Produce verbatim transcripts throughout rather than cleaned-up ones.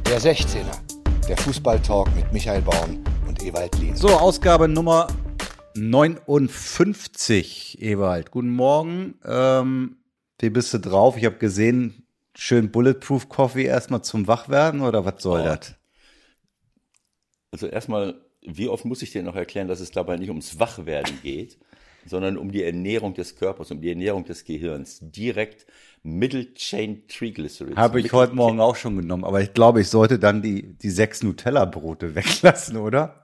Der sechzehner, der Fußballtalk mit Michael Baum und Ewald Lien. So, Ausgabe Nummer neunundfünfzig, Ewald. Guten Morgen. Ähm, wie bist du drauf? Ich habe gesehen, schön Bulletproof Coffee erstmal zum Wachwerden oder was soll Oh. das? Also erstmal, wie oft muss ich dir noch erklären, dass es dabei nicht ums Wachwerden geht, sondern um die Ernährung des Körpers, um die Ernährung des Gehirns. Direkt Middle Chain Triglycerides. Habe ich Middle heute Morgen auch schon genommen, aber ich glaube, ich sollte dann die, die sechs Nutella-Brote weglassen, oder?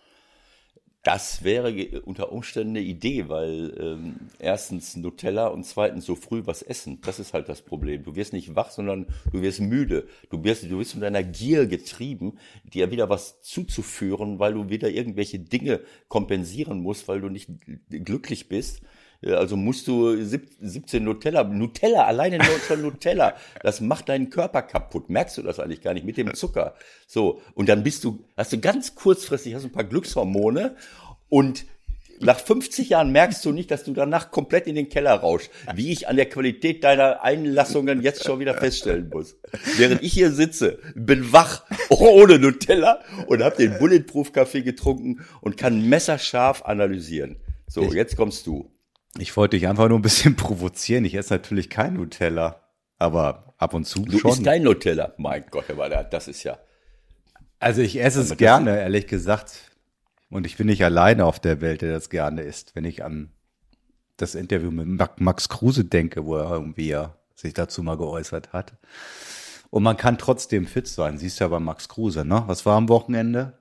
Das wäre ge- unter Umständen eine Idee, weil ähm, erstens Nutella und zweitens so früh was essen. Das ist halt das Problem. Du wirst nicht wach, sondern du wirst müde. Du wirst, du wirst von deiner Gier getrieben, dir wieder was zuzuführen, weil du wieder irgendwelche Dinge kompensieren musst, weil du nicht glücklich bist. Äh, Also musst du sieb- siebzehn Nutella, Nutella, alleine nur schon Nutella, das macht deinen Körper kaputt. Merkst du das eigentlich gar nicht mit dem Zucker? So. Und dann bist du, hast du ganz kurzfristig, hast du ein paar Glückshormone und nach fünfzig Jahren merkst du nicht, dass du danach komplett in den Keller rauschst, wie ich an der Qualität deiner Einlassungen jetzt schon wieder feststellen muss. Während ich hier sitze, bin wach, ohne Nutella und habe den Bulletproof Kaffee getrunken und kann messerscharf analysieren. So, jetzt kommst du. Ich wollte dich einfach nur ein bisschen provozieren. Ich esse natürlich kein Nutella, aber ab und zu Du schon. isst kein Nutella. Mein Gott, aber das ist ja. Also ich esse es Aber das- gerne, ehrlich gesagt. Und ich bin nicht alleine auf der Welt, der das gerne isst. Wenn ich an das Interview mit Ma- Max Kruse denke, wo er irgendwie ja sich dazu mal geäußert hat. Und man kann trotzdem fit sein. Siehst ja bei Max Kruse, ne? Was war am Wochenende?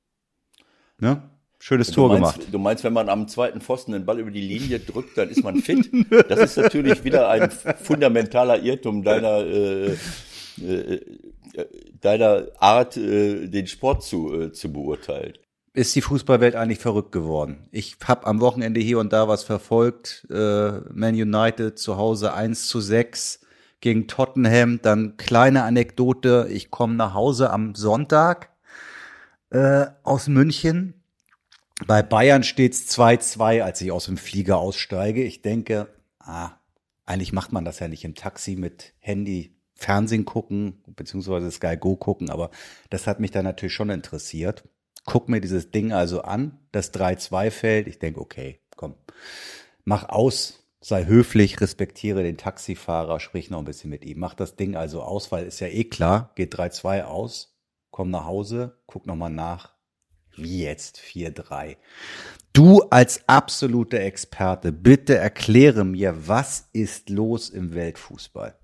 Ne? Schönes Tor du meinst, gemacht. Du meinst, wenn man am zweiten Pfosten den Ball über die Linie drückt, dann ist man fit? Das ist natürlich wieder ein fundamentaler Irrtum deiner, äh, äh, deiner Art, äh, den Sport zu, äh, zu beurteilen. Ist die Fußballwelt eigentlich verrückt geworden? Ich habe am Wochenende hier und da was verfolgt. Äh, Man United zu Hause eins zu sechs gegen Tottenham. Dann kleine Anekdote. Ich komme nach Hause am Sonntag äh, aus München. Bei Bayern steht's zwei zwei, als ich aus dem Flieger aussteige. Ich denke, ah, eigentlich macht man das ja nicht im Taxi mit Handy, Fernsehen gucken, beziehungsweise Sky Go gucken, aber das hat mich dann natürlich schon interessiert. Guck mir dieses Ding also an, das drei zwei fällt. Ich denke, okay, komm, mach aus, sei höflich, respektiere den Taxifahrer, sprich noch ein bisschen mit ihm. Mach das Ding also aus, weil ist ja eh klar, geht drei zwei aus, komm nach Hause, guck nochmal nach. Wie jetzt vier drei. Du als absoluter Experte, bitte erkläre mir, was ist los im Weltfußball?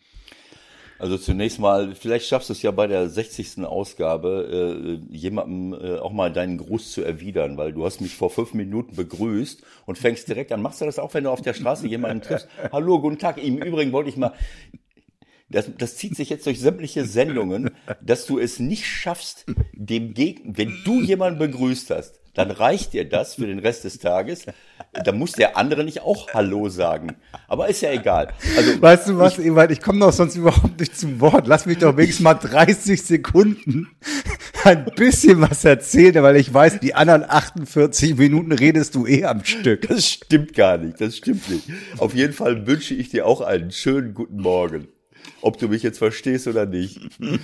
Also zunächst mal, vielleicht schaffst du es ja bei der sechzigsten Ausgabe, äh, jemandem äh, auch mal deinen Gruß zu erwidern, weil du hast mich vor fünf Minuten begrüßt und fängst direkt an. Machst du das auch, wenn du auf der Straße jemanden triffst? Hallo, guten Tag. Im Übrigen wollte ich mal, das, das zieht sich jetzt durch sämtliche Sendungen, dass du es nicht schaffst, dem Gegner, wenn du jemanden begrüßt hast, dann reicht dir das für den Rest des Tages. Da muss der andere nicht auch Hallo sagen. Aber ist ja egal. Also, Weißt du was, Ewald, ich komme doch sonst überhaupt nicht zum Wort. Lass mich doch wenigstens mal dreißig Sekunden ein bisschen was erzählen, weil ich weiß, die anderen achtundvierzig Minuten redest du eh am Stück. das stimmt gar nicht, das stimmt nicht. Auf jeden Fall wünsche ich dir auch einen schönen guten Morgen. Ob du mich jetzt verstehst oder nicht.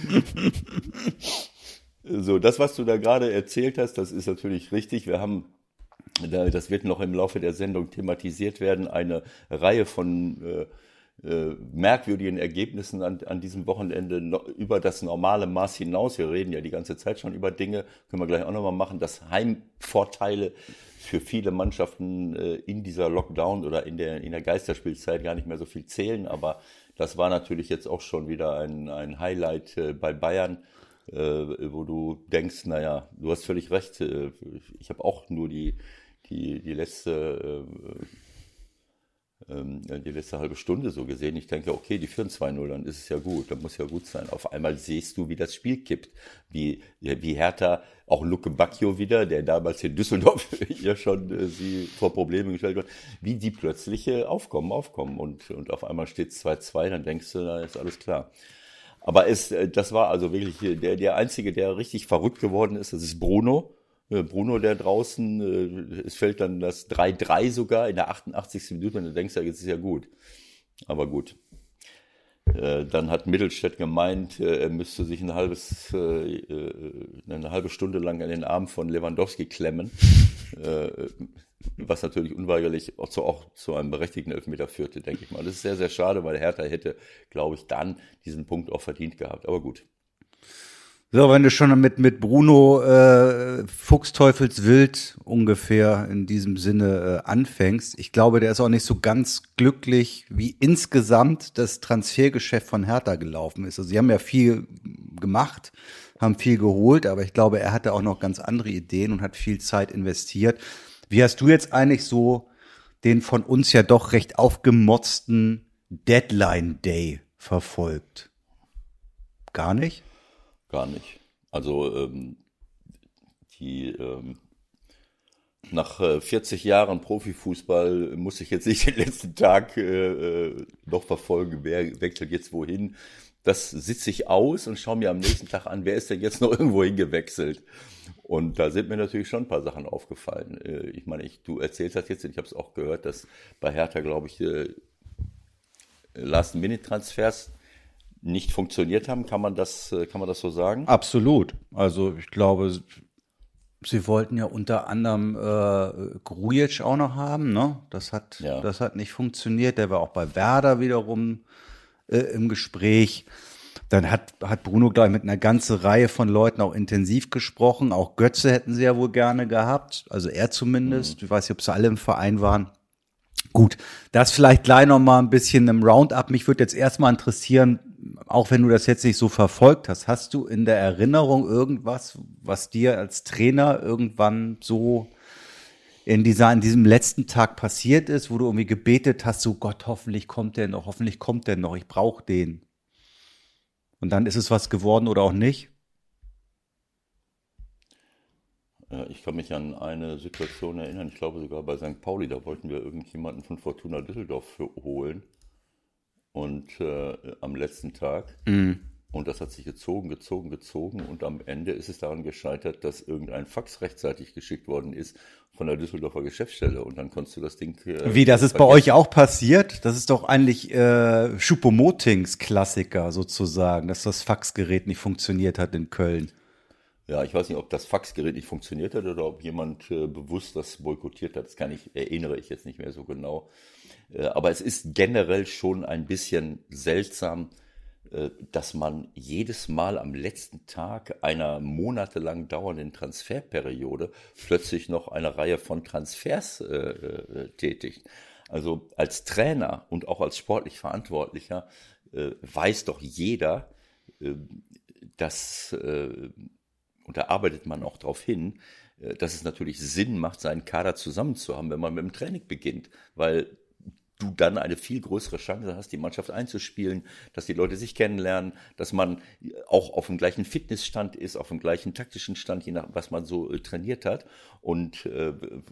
So, das, was du da gerade erzählt hast, das ist natürlich richtig. Wir haben, das wird noch im Laufe der Sendung thematisiert werden, eine Reihe von äh, äh, merkwürdigen Ergebnissen an, an diesem Wochenende no, über das normale Maß hinaus. Wir reden ja die ganze Zeit schon über Dinge, können wir gleich auch nochmal machen, dass Heimvorteile für viele Mannschaften äh, in dieser Lockdown oder in der, in der Geisterspielzeit gar nicht mehr so viel zählen, aber das war natürlich jetzt auch schon wieder ein, ein Highlight äh, bei Bayern, äh, wo du denkst, naja, du hast völlig recht, äh, ich habe auch nur die, die, die letzte äh, ähm, die letzte halbe Stunde so gesehen. Ich denke, okay, die führen zwei null, dann ist es ja gut, dann muss ja gut sein. Auf einmal siehst du, wie das Spiel kippt, wie, wie Hertha, auch Luke Bacchio wieder, der damals in Düsseldorf ja schon äh, sie vor Probleme gestellt hat, wie die plötzlich äh, aufkommen, aufkommen und, und auf einmal steht es zwei zwei, dann denkst du, da ist alles klar. Aber es, äh, das war also wirklich äh, der, der Einzige, der richtig verrückt geworden ist, das ist Bruno. Bruno, der draußen, es fällt dann das drei drei sogar in der achtundachtzigsten Minute und du denkst ja, jetzt ist ja gut. Aber gut. Äh, dann hat Mittelstädt gemeint, äh, er müsste sich ein halbes, äh, eine halbe Stunde lang an den Arm von Lewandowski klemmen, äh, was natürlich unweigerlich auch zu, auch zu einem berechtigten Elfmeter führte, denke ich mal. Das ist sehr, sehr schade, weil Hertha hätte, glaube ich, dann diesen Punkt auch verdient gehabt. Aber gut. So, wenn du schon mit, mit Bruno äh, Fuchsteufelswild ungefähr in diesem Sinne äh, anfängst, ich glaube, der ist auch nicht so ganz glücklich, wie insgesamt das Transfergeschäft von Hertha gelaufen ist. Also sie haben ja viel gemacht, haben viel geholt, aber ich glaube, er hatte auch noch ganz andere Ideen und hat viel Zeit investiert. Wie hast du jetzt eigentlich so den von uns ja doch recht aufgemotzten Deadline Day verfolgt? Gar nicht? Gar nicht. Also ähm, die ähm, nach äh, vierzig Jahren Profifußball muss ich jetzt nicht den letzten Tag äh, noch verfolgen, wer wechselt jetzt wohin. Das sitze ich aus und schaue mir am nächsten Tag an, wer ist denn jetzt noch irgendwo hingewechselt. Und da sind mir natürlich schon ein paar Sachen aufgefallen. Äh, ich meine, ich, du erzählst das jetzt, ich habe es auch gehört, dass bei Hertha, glaube ich, äh, Last-Minute-Transfers nicht funktioniert haben. Kann man das, kann man das so sagen? Absolut. Also ich glaube, sie wollten ja unter anderem äh, Grujic auch noch haben, ne? Das hat, Ja. das hat nicht funktioniert. Der war auch bei Werder wiederum äh, im Gespräch. Dann hat, hat Bruno gleich mit einer ganzen Reihe von Leuten auch intensiv gesprochen. Auch Götze hätten sie ja wohl gerne gehabt. Also er zumindest. Mhm. Ich weiß nicht, ob sie alle im Verein waren. Gut, das vielleicht gleich noch mal ein bisschen im Roundup. Mich würde jetzt erstmal interessieren, auch wenn du das jetzt nicht so verfolgt hast, hast du in der Erinnerung irgendwas, was dir als Trainer irgendwann so in dieser, in diesem letzten Tag passiert ist, wo du irgendwie gebetet hast, so Gott, hoffentlich kommt der noch, hoffentlich kommt der noch, ich brauche den. Und dann ist es was geworden oder auch nicht? Ich kann mich an eine Situation erinnern, ich glaube sogar bei Sankt Pauli, da wollten wir irgendjemanden von Fortuna Düsseldorf für, holen und äh, am letzten Tag. Mhm. Und das hat sich gezogen, gezogen, gezogen und am Ende ist es daran gescheitert, dass irgendein Fax rechtzeitig geschickt worden ist von der Düsseldorfer Geschäftsstelle und dann konntest du das Ding... Äh, Wie, das ist vergessen. Bei euch auch passiert? Das ist doch eigentlich äh, Schupomotings Klassiker sozusagen, dass das Faxgerät nicht funktioniert hat in Köln. Ja, ich weiß nicht, ob das Faxgerät nicht funktioniert hat oder ob jemand äh, bewusst das boykottiert hat. Das kann ich, erinnere ich jetzt nicht mehr so genau. Äh, aber es ist generell schon ein bisschen seltsam, äh, dass man jedes Mal am letzten Tag einer monatelang dauernden Transferperiode plötzlich noch eine Reihe von Transfers äh, äh, tätigt. Also als Trainer und auch als sportlich Verantwortlicher äh, weiß doch jeder, äh, dass... Äh, Und da arbeitet man auch darauf hin, dass es natürlich Sinn macht, seinen Kader zusammen zu haben, wenn man mit dem Training beginnt, weil du dann eine viel größere Chance hast, die Mannschaft einzuspielen, dass die Leute sich kennenlernen, dass man auch auf dem gleichen Fitnessstand ist, auf dem gleichen taktischen Stand, je nach was man so trainiert hat. Und äh,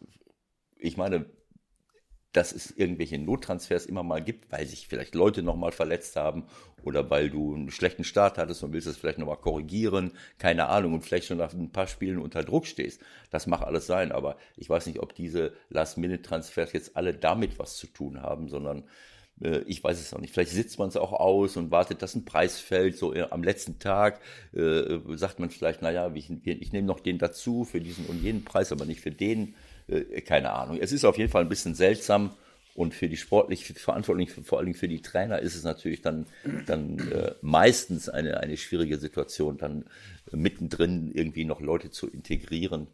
ich meine, dass es irgendwelche Nottransfers immer mal gibt, weil sich vielleicht Leute nochmal verletzt haben oder weil du einen schlechten Start hattest und willst es vielleicht nochmal korrigieren, keine Ahnung, und vielleicht schon nach ein paar Spielen unter Druck stehst. Das mag alles sein, aber ich weiß nicht, ob diese Last-Minute-Transfers jetzt alle damit was zu tun haben, sondern äh, ich weiß es auch nicht. Vielleicht sitzt man es auch aus und wartet, dass ein Preis fällt, so äh, am letzten Tag äh, sagt man vielleicht, naja, ich, ich nehme noch den dazu für diesen und jenen Preis, aber nicht für den. Keine Ahnung. Es ist auf jeden Fall ein bisschen seltsam und für die sportlich Verantwortlichen, vor allen Dingen für die Trainer, ist es natürlich dann, dann äh, meistens eine, eine schwierige Situation, dann äh, mittendrin irgendwie noch Leute zu integrieren.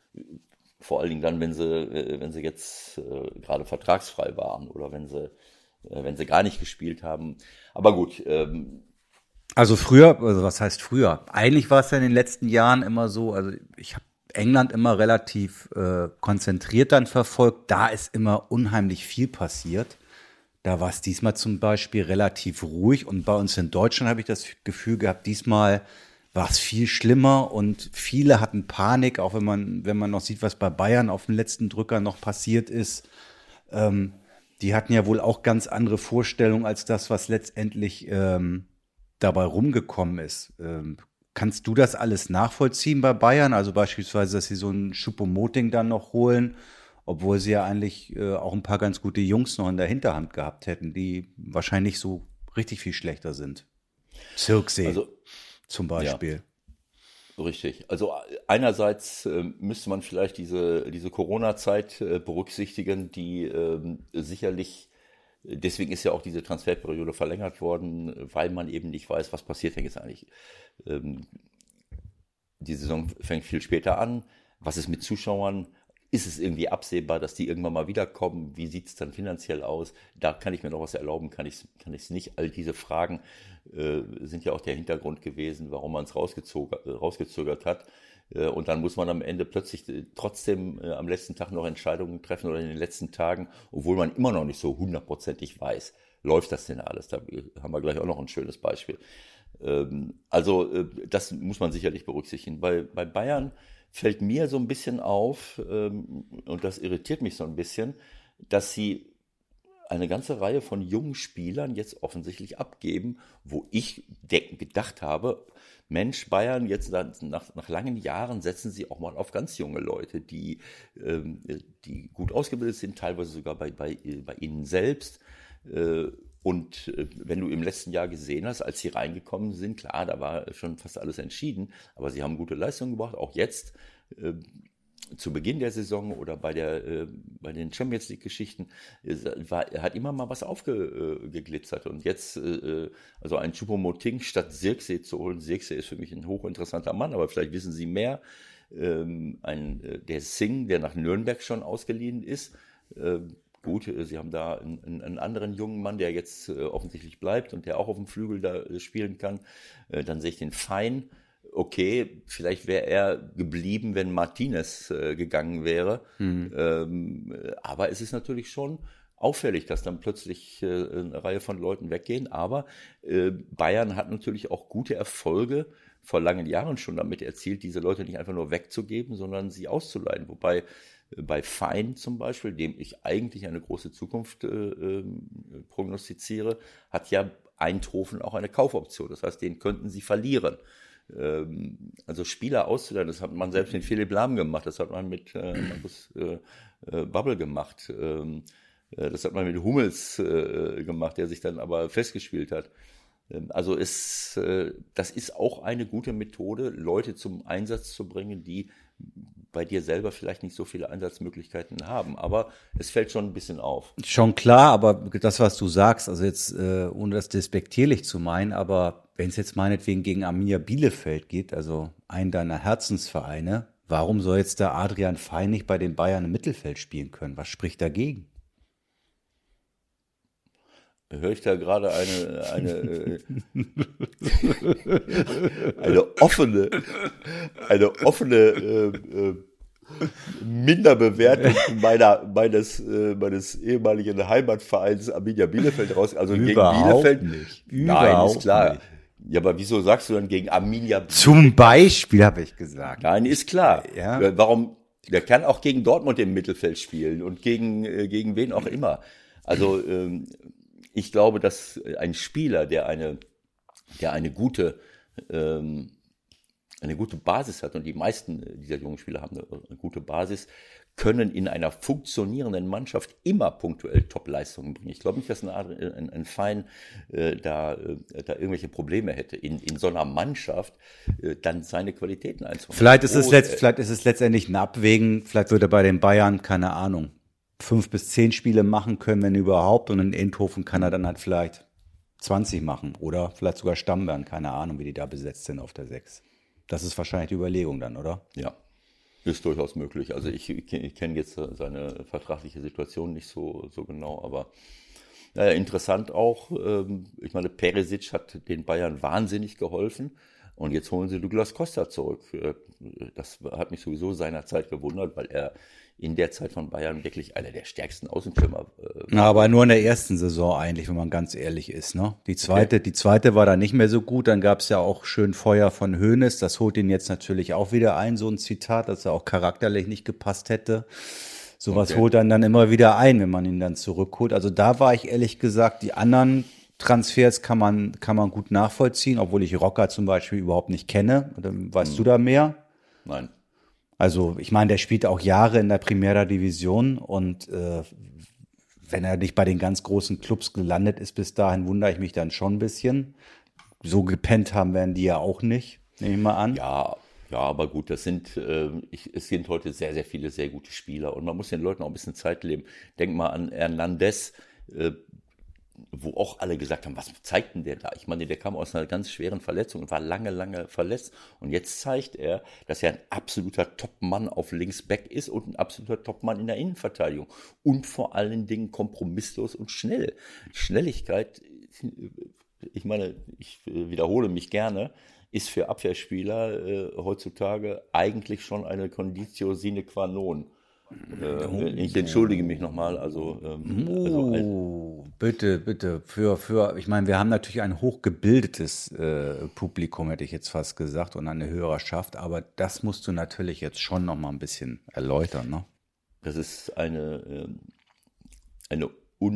Vor allen Dingen dann, wenn sie, äh, wenn sie jetzt äh, gerade vertragsfrei waren oder wenn sie, äh, wenn sie gar nicht gespielt haben. Aber gut. Ähm, also früher, also was heißt früher? Eigentlich war es ja in den letzten Jahren immer so, also ich habe England immer relativ äh, konzentriert dann verfolgt. Da ist immer unheimlich viel passiert. Da war es diesmal zum Beispiel relativ ruhig. Und bei uns in Deutschland habe ich das Gefühl gehabt, diesmal war es viel schlimmer und viele hatten Panik, auch wenn man, wenn man noch sieht, was bei Bayern auf dem letzten Drücker noch passiert ist. Ähm, die hatten ja wohl auch ganz andere Vorstellungen als das, was letztendlich ähm, dabei rumgekommen ist. Ähm, Kannst du das alles nachvollziehen bei Bayern? Also beispielsweise, dass sie so ein Choupo-Moting dann noch holen, obwohl sie ja eigentlich äh, auch ein paar ganz gute Jungs noch in der Hinterhand gehabt hätten, die wahrscheinlich so richtig viel schlechter sind. Zirksee Also, zum Beispiel. Ja, richtig. Also einerseits äh, müsste man vielleicht diese, diese Corona-Zeit äh, berücksichtigen, die äh, sicherlich, deswegen ist ja auch diese Transferperiode verlängert worden, weil man eben nicht weiß, was passiert denn jetzt eigentlich. Ähm, die Saison fängt viel später an. Was ist mit Zuschauern? Ist es irgendwie absehbar, dass die irgendwann mal wiederkommen? Wie sieht es dann finanziell aus? Da kann ich mir noch was erlauben, kann ich kann ich es nicht. All diese Fragen äh, sind ja auch der Hintergrund gewesen, warum man es rausgezögert, rausgezögert hat. Äh, und dann muss man am Ende plötzlich äh, trotzdem äh, am letzten Tag noch Entscheidungen treffen oder in den letzten Tagen, obwohl man immer noch nicht so hundertprozentig weiß, läuft das denn alles? Da haben wir gleich auch noch ein schönes Beispiel. Ähm, also äh, das muss man sicherlich berücksichtigen. Bei, bei Bayern fällt mir so ein bisschen auf, ähm, und das irritiert mich so ein bisschen, dass sie eine ganze Reihe von jungen Spielern jetzt offensichtlich abgeben, wo ich de- gedacht habe, Mensch, Bayern, jetzt nach, nach langen Jahren setzen sie auch mal auf ganz junge Leute, die, ähm, die gut ausgebildet sind, teilweise sogar bei, bei, bei ihnen selbst. Äh, Und wenn du im letzten Jahr gesehen hast, als sie reingekommen sind, klar, da war schon fast alles entschieden, aber sie haben gute Leistungen gebracht, auch jetzt äh, zu Beginn der Saison oder bei, der, äh, bei den Champions League-Geschichten war, hat immer mal was aufgeglitzert. Und jetzt, äh, also ein Choupo-Moting statt Zirkzee zu holen, Zirkzee ist für mich ein hochinteressanter Mann, aber vielleicht wissen Sie mehr, ähm, ein, der Singh, der nach Nürnberg schon ausgeliehen ist, äh, gut, sie haben da einen, einen anderen jungen Mann, der jetzt äh, offensichtlich bleibt und der auch auf dem Flügel da äh, spielen kann. Äh, dann sehe ich den Fein. Okay, vielleicht wäre er geblieben, wenn Martinez äh, gegangen wäre. Mhm. Ähm, aber es ist natürlich schon auffällig, dass dann plötzlich äh, eine Reihe von Leuten weggehen. Aber äh, Bayern hat natürlich auch gute Erfolge vor langen Jahren schon damit erzielt, diese Leute nicht einfach nur wegzugeben, sondern sie auszuleihen. Wobei bei Fein zum Beispiel, dem ich eigentlich eine große Zukunft äh, äh, prognostiziere, hat ja Eindhoven auch eine Kaufoption. Das heißt, den könnten sie verlieren. Ähm, also Spieler auszuleihen, das hat man selbst mit Philipp Lahm gemacht, das hat man mit äh, Markus äh, äh, Babbel gemacht, ähm, äh, das hat man mit Hummels äh, gemacht, der sich dann aber festgespielt hat. Ähm, also es, äh, das ist auch eine gute Methode, Leute zum Einsatz zu bringen, die bei dir selber vielleicht nicht so viele Einsatzmöglichkeiten haben, aber es fällt schon ein bisschen auf. Schon klar, aber das, was du sagst, also jetzt, äh, ohne das despektierlich zu meinen, aber wenn es jetzt meinetwegen gegen Arminia Bielefeld geht, also einen deiner Herzensvereine, warum soll jetzt der Adrian Fein nicht bei den Bayern im Mittelfeld spielen können? Was spricht dagegen? Höre ich da gerade eine eine äh, eine offene eine offene äh, äh, Minderbewertung meiner meines äh, meines ehemaligen Heimatvereins Arminia Bielefeld raus, also Überhaupt gegen Bielefeld nicht. Nein, Überhaupt ist klar. nicht. Ja, aber wieso sagst du dann gegen Arminia Bielefeld? Zum Beispiel, habe ich gesagt. Nein, ist klar. Ja. Warum? Der kann auch gegen Dortmund im Mittelfeld spielen und gegen äh, gegen wen auch immer. Also ähm, ich glaube, dass ein Spieler, der eine, der eine gute, ähm, eine gute Basis hat, und die meisten dieser jungen Spieler haben eine, eine gute Basis, können in einer funktionierenden Mannschaft immer punktuell Top-Leistungen bringen. Ich glaube nicht, dass ein, ein, ein Fein äh, da, äh, da irgendwelche Probleme hätte, in, in so einer Mannschaft äh, dann seine Qualitäten einzubauen. Vielleicht ist es letzt, vielleicht ist es letztendlich ein Abwägen, vielleicht würde bei den Bayern, keine Ahnung, fünf bis zehn Spiele machen können, wenn überhaupt. Und in Eindhoven kann er dann halt vielleicht zwanzig machen oder vielleicht sogar Stamm werden. Keine Ahnung, wie die da besetzt sind auf der sechs. Das ist wahrscheinlich die Überlegung dann, oder? Ja, ist durchaus möglich. Also ich, ich, ich kenne jetzt seine vertragliche Situation nicht so, so genau, aber naja, interessant auch. Ähm, ich meine, Perisic hat den Bayern wahnsinnig geholfen. Und jetzt holen sie Douglas Costa zurück. Das hat mich sowieso seinerzeit gewundert, weil er in der Zeit von Bayern wirklich einer der stärksten Außenstürmer war. Ja, aber nur in der ersten Saison eigentlich, wenn man ganz ehrlich ist. Ne? Die zweite, okay. die zweite war dann nicht mehr so gut. Dann gab es ja auch schön Feuer von Hoeneß. Das holt ihn jetzt natürlich auch wieder ein, so ein Zitat, dass er auch charakterlich nicht gepasst hätte. Sowas okay. holt dann dann immer wieder ein, wenn man ihn dann zurückholt. Also da war ich ehrlich gesagt, die anderen Transfers kann man, kann man gut nachvollziehen, obwohl ich Rocker zum Beispiel überhaupt nicht kenne. Oder weißt hm. du da mehr? Nein. Also ich meine, der spielt auch Jahre in der Primera Division und äh, wenn er nicht bei den ganz großen Clubs gelandet ist bis dahin, wundere ich mich dann schon ein bisschen. So gepennt haben werden die ja auch nicht, nehme ich mal an. Ja, ja, aber gut, das sind, äh, ich, es sind heute sehr, sehr viele sehr gute Spieler und man muss den Leuten auch ein bisschen Zeit geben. Denk mal an Hernandez, äh, wo auch alle gesagt haben, was zeigt denn der da? Ich meine, der kam aus einer ganz schweren Verletzung und war lange, lange verletzt. Und jetzt zeigt er, dass er ein absoluter Topmann auf Linksback ist und ein absoluter Topmann in der Innenverteidigung. Und vor allen Dingen kompromisslos und schnell. Schnelligkeit, ich meine, ich wiederhole mich gerne, ist für Abwehrspieler äh, heutzutage eigentlich schon eine Conditio sine qua non. Äh, ich entschuldige mich nochmal, also, ähm, oh, also bitte, bitte, für, für, ich meine, wir haben natürlich ein hochgebildetes äh, Publikum, hätte ich jetzt fast gesagt, und eine Hörerschaft, aber das musst du natürlich jetzt schon nochmal ein bisschen erläutern, ne? Das ist eine, ähm, eine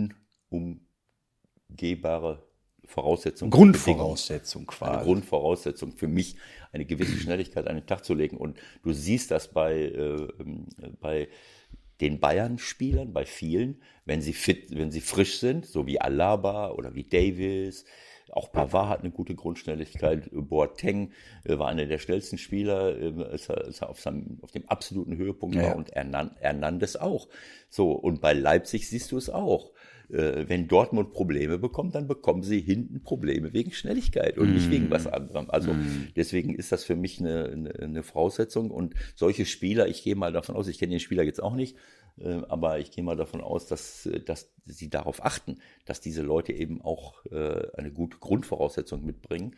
unumgehbare Voraussetzung. Grundvoraussetzung quasi. Eine Grundvoraussetzung für mich, eine gewisse Schnelligkeit an den Tag zu legen. Und du siehst das bei, äh, bei den Bayern-Spielern, bei vielen, wenn sie fit, wenn sie frisch sind, so wie Alaba oder wie Davis. Auch Pavard hat eine gute Grundschnelligkeit. Boateng äh, war einer der schnellsten Spieler, äh, als er, als er auf, seinem, auf dem absoluten Höhepunkt Ja. war. Und Hernan, Hernandez auch. So, und bei Leipzig siehst du es auch. Wenn Dortmund Probleme bekommt, dann bekommen sie hinten Probleme wegen Schnelligkeit und nicht wegen was anderem. Also deswegen ist das für mich eine, eine, eine Voraussetzung. Und solche Spieler, ich gehe mal davon aus, ich kenne den Spieler jetzt auch nicht, aber ich gehe mal davon aus, dass, dass sie darauf achten, dass diese Leute eben auch eine gute Grundvoraussetzung mitbringen.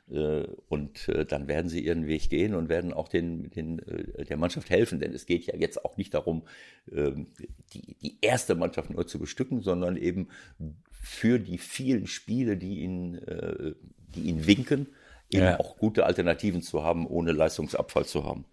Und dann werden sie ihren Weg gehen und werden auch den, den, der Mannschaft helfen. Denn es geht ja jetzt auch nicht darum, die, die erste Mannschaft neu zu bestücken, sondern eben für die vielen Spiele, die ihn, die ihn winken, eben Ja. auch gute Alternativen zu haben, ohne Leistungsabfall zu haben.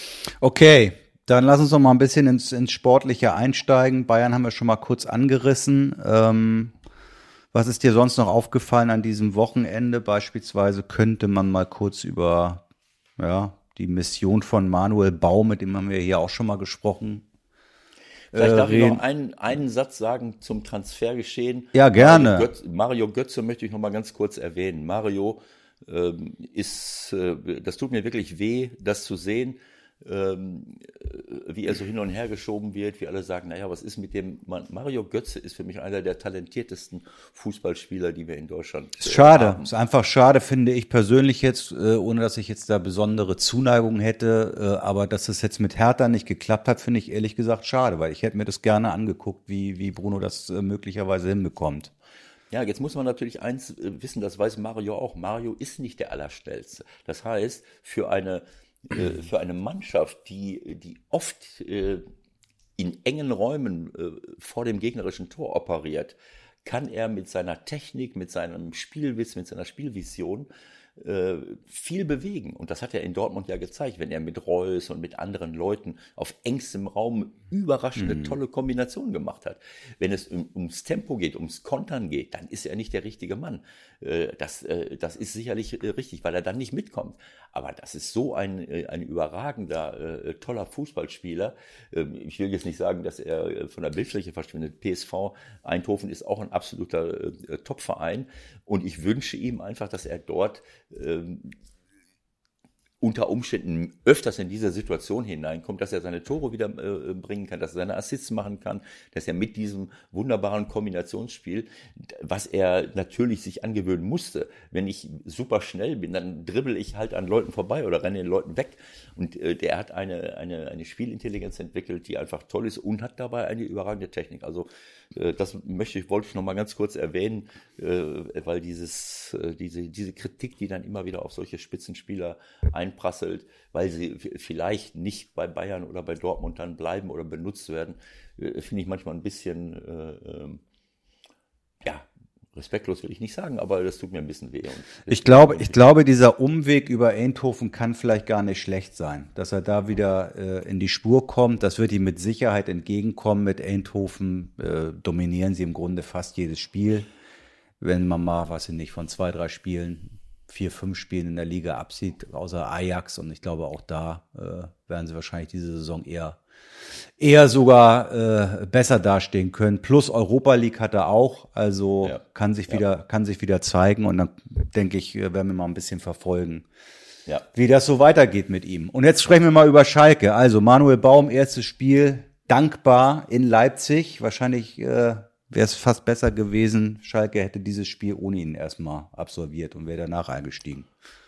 Okay, dann lass uns noch mal ein bisschen ins, ins Sportliche einsteigen. Bayern haben wir schon mal kurz angerissen. Ähm, was ist dir sonst noch aufgefallen an diesem Wochenende? Beispielsweise könnte man mal kurz über ja, die Mission von Manuel Baum, mit dem haben wir hier auch schon mal gesprochen. Vielleicht äh, darf ich reden. noch einen, einen Satz sagen zum Transfergeschehen. Ja, gerne. Mario Götze, Mario Götze möchte ich noch mal ganz kurz erwähnen. Mario ähm, ist, äh, das tut mir wirklich weh, das zu sehen, ähm, wie er so hin und her geschoben wird, wie alle sagen, naja, was ist mit dem Mann? Mario Götze ist für mich einer der talentiertesten Fußballspieler, die wir in Deutschland äh, Ist schade, haben. ist einfach schade, finde ich persönlich jetzt, äh, ohne dass ich jetzt da besondere Zuneigung hätte, äh, aber dass es jetzt mit Hertha nicht geklappt hat, finde ich ehrlich gesagt schade, weil ich hätte mir das gerne angeguckt, wie, wie Bruno das äh, möglicherweise hinbekommt. Ja, jetzt muss man natürlich eins äh, wissen, das weiß Mario auch. Mario ist nicht der Allerschnellste. Das heißt, für eine, äh, für eine Mannschaft, die, die oft äh, in engen Räumen äh, vor dem gegnerischen Tor operiert, kann er mit seiner Technik, mit seinem Spielwitz, mit seiner Spielvision äh, viel bewegen. Und das hat er in Dortmund ja gezeigt, wenn er mit Reus und mit anderen Leuten auf engstem Raum überraschende, Mhm. tolle Kombinationen gemacht hat. Wenn es um, ums Tempo geht, ums Kontern geht, dann ist er nicht der richtige Mann. Äh, das, äh, das ist sicherlich äh, richtig, weil er dann nicht mitkommt. Aber das ist so ein, äh, ein überragender, äh, toller Fußballspieler. Ähm, ich will jetzt nicht sagen, dass er äh, von der Bildfläche verschwindet. P S V Eindhoven ist auch ein absoluter äh, Top-Verein. Und ich wünsche ihm einfach, dass er dort ähm, unter Umständen öfters in diese Situation hineinkommt, dass er seine Tore wieder äh, bringen kann, dass er seine Assists machen kann, dass er mit diesem wunderbaren Kombinationsspiel, was er natürlich sich angewöhnen musste, wenn ich super schnell bin, dann dribbel ich halt an Leuten vorbei oder renne den Leuten weg. Und äh, der hat eine, eine, eine Spielintelligenz entwickelt, die einfach toll ist und hat dabei eine überragende Technik. Also äh, das möchte ich, wollte ich noch mal ganz kurz erwähnen, äh, weil dieses, äh, diese, diese Kritik, die dann immer wieder auf solche Spitzenspieler einprasselt, weil sie vielleicht nicht bei Bayern oder bei Dortmund dann bleiben oder benutzt werden, äh, finde ich manchmal ein bisschen, äh, äh, ja, respektlos will ich nicht sagen, aber das tut mir ein bisschen weh. Und Ich glaube, ich glaube, dieser Umweg über Eindhoven kann vielleicht gar nicht schlecht sein, dass er da wieder äh, in die Spur kommt. Das wird ihm mit Sicherheit entgegenkommen. Mit Eindhoven äh, dominieren sie im Grunde fast jedes Spiel. Wenn man mal, weiß ich nicht, von zwei, drei Spielen vier, fünf Spielen in der Liga absieht, außer Ajax. Und ich glaube, auch da äh, werden sie wahrscheinlich diese Saison eher, eher sogar äh, besser dastehen können. Plus Europa League hat er auch, also ja. kann sich wieder, ja. kann sich wieder zeigen. Und dann denke ich, werden wir mal ein bisschen verfolgen, ja. wie das so weitergeht mit ihm. Und jetzt sprechen wir mal über Schalke. Also Manuel Baum, erstes Spiel, dankbar in Leipzig. Wahrscheinlich äh, wäre es fast besser gewesen, Schalke hätte dieses Spiel ohne ihn erstmal absolviert und wäre danach eingestiegen.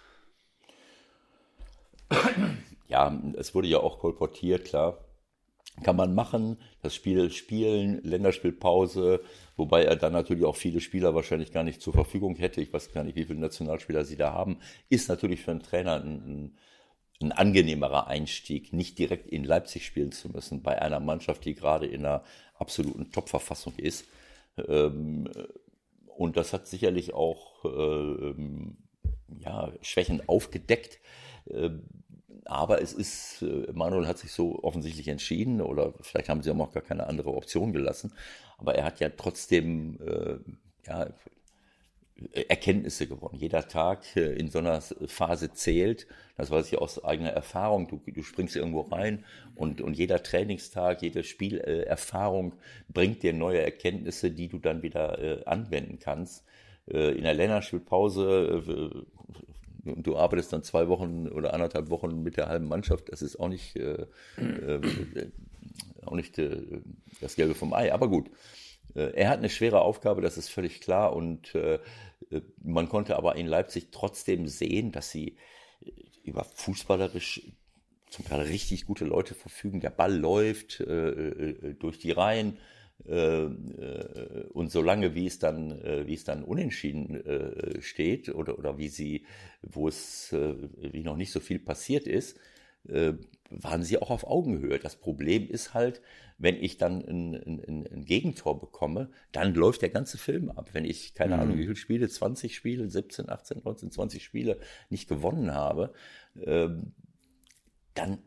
Ja, es wurde ja auch kolportiert, klar. Kann man machen, das Spiel spielen, Länderspielpause, wobei er dann natürlich auch viele Spieler wahrscheinlich gar nicht zur Verfügung hätte. Ich weiß gar nicht, wie viele Nationalspieler sie da haben. Ist natürlich für einen Trainer ein, ein, ein angenehmerer Einstieg, nicht direkt in Leipzig spielen zu müssen, bei einer Mannschaft, die gerade in einer absoluten Top-Verfassung ist. Und das hat sicherlich auch ja, Schwächen aufgedeckt. Aber es ist, Manuel hat sich so offensichtlich entschieden oder vielleicht haben sie auch gar keine andere Option gelassen. Aber er hat ja trotzdem äh, ja, Erkenntnisse gewonnen. Jeder Tag in so einer Phase zählt. Das weiß ich aus eigener Erfahrung. Du, du springst irgendwo rein und, und jeder Trainingstag, jede Spielerfahrung bringt dir neue Erkenntnisse, die du dann wieder äh, anwenden kannst. Äh, in der Länderspielpause äh, und du arbeitest dann zwei Wochen oder anderthalb Wochen mit der halben Mannschaft, das ist auch nicht, äh, äh, auch nicht äh, das Gelbe vom Ei. Aber gut, äh, er hat eine schwere Aufgabe, das ist völlig klar. Und äh, man konnte aber in Leipzig trotzdem sehen, dass sie über fußballerisch zum Teil richtig gute Leute verfügen. Der Ball läuft äh, durch die Reihen. Und solange wie es dann wie es dann unentschieden steht oder oder wie sie wo es wie noch nicht so viel passiert ist, waren sie auch auf Augenhöhe. Das Problem ist halt, wenn ich dann ein, ein, ein Gegentor bekomme, dann läuft der ganze Film ab. Wenn ich, keine mhm. Ahnung, wie viele Spiele, zwanzig Spiele, siebzehn, achtzehn, neunzehn, zwanzig Spiele nicht gewonnen habe, dann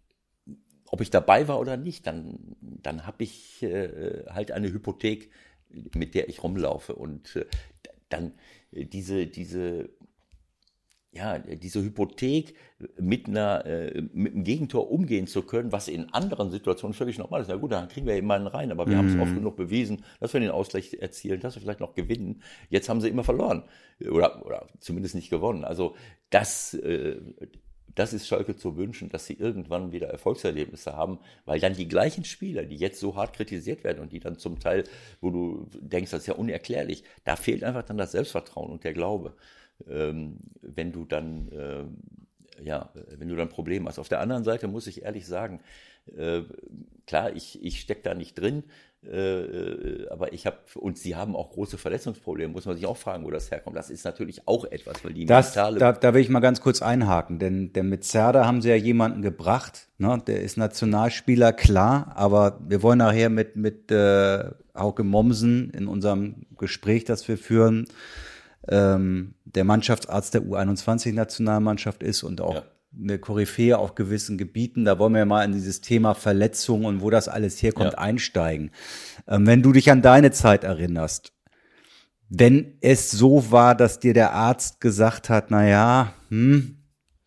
ob ich dabei war oder nicht, dann, dann habe ich äh, halt eine Hypothek, mit der ich rumlaufe. Und äh, dann äh, diese, diese, ja, diese Hypothek mit, einer, äh, mit einem Gegentor umgehen zu können, was in anderen Situationen völlig normal ist. Na gut, dann kriegen wir eben einen rein, aber wir mhm. haben es oft genug bewiesen, dass wir den Ausgleich erzielen, dass wir vielleicht noch gewinnen. Jetzt haben sie immer verloren oder, oder zumindest nicht gewonnen. Also das... Äh, Das ist Schalke zu wünschen, dass sie irgendwann wieder Erfolgserlebnisse haben, weil dann die gleichen Spieler, die jetzt so hart kritisiert werden und die dann zum Teil, wo du denkst, das ist ja unerklärlich, da fehlt einfach dann das Selbstvertrauen und der Glaube, ähm, wenn du dann, äh, ja, wenn du dann Probleme hast. Auf der anderen Seite muss ich ehrlich sagen, äh, klar, ich, ich stecke da nicht drin, äh, aber ich habe, und sie haben auch große Verletzungsprobleme, muss man sich auch fragen, wo das herkommt. Das ist natürlich auch etwas, weil die das, mentale... Da, da will ich mal ganz kurz einhaken, denn, denn mit Zerda haben sie ja jemanden gebracht, ne? Der ist Nationalspieler, klar, aber wir wollen nachher mit, mit äh, Hauke Mommsen in unserem Gespräch, das wir führen, ähm, der Mannschaftsarzt der U einundzwanzig-Nationalmannschaft ist und auch ja. eine Koryphäe auf gewissen Gebieten. Da wollen wir mal in dieses Thema Verletzungen und wo das alles herkommt ja. einsteigen. Ähm, wenn du dich an deine Zeit erinnerst, wenn es so war, dass dir der Arzt gesagt hat, na ja, hm,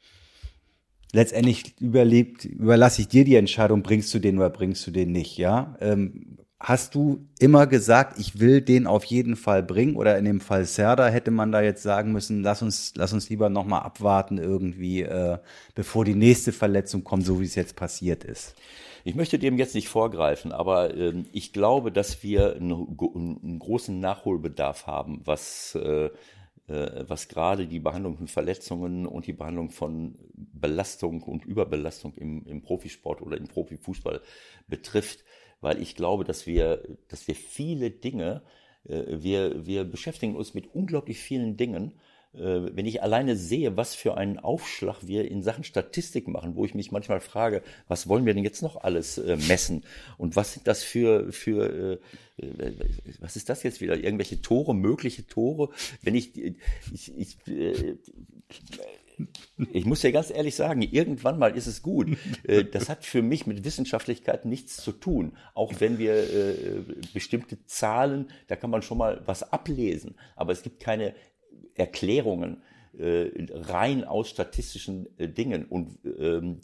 letztendlich überlebt, überlasse ich dir die Entscheidung, bringst du den oder bringst du den nicht, ja? Ähm, hast du immer gesagt, ich will den auf jeden Fall bringen? Oder in dem Fall Serda hätte man da jetzt sagen müssen, lass uns, lass uns lieber nochmal abwarten irgendwie, äh, bevor die nächste Verletzung kommt, so wie es jetzt passiert ist. Ich möchte dem jetzt nicht vorgreifen, aber äh, ich glaube, dass wir einen, einen großen Nachholbedarf haben, was, äh, was gerade die Behandlung von Verletzungen und die Behandlung von Belastung und Überbelastung im, im Profisport oder im Profifußball betrifft. Weil ich glaube, dass wir, dass wir viele Dinge, äh, wir, wir beschäftigen uns mit unglaublich vielen Dingen. Äh, wenn ich alleine sehe, was für einen Aufschlag wir in Sachen Statistik machen, wo ich mich manchmal frage, was wollen wir denn jetzt noch alles äh, messen? Und was sind das für, für äh, was ist das jetzt wieder? Irgendwelche Tore, mögliche Tore? Wenn ich, ich, ich äh, Ich muss dir ganz ehrlich sagen, irgendwann mal ist es gut. Das hat für mich mit Wissenschaftlichkeit nichts zu tun. Auch wenn wir äh, bestimmte Zahlen, da kann man schon mal was ablesen. Aber es gibt keine Erklärungen, äh, rein aus statistischen äh, Dingen. Und ähm,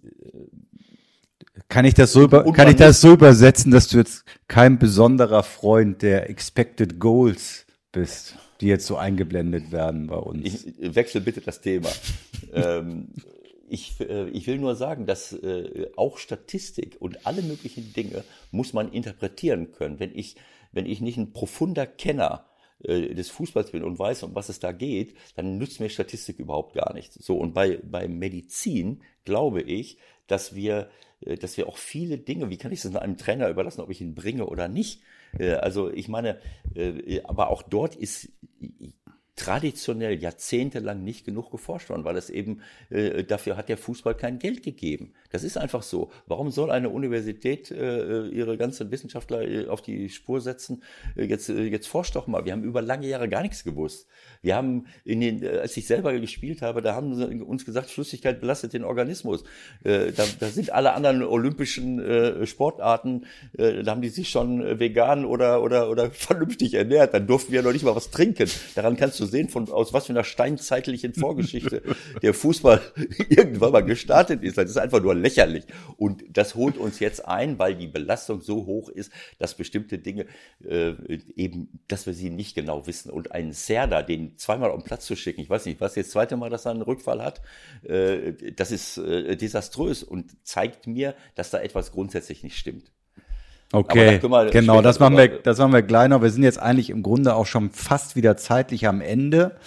Kann ich das so über, Und kann man ich das so übersetzen, dass du jetzt kein besonderer Freund der Expected Goals bist, die jetzt so eingeblendet werden bei uns? Ich wechsle bitte das Thema. ähm, ich, äh, ich will nur sagen, dass äh, auch Statistik und alle möglichen Dinge muss man interpretieren können. Wenn ich, wenn ich nicht ein profunder Kenner äh, des Fußballs bin und weiß, um was es da geht, dann nützt mir Statistik überhaupt gar nichts. So, und bei, bei Medizin glaube ich, dass wir, äh, dass wir auch viele Dinge, wie kann ich es einem Trainer überlassen, ob ich ihn bringe oder nicht? Äh, also ich meine, äh, aber auch dort ist traditionell jahrzehntelang nicht genug geforscht worden, weil es eben, äh, dafür hat der Fußball kein Geld gegeben. Das ist einfach so. Warum soll eine Universität äh, ihre ganzen Wissenschaftler äh, auf die Spur setzen? Äh, jetzt, äh, jetzt forscht doch mal. Wir haben über lange Jahre gar nichts gewusst. Wir haben, in den, äh, als ich selber gespielt habe, da haben sie uns gesagt, Flüssigkeit belastet den Organismus. Äh, da, da sind alle anderen olympischen äh, Sportarten, äh, da haben die sich schon äh, vegan oder, oder, oder vernünftig ernährt. Dann durften wir noch nicht mal was trinken. Daran kannst du sehen, von, aus was für einer steinzeitlichen Vorgeschichte der Fußball irgendwann mal gestartet ist. Das ist einfach nur lächerlich. Und das holt uns jetzt ein, weil die Belastung so hoch ist, dass bestimmte Dinge äh, eben, dass wir sie nicht genau wissen. Und einen Serda, den zweimal auf den Platz zu schicken, ich weiß nicht, was jetzt das zweite Mal, dass er einen Rückfall hat, äh, das ist äh, desaströs und zeigt mir, dass da etwas grundsätzlich nicht stimmt. Okay, genau, das machen wir, das machen wir gleich noch. Wir sind jetzt eigentlich im Grunde auch schon fast wieder zeitlich am Ende.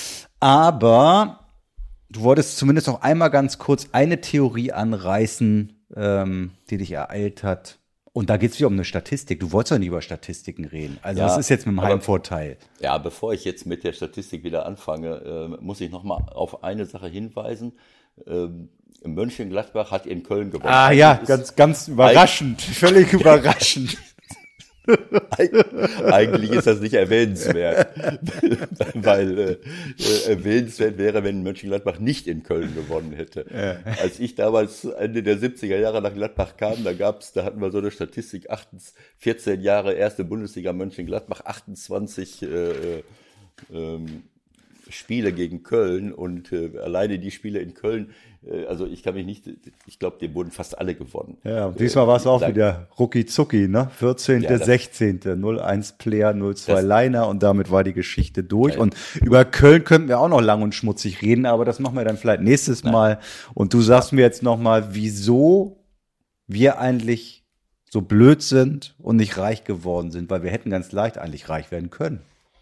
Aber du wolltest zumindest noch einmal ganz kurz eine Theorie anreißen, ähm, die dich ereilt hat. Und da geht es wieder um eine Statistik. Du wolltest doch nicht über Statistiken reden. Also ja, das ist jetzt mit dem aber, Heimvorteil. Ja, bevor ich jetzt mit der Statistik wieder anfange, äh, muss ich noch mal auf eine Sache hinweisen. Ähm, Mönchengladbach hat in Köln gewonnen. Ah ja, ganz, ganz überraschend, völlig überraschend. Eigentlich ist das nicht erwähnenswert, weil äh, erwähnenswert wäre, wenn Mönchengladbach nicht in Köln gewonnen hätte. Ja. Als ich damals Ende der siebziger Jahre nach Gladbach kam, da gab's, da hatten wir so eine Statistik, vierzehn Jahre erste Bundesliga Mönchengladbach, achtundzwanzig äh, ähm, Spiele gegen Köln und äh, alleine die Spiele in Köln, äh, also ich kann mich nicht, ich glaube, die wurden fast alle gewonnen. Ja, und diesmal war es auch äh, wieder rucki zucki, ne? vierzehnte, ja, sechzehnte null eins Player, null zwei Liner und damit war die Geschichte durch. Ja, und über Köln könnten wir auch noch lang und schmutzig reden, aber das machen wir dann vielleicht nächstes Nein. Mal. Und du sagst mir jetzt nochmal, wieso wir eigentlich so blöd sind und nicht reich geworden sind, weil wir hätten ganz leicht eigentlich reich werden können.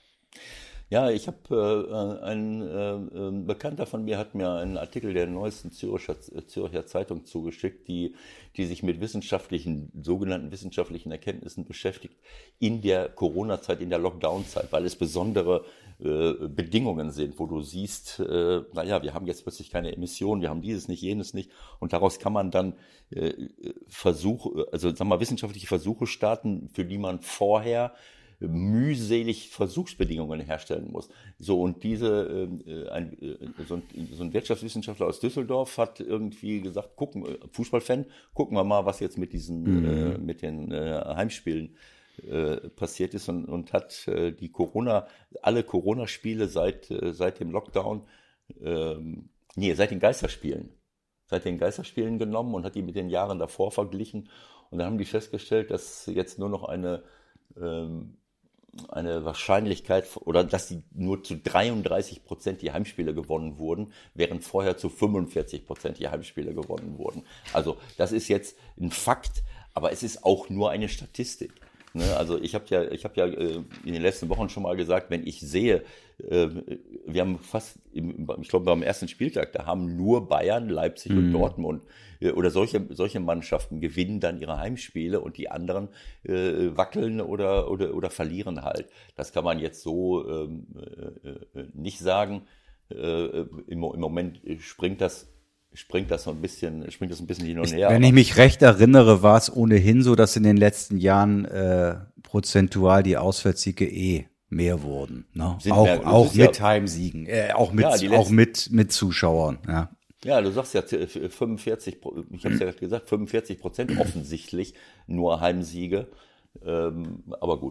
Ja, ich habe äh, ein äh, Bekannter von mir hat mir einen Artikel der neuesten Zürcher, Zürcher Zeitung zugeschickt, die, die sich mit wissenschaftlichen, sogenannten wissenschaftlichen Erkenntnissen beschäftigt in der Corona-Zeit, in der Lockdown-Zeit, weil es besondere äh, Bedingungen sind, wo du siehst, äh, naja, wir haben jetzt plötzlich keine Emissionen, wir haben dieses nicht, jenes nicht und daraus kann man dann äh, Versuche, also sagen wir mal wissenschaftliche Versuche starten, für die man vorher mühselig Versuchsbedingungen herstellen muss. So, und diese, äh, ein, äh, so, ein, so ein Wirtschaftswissenschaftler aus Düsseldorf hat irgendwie gesagt, gucken, Fußballfan, gucken wir mal, was jetzt mit diesen, mhm. äh, mit den äh, Heimspielen äh, passiert ist und, und hat äh, die Corona, alle Corona-Spiele seit, äh, seit dem Lockdown, äh, nee, seit den Geisterspielen, seit den Geisterspielen genommen und hat die mit den Jahren davor verglichen und dann haben die festgestellt, dass jetzt nur noch eine, ähm, eine Wahrscheinlichkeit oder dass die nur zu dreiunddreißig Prozent die Heimspiele gewonnen wurden, während vorher zu fünfundvierzig Prozent die Heimspiele gewonnen wurden. Also das ist jetzt ein Fakt, aber es ist auch nur eine Statistik. Ne? Also ich habe ja, ich habe ja äh, in den letzten Wochen schon mal gesagt, wenn ich sehe, äh, wir haben fast, im, ich glaube beim ersten Spieltag, da haben nur Bayern, Leipzig mhm. und Dortmund äh, oder solche solche Mannschaften gewinnen dann ihre Heimspiele und die anderen äh, wackeln oder oder oder verlieren halt. Das kann man jetzt so ähm, äh, nicht sagen. Äh, im, Im Moment springt das springt das so ein bisschen, springt das ein bisschen hin und her. Wenn ich mich recht erinnere, war es ohnehin so, dass in den letzten Jahren äh, prozentual die Auswärtssiege eh mehr wurden. Ne? Auch, mehr, auch mit ja, Heimsiegen, äh, auch mit, ja, auch mit, mit Zuschauern. Ja. Ja, du sagst ja fünfundvierzig, ich habe es ja gerade gesagt, fünfundvierzig Prozent offensichtlich nur Heimsiege. Ähm, aber gut.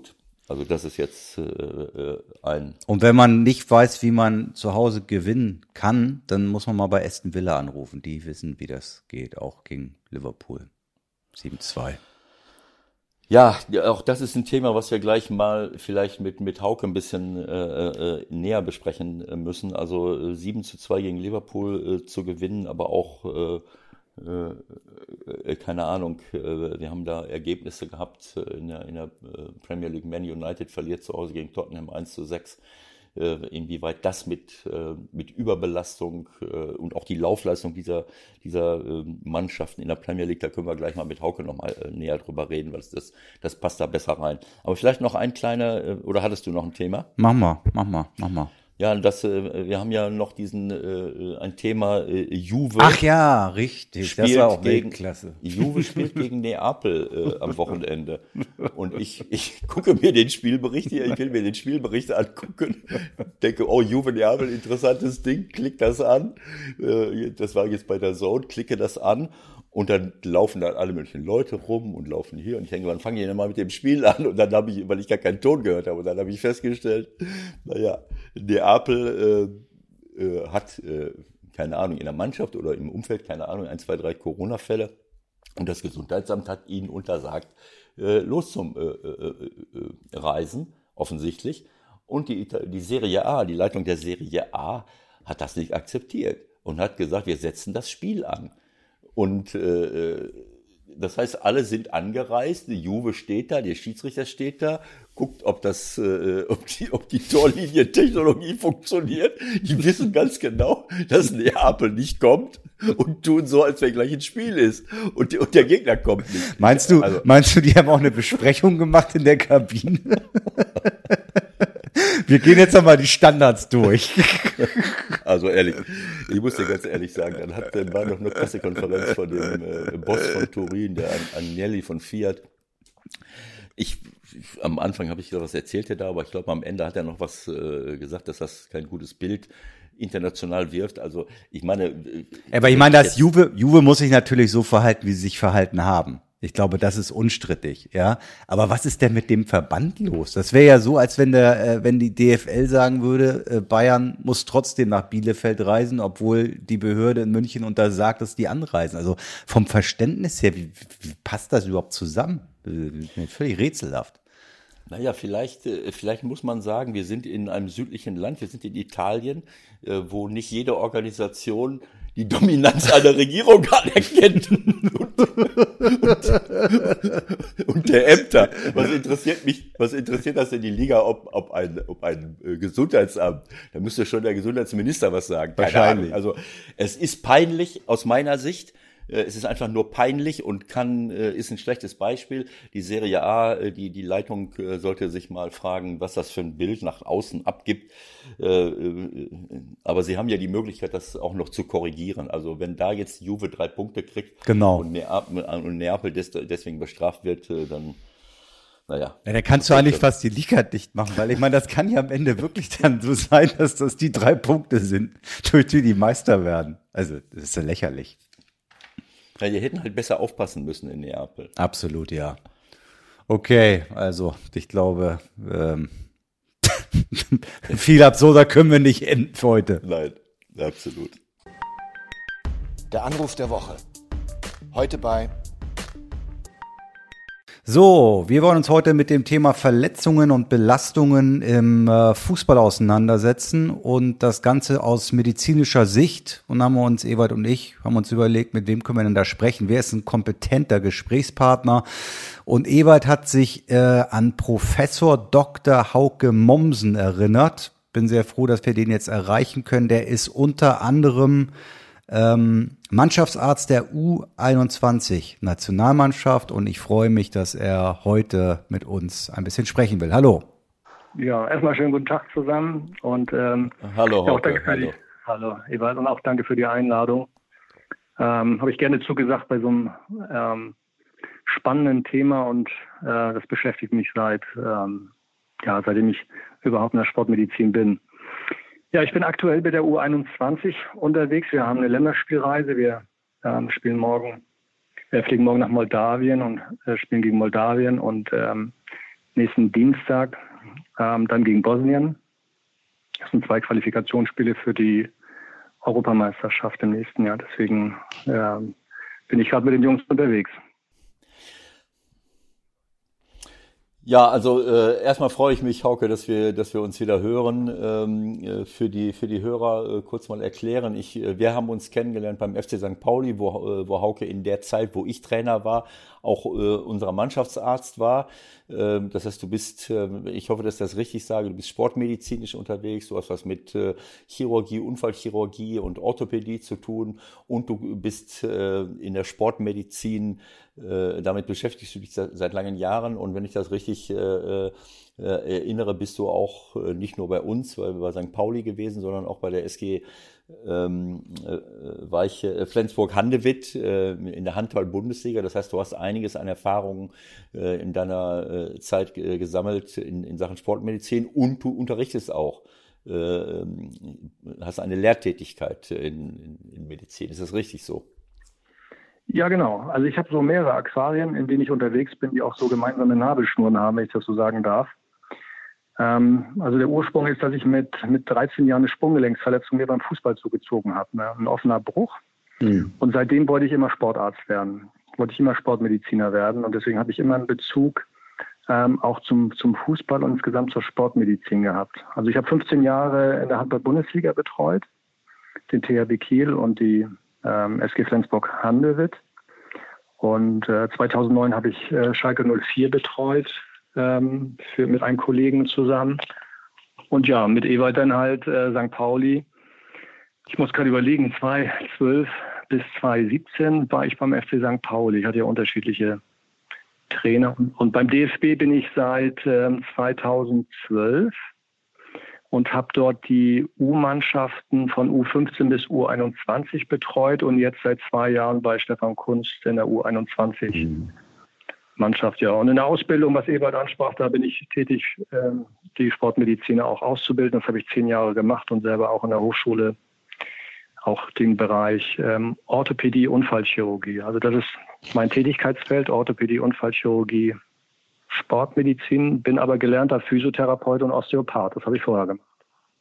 Also das ist jetzt äh, ein... Und wenn man nicht weiß, wie man zu Hause gewinnen kann, dann muss man mal bei Aston Villa anrufen. Die wissen, wie das geht, auch gegen Liverpool. sieben zwei. Ja, auch das ist ein Thema, was wir gleich mal vielleicht mit, mit Hauke ein bisschen äh, äh, näher besprechen müssen. Also äh, sieben zu zwei gegen Liverpool äh, zu gewinnen, aber auch... Äh, Äh, keine Ahnung, äh, wir haben da Ergebnisse gehabt äh, in der, in der äh, Premier League. Man United verliert zu Hause gegen Tottenham eins zu sechs. Äh, inwieweit das mit, äh, mit Überbelastung äh, und auch die Laufleistung dieser, dieser äh, Mannschaften in der Premier League, da können wir gleich mal mit Hauke nochmal äh, näher drüber reden, weil das, das passt da besser rein. Aber vielleicht noch ein kleiner, äh, oder hattest du noch ein Thema? Mach mal, mach mal, mach mal. Ja, das, äh, wir haben ja noch diesen äh, ein Thema äh, Juve. Ach ja, richtig. Das war auch gegen, Weltklasse. Juve spielt gegen Neapel äh, am Wochenende. Und ich, ich gucke mir den Spielbericht hier, ich will mir den Spielbericht angucken, denke, oh, Juve Neapel, interessantes Ding, klick das an. Äh, das war jetzt bei der Zone, klicke das an. Und dann laufen da alle möglichen Leute rum und laufen hier. Und ich denke, wann fangen die denn mal mit dem Spiel an? Und dann habe ich, weil ich gar keinen Ton gehört habe, und dann habe ich festgestellt, naja, Neapel äh, äh, hat, äh, keine Ahnung, in der Mannschaft oder im Umfeld, keine Ahnung, ein, zwei, drei Corona-Fälle. Und das Gesundheitsamt hat ihnen untersagt, äh, los zum äh, äh, äh, Reisen, offensichtlich. Und die, die Serie A, die Leitung der Serie A, hat das nicht akzeptiert und hat gesagt, wir setzen das Spiel an. Und äh, das heißt, alle sind angereist, die Juve steht da, der Schiedsrichter steht da, guckt, ob das, äh, ob die, ob die Torlinientechnologie funktioniert. Die wissen ganz genau, dass Neapel nicht kommt und tun so, als wenn gleich ein Spiel ist. Und, und der Gegner kommt nicht. Meinst du, also, meinst du, die haben auch eine Besprechung gemacht in der Kabine? Wir gehen jetzt nochmal die Standards durch. Also ehrlich, ich muss dir ganz ehrlich sagen, dann hat, dann war noch eine Pressekonferenz von dem äh, Boss von Turin, der Agnelli von Fiat. Ich, am Anfang habe ich gesagt, was erzählt er da, aber ich glaube, am Ende hat er noch was äh, gesagt, dass das kein gutes Bild international wirft. Also ich meine... Aber ich meine, das Juve, Juve muss sich natürlich so verhalten, wie sie sich verhalten haben. Ich glaube, das ist unstrittig, ja. Aber was ist denn mit dem Verband los? Das wäre ja so, als wenn der, äh, wenn die D F L sagen würde, äh, Bayern muss trotzdem nach Bielefeld reisen, obwohl die Behörde in München untersagt, dass die anreisen. Also vom Verständnis her, wie, wie passt das überhaupt zusammen? Äh, völlig rätselhaft. Naja, vielleicht, vielleicht muss man sagen, wir sind in einem südlichen Land, wir sind in Italien, wo nicht jede Organisation die Dominanz einer Regierung anerkennt und, und, und der Ämter. Was interessiert mich, was interessiert das denn die Liga, ob, ob ein, ob ein Gesundheitsamt, da müsste schon der Gesundheitsminister was sagen. Keine Wahrscheinlich. Ahnung. Also es ist peinlich aus meiner Sicht. Es ist einfach nur peinlich und kann, ist ein schlechtes Beispiel. Die Serie A, die, die Leitung sollte sich mal fragen, was das für ein Bild nach außen abgibt. Aber sie haben ja die Möglichkeit, das auch noch zu korrigieren. Also wenn da jetzt Juve drei Punkte kriegt, genau, und Neapel, und Neapel deswegen bestraft wird, dann, naja. Ja, da kannst du eigentlich fast die Liga dicht machen, weil ich meine, das kann ja am Ende wirklich dann so sein, dass das die drei Punkte sind, durch die die Meister werden. Also das ist ja lächerlich. Ja, die hätten halt besser aufpassen müssen in Neapel. Absolut, ja. Okay, also ich glaube, ähm, viel absurder können wir nicht enden für heute. Nein, absolut. Der Anruf der Woche. Heute bei... So, wir wollen uns heute mit dem Thema Verletzungen und Belastungen im äh, Fußball auseinandersetzen und das Ganze aus medizinischer Sicht. Und haben wir uns, Ewald und ich, haben uns überlegt, mit wem können wir denn da sprechen? Wer ist ein kompetenter Gesprächspartner? Und Ewald hat sich äh, an Professor Doktor Hauke Mommsen erinnert. Bin sehr froh, dass wir den jetzt erreichen können. Der ist unter anderem Ähm, Mannschaftsarzt der U einundzwanzig Nationalmannschaft und ich freue mich, dass er heute mit uns ein bisschen sprechen will. Hallo. Ja, erstmal schönen guten Tag zusammen und ähm, hallo, ja, auch Hauke, danke für hallo. Die, hallo, Ewald, und auch danke für die Einladung. Ähm, Habe ich gerne zugesagt bei so einem ähm, spannenden Thema und äh, das beschäftigt mich seit ähm, ja, seitdem ich überhaupt in der Sportmedizin bin. Ja, ich bin aktuell bei der U einundzwanzig unterwegs. Wir haben eine Länderspielreise. Wir ähm, spielen morgen, wir fliegen morgen nach Moldawien und äh, spielen gegen Moldawien. Und ähm, nächsten Dienstag ähm, dann gegen Bosnien. Das sind zwei Qualifikationsspiele für die Europameisterschaft im nächsten Jahr. Deswegen äh, bin ich gerade mit den Jungs unterwegs. Ja, also äh, erstmal freue ich mich, Hauke, dass wir, dass wir uns wieder hören. Ähm, für die für die Hörer äh, kurz mal erklären. Ich, äh, wir haben uns kennengelernt beim F C Sankt Pauli, wo, äh, wo Hauke in der Zeit, wo ich Trainer war, auch äh, unser Mannschaftsarzt war. Ähm, das heißt, du bist, äh, ich hoffe, dass ich das richtig sage, du bist sportmedizinisch unterwegs. Du hast was mit äh, Chirurgie, Unfallchirurgie und Orthopädie zu tun und du bist äh, in der Sportmedizin. Äh, damit beschäftigst du dich seit, seit langen Jahren und wenn ich das richtig äh, äh, erinnere, bist du auch äh, nicht nur bei uns, weil wir bei Sankt Pauli gewesen, sondern auch bei der S G ähm, äh, Weiche, äh, Flensburg-Handewitt äh, in der Handball-Bundesliga. Das heißt, du hast einiges an Erfahrungen äh, in deiner äh, Zeit äh, gesammelt in, in Sachen Sportmedizin und du unterrichtest auch. Äh, hast eine Lehrtätigkeit in, in, in Medizin. Ist das richtig so? Ja, genau. Also ich habe so mehrere Aquarien, in denen ich unterwegs bin, die auch so gemeinsame Nabelschnuren haben, wenn ich das so sagen darf. Ähm, also der Ursprung ist, dass ich mit, mit dreizehn Jahren eine Sprunggelenksverletzung mir beim Fußball zugezogen habe. Ne? Ein offener Bruch. Mhm. Und seitdem wollte ich immer Sportarzt werden. Wollte ich immer Sportmediziner werden. Und deswegen habe ich immer einen Bezug ähm, auch zum, zum Fußball und insgesamt zur Sportmedizin gehabt. Also ich habe fünfzehn Jahre in der Handball-Bundesliga betreut, den T H W Kiel und die Ähm, S G Flensburg-Handewitt. Und äh, zweitausendneun habe ich äh, Schalke null vier betreut, ähm, für, mit einem Kollegen zusammen. Und ja, mit Ewald dann halt äh, Sankt Pauli. Ich muss gerade überlegen, zweitausendzwölf bis zweitausendsiebzehn war ich beim F C Sankt Pauli. Ich hatte ja unterschiedliche Trainer. Und, und beim D F B bin ich seit ähm, zweitausendzwölf. Und habe dort die U-Mannschaften von U fünfzehn bis U einundzwanzig betreut und jetzt seit zwei Jahren bei Stefan Kunst in der U einundzwanzig-Mannschaft. Ja. Und in der Ausbildung, was Ebert ansprach, da bin ich tätig, ähm, die Sportmediziner auch auszubilden. Das habe ich zehn Jahre gemacht und selber auch in der Hochschule auch den Bereich ähm, Orthopädie, Unfallchirurgie. Also das ist mein Tätigkeitsfeld, Orthopädie, Unfallchirurgie, Sportmedizin, bin aber gelernter Physiotherapeut und Osteopath. Das habe ich vorher gemacht.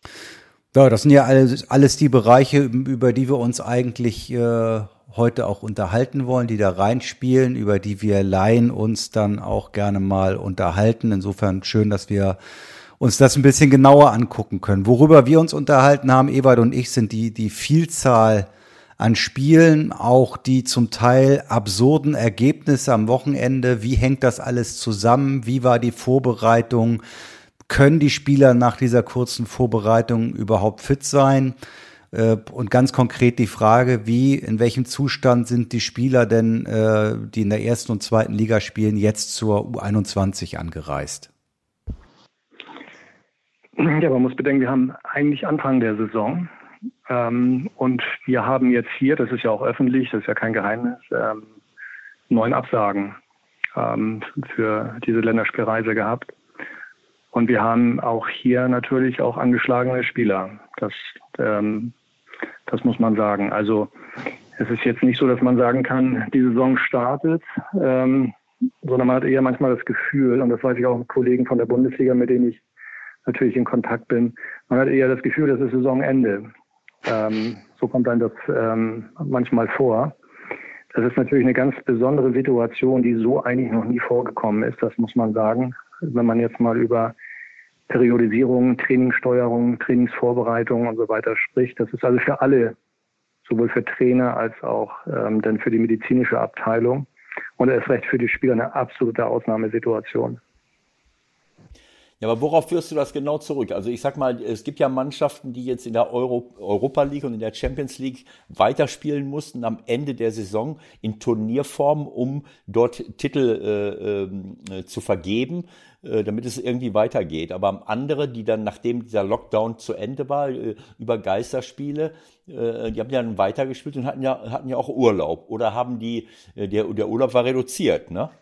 Ja, das sind ja alles, alles die Bereiche, über die wir uns eigentlich äh, heute auch unterhalten wollen, die da reinspielen, über die wir Laien uns dann auch gerne mal unterhalten. Insofern schön, dass wir uns das ein bisschen genauer angucken können. Worüber wir uns unterhalten haben, Ewald und ich, sind die, die Vielzahl an Spielen, auch die zum Teil absurden Ergebnisse am Wochenende. Wie hängt das alles zusammen? Wie war die Vorbereitung? Können die Spieler nach dieser kurzen Vorbereitung überhaupt fit sein? Und ganz konkret die Frage, wie, in welchem Zustand sind die Spieler denn, die in der ersten und zweiten Liga spielen, jetzt zur U einundzwanzig angereist? Ja, man muss bedenken, wir haben eigentlich Anfang der Saison. Ähm, und wir haben jetzt hier, das ist ja auch öffentlich, das ist ja kein Geheimnis, ähm, neun Absagen ähm, für diese Länderspielreise gehabt. Und wir haben auch hier natürlich auch angeschlagene Spieler. Das, ähm, das muss man sagen. Also es ist jetzt nicht so, dass man sagen kann, die Saison startet, ähm, sondern man hat eher manchmal das Gefühl, und das weiß ich auch mit Kollegen von der Bundesliga, mit denen ich natürlich in Kontakt bin, man hat eher das Gefühl, das ist Saisonende. Ähm, so kommt einem das ähm, manchmal vor. Das ist natürlich eine ganz besondere Situation, die so eigentlich noch nie vorgekommen ist, das muss man sagen. Wenn man jetzt mal über Periodisierung, Trainingssteuerung, Trainingsvorbereitung und so weiter spricht, das ist also für alle, sowohl für Trainer als auch ähm, dann für die medizinische Abteilung und erst recht für die Spieler eine absolute Ausnahmesituation. Ja, aber worauf führst du das genau zurück? Also ich sag mal, es gibt ja Mannschaften, die jetzt in der Euro, Europa League und in der Champions League weiterspielen mussten am Ende der Saison in Turnierform, um dort Titel äh, äh, zu vergeben, äh, damit es irgendwie weitergeht. Aber andere, die dann, nachdem dieser Lockdown zu Ende war, äh, über Geisterspiele, äh, die haben ja dann weitergespielt und hatten ja, hatten ja auch Urlaub. Oder haben die, äh, der, der Urlaub war reduziert, ne?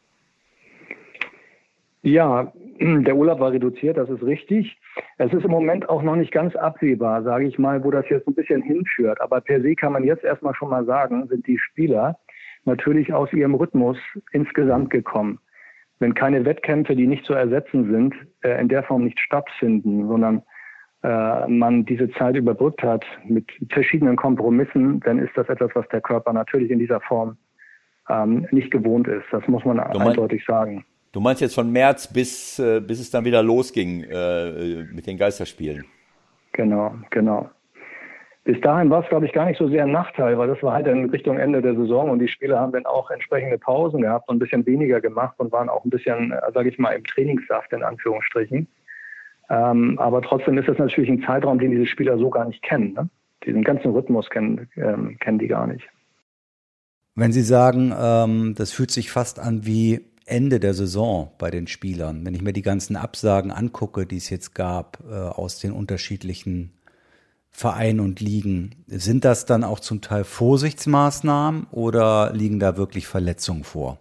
Ja, der Urlaub war reduziert, das ist richtig. Es ist im Moment auch noch nicht ganz absehbar, sage ich mal, wo das jetzt ein bisschen hinführt. Aber per se kann man jetzt erstmal schon mal sagen, sind die Spieler natürlich aus ihrem Rhythmus insgesamt gekommen. wenn keine Wettkämpfe, die nicht zu ersetzen sind, äh, in der Form nicht stattfinden, sondern äh, man diese Zeit überbrückt hat mit verschiedenen Kompromissen, dann ist das etwas, was der Körper natürlich in dieser Form ähm, nicht gewohnt ist. Das muss man du eindeutig mein, sagen. Du meinst jetzt von März bis, äh, bis es dann wieder losging äh, mit den Geisterspielen? Genau, genau. Bis dahin war es, glaube ich, gar nicht so sehr ein Nachteil, weil das war halt in Richtung Ende der Saison und die Spieler haben dann auch entsprechende Pausen gehabt und ein bisschen weniger gemacht und waren auch ein bisschen, sage ich mal, im Trainingssaft in Anführungsstrichen. Ähm, aber trotzdem ist das natürlich ein Zeitraum, den diese Spieler so gar nicht kennen. Ne? Diesen ganzen Rhythmus kennen, ähm, kennen die gar nicht. Wenn Sie sagen, ähm, das fühlt sich fast an wie Ende der Saison bei den Spielern, wenn ich mir die ganzen Absagen angucke, die es jetzt gab äh, aus den unterschiedlichen Vereinen und Ligen, sind das dann auch zum Teil Vorsichtsmaßnahmen oder liegen da wirklich Verletzungen vor?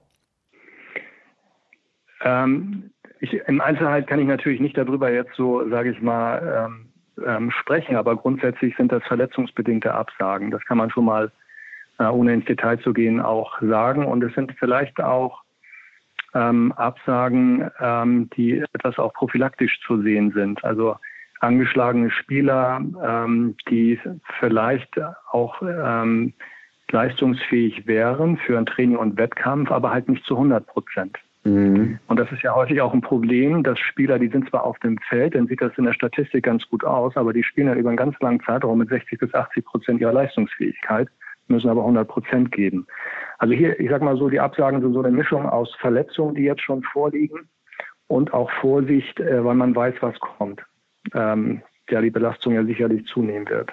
Ähm, ich, im Einzelheit kann ich natürlich nicht darüber jetzt so, sage ich mal, ähm, ähm, sprechen, aber grundsätzlich sind das verletzungsbedingte Absagen. Das kann man schon mal, äh, ohne ins Detail zu gehen, auch sagen. Und es sind vielleicht auch ähm, Absagen, ähm, die etwas auch prophylaktisch zu sehen sind. Also angeschlagene Spieler, ähm, die vielleicht auch ähm, leistungsfähig wären für ein Training und Wettkampf, aber halt nicht zu hundert Prozent. Mhm. Und das ist ja häufig auch ein Problem, dass Spieler, die sind zwar auf dem Feld, dann sieht das in der Statistik ganz gut aus, aber die spielen ja über einen ganz langen Zeitraum mit sechzig bis achtzig Prozent ihrer Leistungsfähigkeit, müssen aber hundert Prozent geben. Also hier, ich sag mal so, die Absagen sind so eine Mischung aus Verletzungen, die jetzt schon vorliegen, und auch Vorsicht, äh, weil man weiß, was kommt. Ähm, ja, die Belastung ja sicherlich zunehmen wird.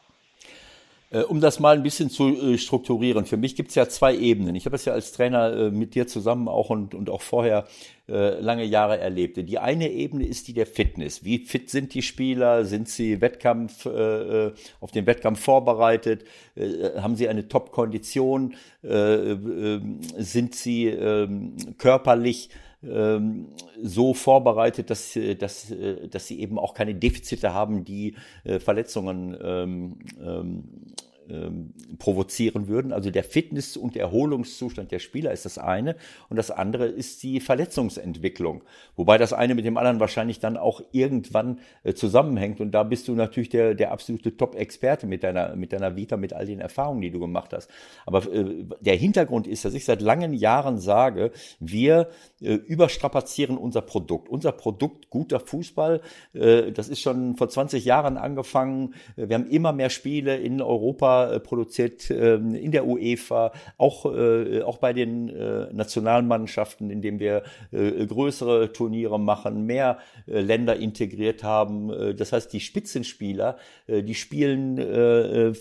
Äh, um das mal ein bisschen zu äh, strukturieren, für mich gibt es ja zwei Ebenen. Ich habe es ja als Trainer äh, mit dir zusammen auch und, und auch vorher äh, lange Jahre erlebt. Die eine Ebene ist die der Fitness. Wie fit sind die Spieler? Sind sie Wettkampf, äh, auf den Wettkampf vorbereitet? Äh, haben sie eine Top-Kondition? Äh, äh, sind sie äh, körperlich so vorbereitet, dass, dass, dass sie eben auch keine Defizite haben, die äh, Verletzungen ähm, ähm, ähm, provozieren würden. Also der Fitness- und Erholungszustand der Spieler ist das eine und das andere ist die Verletzungsentwicklung. Wobei das eine mit dem anderen wahrscheinlich dann auch irgendwann äh, zusammenhängt und da bist du natürlich der, der absolute Top-Experte mit deiner, mit deiner Vita, mit all den Erfahrungen, die du gemacht hast. Aber äh, der Hintergrund ist, dass ich seit langen Jahren sage, wir äh, überstrapazieren unser Produkt. Unser Produkt, guter Fußball, äh, das ist schon vor zwanzig Jahren angefangen. Wir haben immer mehr Spiele in Europa produziert, in der UEFA, auch, auch bei den Nationalmannschaften, indem wir größere Turniere machen, mehr Länder integriert haben. Das heißt, die Spitzenspieler, die spielen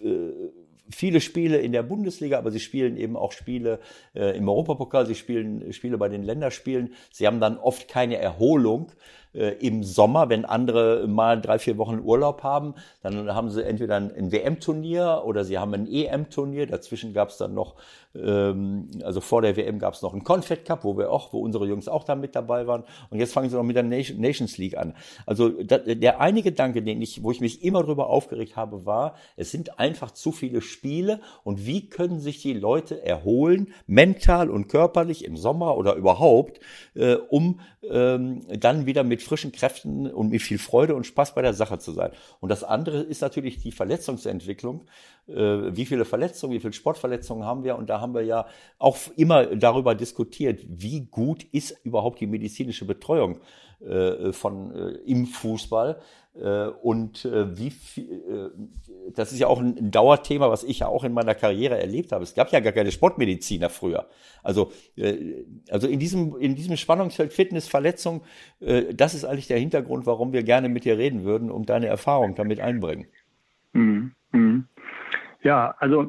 viele Spiele in der Bundesliga, aber sie spielen eben auch Spiele äh, im Europapokal, sie spielen Spiele bei den Länderspielen. Sie haben dann oft keine Erholung äh, im Sommer, wenn andere mal drei, vier Wochen Urlaub haben. Dann haben sie entweder ein W M-Turnier oder sie haben ein E M-Turnier. Dazwischen gab es dann noch, ähm, also vor der W M gab es noch einen Confed Cup, wo wir auch, wo unsere Jungs auch da mit dabei waren. Und jetzt fangen sie noch mit der Nations League an. Also da, der eine Gedanke, den ich, wo ich mich immer drüber aufgeregt habe, war, es sind einfach zu viele Spiele und wie können sich die Leute erholen, mental und körperlich im Sommer oder überhaupt, äh, um ähm, dann wieder mit frischen Kräften und mit viel Freude und Spaß bei der Sache zu sein. Und das andere ist natürlich die Verletzungsentwicklung. Äh, wie viele Verletzungen, wie viele Sportverletzungen haben wir? Und da haben wir ja auch immer darüber diskutiert, wie gut ist überhaupt die medizinische Betreuung äh, von äh, im Fußball. Und äh, wie viel, äh, das ist ja auch ein Dauerthema, was ich ja auch in meiner Karriere erlebt habe. Es gab ja gar keine Sportmediziner früher. Also, äh, also in diesem, in diesem Spannungsfeld Fitness, Verletzung, äh, das ist eigentlich der Hintergrund, warum wir gerne mit dir reden würden und deine Erfahrung damit einbringen. Mhm. Mhm. Ja, also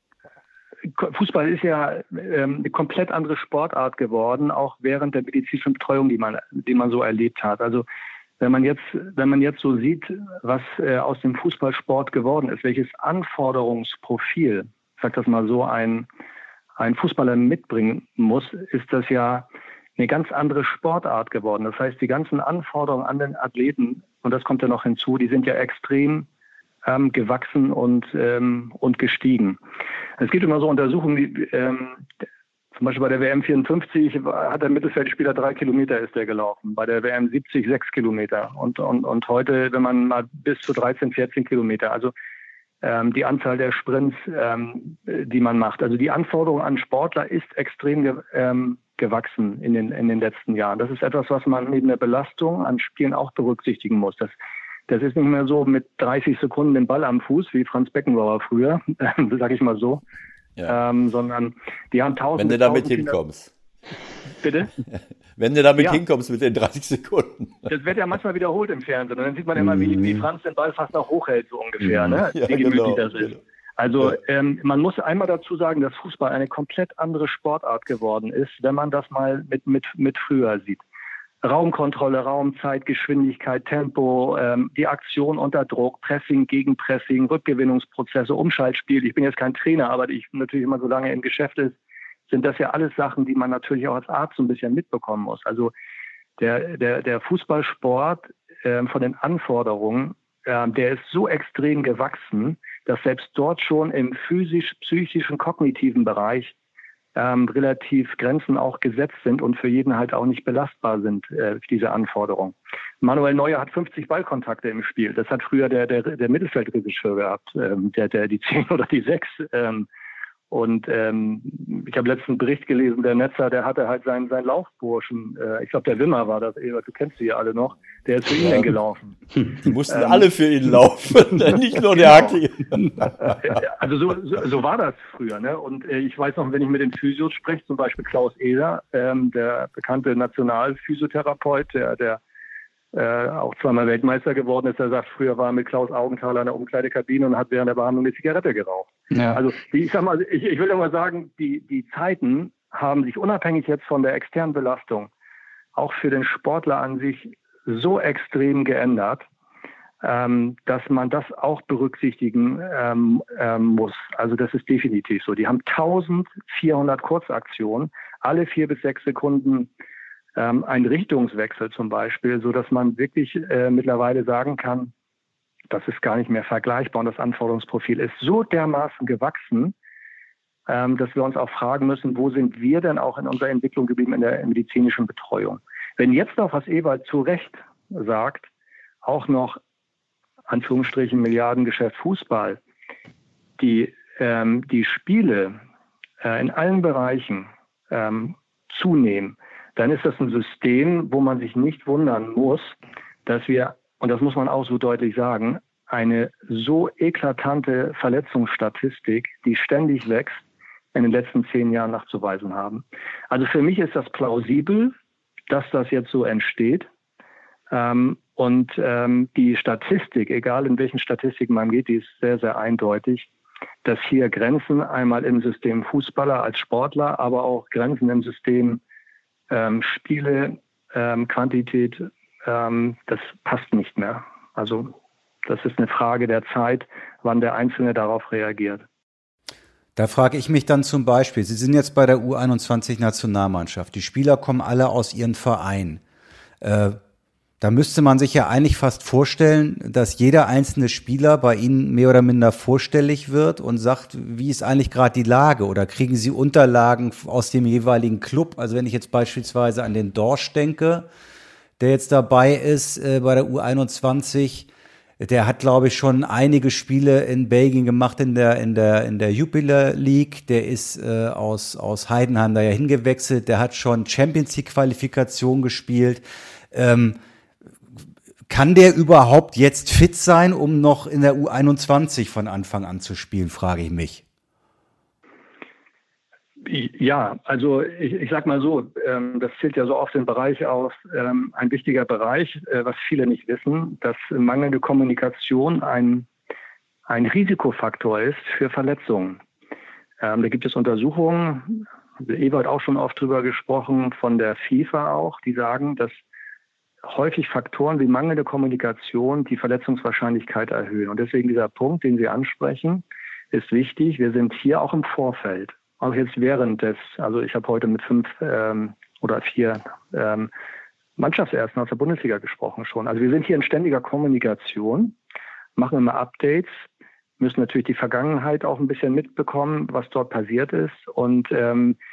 Fußball ist ja ähm, eine komplett andere Sportart geworden, auch während der medizinischen Betreuung, die man, die man so erlebt hat. Also Wenn man jetzt, wenn man jetzt so sieht, was äh, aus dem Fußballsport geworden ist, welches Anforderungsprofil, ich sag das mal so, ein, ein Fußballer mitbringen muss, ist das ja eine ganz andere Sportart geworden. Das heißt, die ganzen Anforderungen an den Athleten, und das kommt ja noch hinzu, die sind ja extrem ähm, gewachsen und, ähm, und gestiegen. Es gibt immer so Untersuchungen, die, ähm, Zum Beispiel bei der W M vierundfünfzig hat der Mittelfeldspieler drei Kilometer ist der gelaufen. Bei der W M siebzig sechs Kilometer. Und, und, und heute, wenn man mal bis zu dreizehn, vierzehn Kilometer. Also ähm, die Anzahl der Sprints, ähm, die man macht. Also die Anforderung an Sportler ist extrem ge, ähm, gewachsen in den, in den letzten Jahren. Das ist etwas, was man neben der Belastung an Spielen auch berücksichtigen muss. Das, das ist nicht mehr so mit dreißig Sekunden den Ball am Fuß, wie Franz Beckenbauer früher, sag ich mal so. Ja. Ähm, sondern die haben tausend. Wenn du damit hinkommst. Bitte? Wenn du damit ja. hinkommst mit den dreißig Sekunden. Das wird ja manchmal wiederholt im Fernsehen. Und dann sieht man immer, wie, wie Franz den Ball fast noch hochhält, so ungefähr, ne? Ja, wie gemütlich genau. das ist. Also ähm, man muss einmal dazu sagen, dass Fußball eine komplett andere Sportart geworden ist, wenn man das mal mit, mit, mit früher sieht. Raumkontrolle, Raumzeit, Geschwindigkeit, Tempo, ähm, die Aktion unter Druck, Pressing, Gegenpressing, Rückgewinnungsprozesse, Umschaltspiel. Ich bin jetzt kein Trainer, aber ich natürlich immer so lange im Geschäft ist, sind das ja alles Sachen, die man natürlich auch als Arzt so ein bisschen mitbekommen muss. Also der, der, der Fußballsport äh, von den Anforderungen, äh, der ist so extrem gewachsen, dass selbst dort schon im physisch-psychischen, kognitiven Bereich Ähm, relativ Grenzen auch gesetzt sind und für jeden halt auch nicht belastbar sind, äh, diese Anforderungen. Manuel Neuer hat fünfzig Ballkontakte im Spiel. Das hat früher der, der, der Mittelfeldregisseur gehabt, ähm, der, der die zehn oder die sechs. Ähm, und ähm, ich habe letzten Bericht gelesen, der Netzer, der hatte halt seinen, seinen Laufburschen, äh, ich glaube der Wimmer war das, Ewald, du kennst sie ja alle noch, der ist für ihn ja. dann gelaufen. Die mussten ähm, alle für ihn laufen, nicht nur der Hacki. Also so, so, so war das früher, ne? Und äh, ich weiß noch, wenn ich mit den Physios spreche, zum Beispiel Klaus Eder, ähm, der bekannte Nationalphysiotherapeut, der, der äh, auch zweimal Weltmeister geworden ist, der sagt, früher war er mit Klaus Augenthaler in der Umkleidekabine und hat während der Behandlung eine Zigarette geraucht. Ja. Also die, ich sag mal, ich, ich will immer sagen, die, die Zeiten haben sich unabhängig jetzt von der externen Belastung auch für den Sportler an sich so extrem geändert, ähm, dass man das auch berücksichtigen ähm, ähm, muss. Also das ist definitiv so. Die haben eintausendvierhundert Kurzaktionen, alle vier bis sechs Sekunden ähm, ein Richtungswechsel zum Beispiel, so dass man wirklich äh, mittlerweile sagen kann, das ist gar nicht mehr vergleichbar und das Anforderungsprofil ist so dermaßen gewachsen, ähm, dass wir uns auch fragen müssen, wo sind wir denn auch in unserer Entwicklung geblieben in der medizinischen Betreuung? Wenn jetzt noch, was Ewald zu Recht sagt, auch noch Anführungsstrichen Milliardengeschäft Fußball, die, ähm, die Spiele äh, in allen Bereichen ähm, zunehmen, dann ist das ein System, wo man sich nicht wundern muss, dass wir, und das muss man auch so deutlich sagen, eine so eklatante Verletzungsstatistik, die ständig wächst, in den letzten zehn Jahren nachzuweisen haben. Also für mich ist das plausibel, dass das jetzt so entsteht. Ähm, und ähm, die Statistik, egal in welchen Statistiken man geht, die ist sehr, sehr eindeutig, dass hier Grenzen einmal im System Fußballer als Sportler, aber auch Grenzen im System ähm, Spiele, ähm, Quantität, ähm, das passt nicht mehr. Also das ist eine Frage der Zeit, wann der Einzelne darauf reagiert. Da frage ich mich dann zum Beispiel, Sie sind jetzt bei der U einundzwanzig-Nationalmannschaft. Die Spieler kommen alle aus ihren Vereinen. Äh, da müsste man sich ja eigentlich fast vorstellen, dass jeder einzelne Spieler bei Ihnen mehr oder minder vorstellig wird und sagt, wie ist eigentlich gerade die Lage? Oder kriegen Sie Unterlagen aus dem jeweiligen Club? Also wenn ich jetzt beispielsweise an den Dorsch denke, der jetzt dabei ist äh, bei der U einundzwanzig, der hat, glaube ich, schon einige Spiele in Belgien gemacht in der in der in der Jupiler League. Der ist äh, aus aus Heidenheim da ja hingewechselt. Der hat schon Champions League Qualifikation gespielt. Ähm, kann der überhaupt jetzt fit sein, um noch in der U einundzwanzig von Anfang an zu spielen, frage ich mich. Ja, also ich, ich sag mal so, ähm, das zählt ja so oft den Bereich aus, ähm, ein wichtiger Bereich, äh, was viele nicht wissen, dass mangelnde Kommunikation ein, ein Risikofaktor ist für Verletzungen. Ähm, da gibt es Untersuchungen, Ewald auch schon oft drüber gesprochen, von der FIFA auch, die sagen, dass häufig Faktoren wie mangelnde Kommunikation die Verletzungswahrscheinlichkeit erhöhen. Und deswegen dieser Punkt, den Sie ansprechen, ist wichtig. Wir sind hier auch im Vorfeld. Auch jetzt während des, also ich habe heute mit fünf ähm, oder vier ähm, Mannschaftsärzten aus der Bundesliga gesprochen schon. Also wir sind hier in ständiger Kommunikation, machen immer Updates, müssen natürlich die Vergangenheit auch ein bisschen mitbekommen, was dort passiert ist. Und ähm,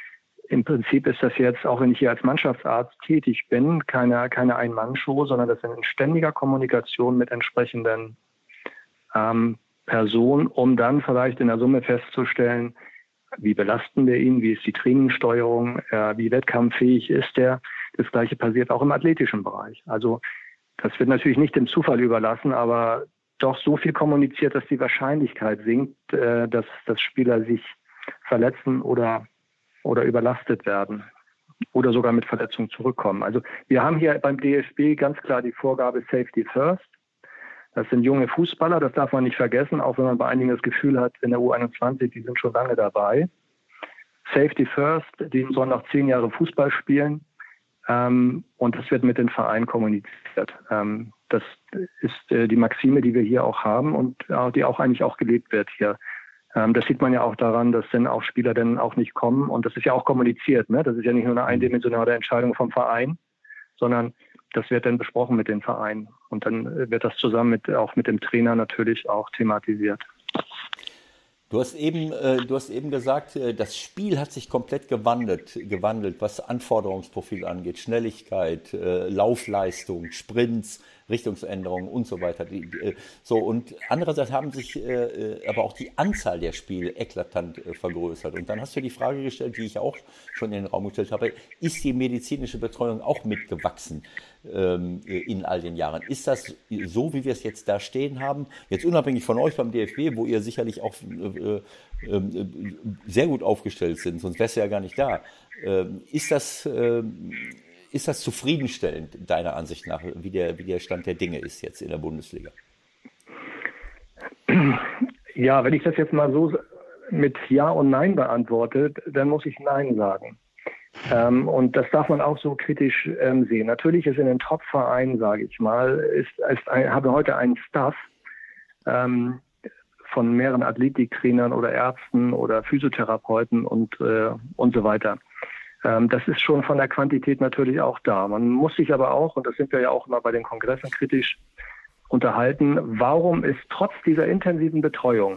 im Prinzip ist das jetzt, auch wenn ich hier als Mannschaftsarzt tätig bin, keine, keine Ein-Mann-Show, sondern das sind in ständiger Kommunikation mit entsprechenden ähm, Personen, um dann vielleicht in der Summe festzustellen, wie belasten wir ihn, wie ist die Trainingssteuerung, äh, wie wettkampffähig ist der. Das Gleiche passiert auch im athletischen Bereich. Also das wird natürlich nicht dem Zufall überlassen, aber doch so viel kommuniziert, dass die Wahrscheinlichkeit sinkt, äh, dass, dass Spieler sich verletzen oder, oder überlastet werden oder sogar mit Verletzungen zurückkommen. Also wir haben hier beim D F B ganz klar die Vorgabe Safety First. Das sind junge Fußballer, das darf man nicht vergessen, auch wenn man bei einigen das Gefühl hat, in der U einundzwanzig, die sind schon lange dabei. Safety First, die sollen noch zehn Jahre Fußball spielen. Ähm, und das wird mit den Vereinen kommuniziert. Ähm, das ist äh, die Maxime, die wir hier auch haben und äh, die auch eigentlich auch gelebt wird hier. Ähm, das sieht man ja auch daran, dass dann auch Spieler dann auch nicht kommen. Und das ist ja auch kommuniziert. Ne? Das ist ja nicht nur eine eindimensionale Entscheidung vom Verein, sondern das wird dann besprochen mit den Vereinen. Und dann wird das zusammen mit, auch mit dem Trainer natürlich auch thematisiert. Du hast eben, äh, du hast eben gesagt, äh, das Spiel hat sich komplett gewandelt, gewandelt, was Anforderungsprofil angeht, Schnelligkeit, äh, Laufleistung, Sprints, Richtungsänderungen und so weiter. Die, die, so und andererseits haben sich äh, aber auch die Anzahl der Spiele eklatant äh, vergrößert. Und dann hast du die Frage gestellt, die ich auch schon in den Raum gestellt habe: Ist die medizinische Betreuung auch mitgewachsen ähm, in all den Jahren? Ist das so, wie wir es jetzt da stehen haben? Jetzt unabhängig von euch beim D F B, wo ihr sicherlich auch äh, äh, sehr gut aufgestellt sind, sonst wärst du ja gar nicht da. Äh, ist das äh, Ist das zufriedenstellend, deiner Ansicht nach, wie der, wie der Stand der Dinge ist jetzt in der Bundesliga? Ja, wenn ich das jetzt mal so mit Ja und Nein beantworte, dann muss ich Nein sagen. Ähm, und das darf man auch so kritisch ähm, sehen. Natürlich ist in den Top-Vereinen, sage ich mal, ist, ist ein, habe heute einen Staff ähm, von mehreren Athletiktrainern oder Ärzten oder Physiotherapeuten und, äh, und so weiter. Das ist schon von der Quantität natürlich auch da. Man muss sich aber auch, und das sind wir ja auch immer bei den Kongressen kritisch, unterhalten, warum ist trotz dieser intensiven Betreuung,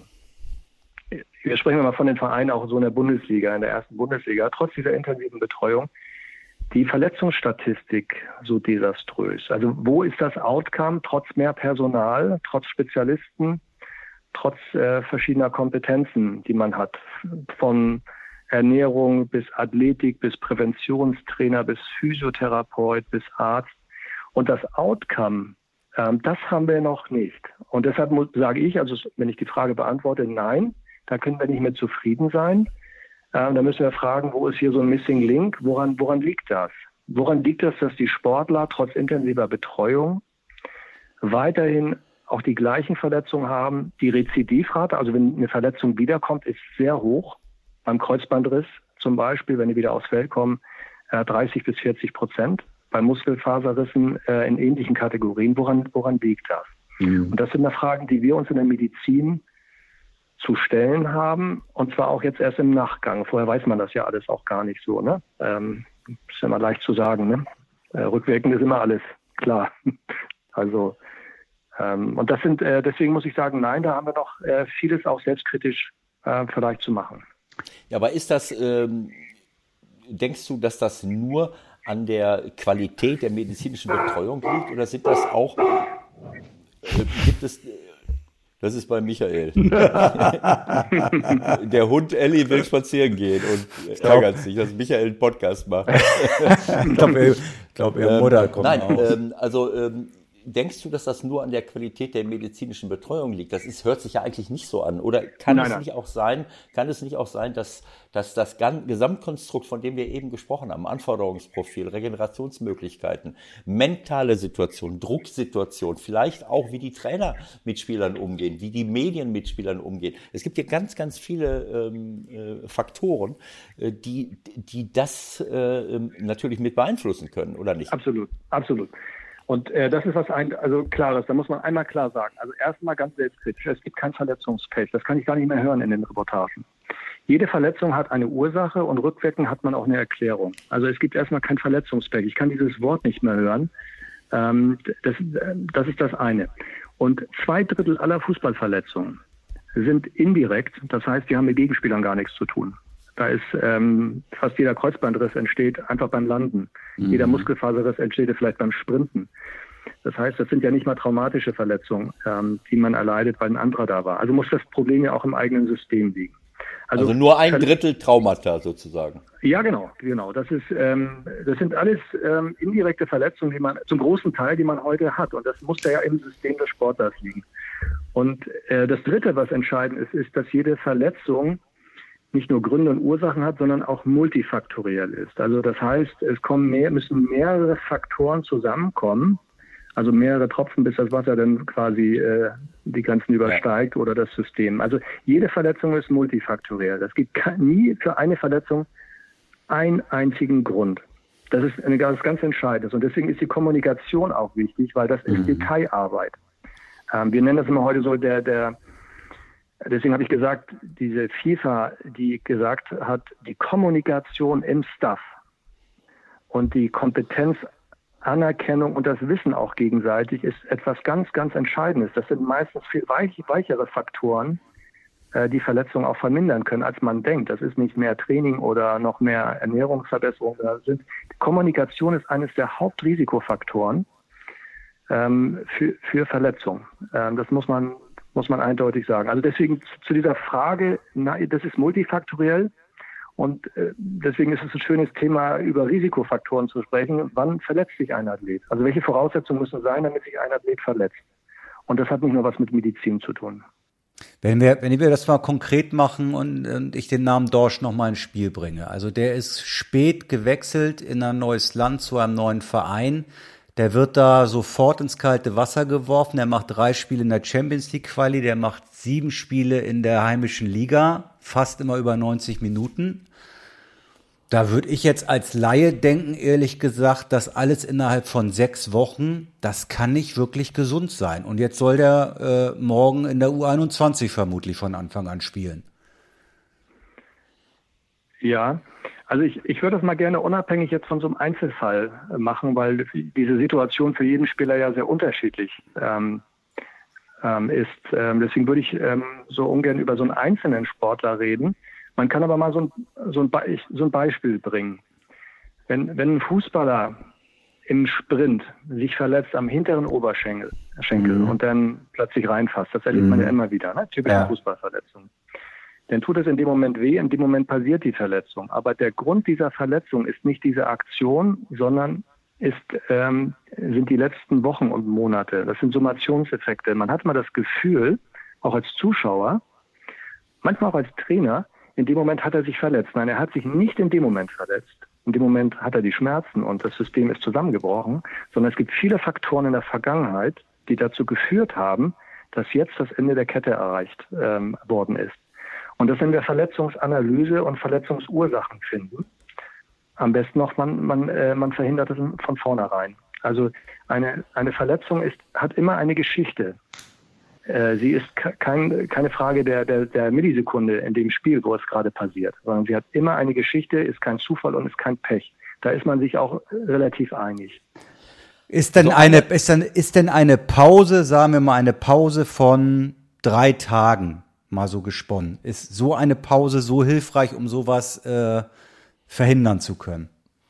wir sprechen mal von den Vereinen auch so in der Bundesliga, in der ersten Bundesliga, trotz dieser intensiven Betreuung, die Verletzungsstatistik so desaströs. Also wo ist das Outcome trotz mehr Personal, trotz Spezialisten, trotz äh, verschiedener Kompetenzen, die man hat, von Ernährung bis Athletik, bis Präventionstrainer, bis Physiotherapeut, bis Arzt. Und das Outcome, ähm, das haben wir noch nicht. Und deshalb muss, sage ich, also wenn ich die Frage beantworte, nein, da können wir nicht mehr zufrieden sein. Ähm, da müssen wir fragen, wo ist hier so ein Missing Link? Woran, woran liegt das? Woran liegt das, dass die Sportler trotz intensiver Betreuung weiterhin auch die gleichen Verletzungen haben? Die Rezidivrate, also wenn eine Verletzung wiederkommt, ist sehr hoch. Beim Kreuzbandriss zum Beispiel, wenn die wieder aufs Feld kommen, äh, dreißig bis vierzig Prozent. Bei Muskelfaserrissen äh, in ähnlichen Kategorien. Woran, woran liegt das? Mhm. Und das sind Fragen, die wir uns in der Medizin zu stellen haben. Und zwar auch jetzt erst im Nachgang. Vorher weiß man das ja alles auch gar nicht so. Ne? Ähm, ist ja immer leicht zu sagen. Ne? Äh, rückwirkend ist immer alles klar. Also ähm, und das sind, äh, deswegen muss ich sagen, nein, da haben wir noch äh, vieles auch selbstkritisch äh, vielleicht zu machen. Ja, aber ist das, ähm, denkst du, dass das nur an der Qualität der medizinischen Betreuung liegt oder sind das auch, äh, gibt es, das ist bei Michael. Der Hund Elli will spazieren gehen und ärgert sich, dass Michael einen Podcast macht. Ich glaube, glaub, ihre Mutter kommt Nein, raus. Ähm, also ähm, denkst du, dass das nur an der Qualität der medizinischen Betreuung liegt? Das ist, hört sich ja eigentlich nicht so an. Oder kann nein, es nein. nicht auch sein, kann es nicht auch sein, dass, dass das Gesamtkonstrukt, von dem wir eben gesprochen haben, Anforderungsprofil, Regenerationsmöglichkeiten, mentale Situation, Drucksituation, vielleicht auch, wie die Trainer mit Spielern umgehen, wie die Medien mit Spielern umgehen. Es gibt ja ganz, ganz viele ähm, äh, Faktoren, äh, die, die das äh, natürlich mit beeinflussen können, oder nicht? Absolut, absolut. Und äh, das ist was ein, also Klares, da muss man einmal klar sagen. Also erstmal ganz selbstkritisch, es gibt kein Verletzungscase, das kann ich gar nicht mehr hören in den Reportagen. Jede Verletzung hat eine Ursache und rückwirkend hat man auch eine Erklärung. Also es gibt erstmal kein Verletzungspech. Ich kann dieses Wort nicht mehr hören. Ähm, das, das ist das eine. Und zwei Drittel aller Fußballverletzungen sind indirekt, das heißt, die haben mit Gegenspielern gar nichts zu tun. Da ist ähm, fast jeder Kreuzbandriss entsteht einfach beim Landen. Mhm. Jeder Muskelfaserriss entsteht vielleicht beim Sprinten. Das heißt, das sind ja nicht mal traumatische Verletzungen, ähm, die man erleidet, weil ein anderer da war. Also muss das Problem ja auch im eigenen System liegen. Also, also nur ein Drittel Traumata sozusagen. Ja, genau, genau. Das ist, ähm, das sind alles ähm, indirekte Verletzungen, die man zum großen Teil, die man heute hat. Und das muss ja im System des Sportlers liegen. Und äh, das Dritte, was entscheidend ist, ist, dass jede Verletzung nicht nur Gründe und Ursachen hat, sondern auch multifaktoriell ist. Also das heißt, es kommen mehr, müssen mehrere Faktoren zusammenkommen, also mehrere Tropfen, bis das Wasser dann quasi äh, die Grenzen übersteigt ja. oder das System. Also jede Verletzung ist multifaktoriell. Es gibt nie für eine Verletzung einen einzigen Grund. Das ist eine ganz, ganz Entscheidendes. Und deswegen ist die Kommunikation auch wichtig, weil das ist mhm. Detailarbeit. Ähm, wir nennen das immer heute so der, der Deswegen habe ich gesagt, diese FIFA, die gesagt hat, die Kommunikation im Staff und die Kompetenz, Anerkennung und das Wissen auch gegenseitig ist etwas ganz, ganz Entscheidendes. Das sind meistens viel weich, weichere Faktoren, äh, die Verletzungen auch vermindern können, als man denkt. Das ist nicht mehr Training oder noch mehr Ernährungsverbesserung. Das sind, Kommunikation ist eines der Hauptrisikofaktoren ähm, für, für Verletzungen. Ähm, das muss man muss man eindeutig sagen. Also deswegen zu dieser Frage, na, das ist multifaktoriell und äh, deswegen ist es ein schönes Thema, über Risikofaktoren zu sprechen. Wann verletzt sich ein Athlet? Also welche Voraussetzungen müssen sein, damit sich ein Athlet verletzt? Und das hat nicht nur was mit Medizin zu tun. Wenn wir, wenn wir das mal konkret machen und, und ich den Namen Dorsch noch mal ins Spiel bringe. Also der ist spät gewechselt in ein neues Land zu einem neuen Verein. Der wird da sofort ins kalte Wasser geworfen. Der macht drei Spiele in der Champions League Quali. Der macht sieben Spiele in der heimischen Liga. Fast immer über neunzig Minuten. Da würde ich jetzt als Laie denken, ehrlich gesagt, dass alles innerhalb von sechs Wochen, das kann nicht wirklich gesund sein. Und jetzt soll der äh, morgen in der U einundzwanzig vermutlich von Anfang an spielen. Ja, also ich, ich würde das mal gerne unabhängig jetzt von so einem Einzelfall machen, weil diese Situation für jeden Spieler ja sehr unterschiedlich ähm, ähm, ist. Ähm, deswegen würde ich ähm, so ungern über so einen einzelnen Sportler reden. Man kann aber mal so ein, so ein, Be- so ein Beispiel bringen. Wenn, wenn ein Fußballer im Sprint sich verletzt am hinteren Oberschenkel Schenkel mhm. und dann plötzlich reinfasst, das erlebt mhm. man ja immer wieder, ne? Typische ja. Fußballverletzung. Dann tut es in dem Moment weh, in dem Moment passiert die Verletzung. Aber der Grund dieser Verletzung ist nicht diese Aktion, sondern ist, ähm, sind die letzten Wochen und Monate. Das sind Summationseffekte. Man hat mal das Gefühl, auch als Zuschauer, manchmal auch als Trainer, in dem Moment hat er sich verletzt. Nein, er hat sich nicht in dem Moment verletzt. In dem Moment hat er die Schmerzen und das System ist zusammengebrochen, sondern es gibt viele Faktoren in der Vergangenheit, die dazu geführt haben, dass jetzt das Ende der Kette erreicht ähm, worden ist. Und das in der Verletzungsanalyse und Verletzungsursachen finden. Am besten noch, man, man, äh, man verhindert es von vornherein. Also eine, eine Verletzung ist, hat immer eine Geschichte. Äh, sie ist kein, keine Frage der, der, der Millisekunde in dem Spiel, wo es gerade passiert, sondern sie hat immer eine Geschichte, ist kein Zufall und ist kein Pech. Da ist man sich auch relativ einig. Ist denn eine, ist denn, ist denn eine Pause, sagen wir mal eine Pause von drei Tagen, mal so gesponnen, ist so eine Pause so hilfreich, um sowas äh, verhindern zu können?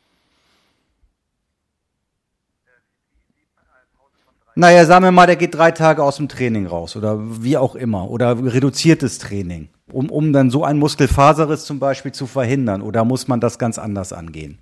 Naja, sagen wir mal, der geht drei Tage aus dem Training raus oder wie auch immer oder reduziertes Training, um, um dann so einen Muskelfaserriss zum Beispiel zu verhindern, oder muss man das ganz anders angehen?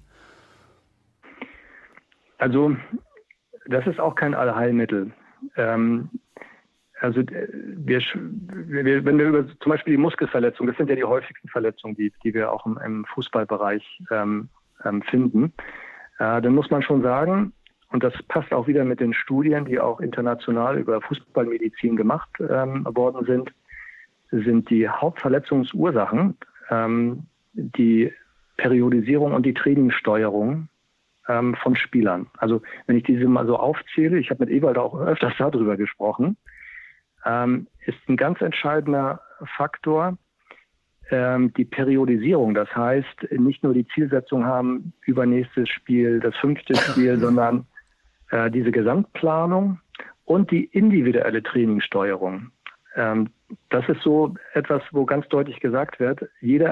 Also das ist auch kein Allheilmittel. Ähm, Also wir, wir, wenn wir über zum Beispiel die Muskelverletzung, das sind ja die häufigsten Verletzungen, die, die wir auch im, im Fußballbereich ähm, ähm, finden, äh, dann muss man schon sagen, und das passt auch wieder mit den Studien, die auch international über Fußballmedizin gemacht ähm, worden sind, sind die Hauptverletzungsursachen ähm, die Periodisierung und die Trainingssteuerung ähm, von Spielern. Also wenn ich diese mal so aufzähle, ich habe mit Ewald auch öfters darüber gesprochen, Ähm, ist ein ganz entscheidender Faktor ähm, die Periodisierung. Das heißt, nicht nur die Zielsetzung haben, übernächstes Spiel, das fünfte Spiel, sondern äh, diese Gesamtplanung und die individuelle Trainingssteuerung. Ähm, das ist so etwas, wo ganz deutlich gesagt wird, jeder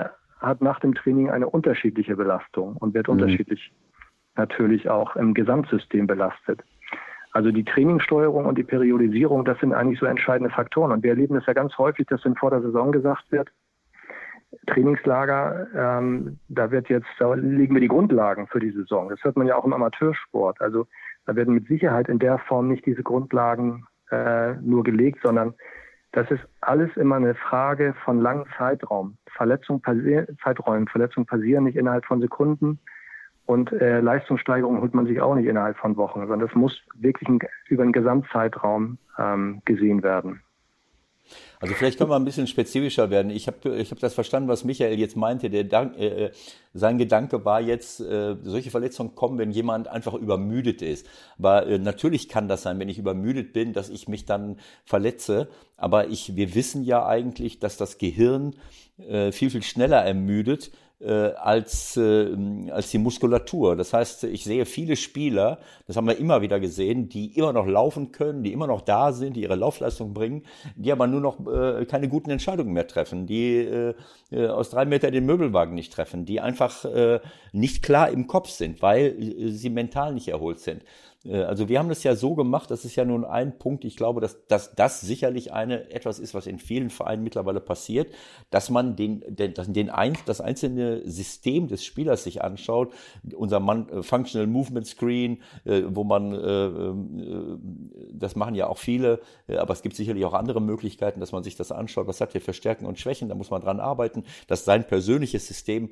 hat nach dem Training eine unterschiedliche Belastung und wird mhm. unterschiedlich natürlich auch im Gesamtsystem belastet. Also die Trainingssteuerung und die Periodisierung, das sind eigentlich so entscheidende Faktoren. Und wir erleben es ja ganz häufig, dass wenn vor der Saison gesagt wird, Trainingslager, ähm, da wird jetzt, da legen wir die Grundlagen für die Saison. Das hört man ja auch im Amateursport. Also da werden mit Sicherheit in der Form nicht diese Grundlagen äh, nur gelegt, sondern das ist alles immer eine Frage von langem Zeitraum. Verletzungen passi- Zeiträumen, Verletzungen passieren nicht innerhalb von Sekunden. Und äh, Leistungssteigerung holt man sich auch nicht innerhalb von Wochen, sondern das muss wirklich ein, über einen Gesamtzeitraum ähm, gesehen werden. Also vielleicht können wir ein bisschen spezifischer werden. Ich habe ich hab das verstanden, was Michael jetzt meinte. Der Dank, äh, sein Gedanke war jetzt, äh, solche Verletzungen kommen, wenn jemand einfach übermüdet ist. Aber äh, natürlich kann das sein, wenn ich übermüdet bin, dass ich mich dann verletze. Aber ich, wir wissen ja eigentlich, dass das Gehirn äh, viel, viel schneller ermüdet als, äh, als die Muskulatur. Das heißt, ich sehe viele Spieler, das haben wir immer wieder gesehen, die immer noch laufen können, die immer noch da sind, die ihre Laufleistung bringen, die aber nur noch äh, keine guten Entscheidungen mehr treffen, die äh, aus drei Meter den Möbelwagen nicht treffen, die einfach äh, nicht klar im Kopf sind, weil äh, sie mental nicht erholt sind. Also wir haben das ja so gemacht, das ist ja nun ein Punkt, ich glaube, dass, dass das sicherlich eine etwas ist, was in vielen Vereinen mittlerweile passiert, dass man den, den, den ein, das einzelne System des Spielers sich anschaut, unser Man, Functional Movement Screen, wo man, das machen ja auch viele, aber es gibt sicherlich auch andere Möglichkeiten, dass man sich das anschaut, was hat der für Stärken und Schwächen, da muss man dran arbeiten, dass sein persönliches System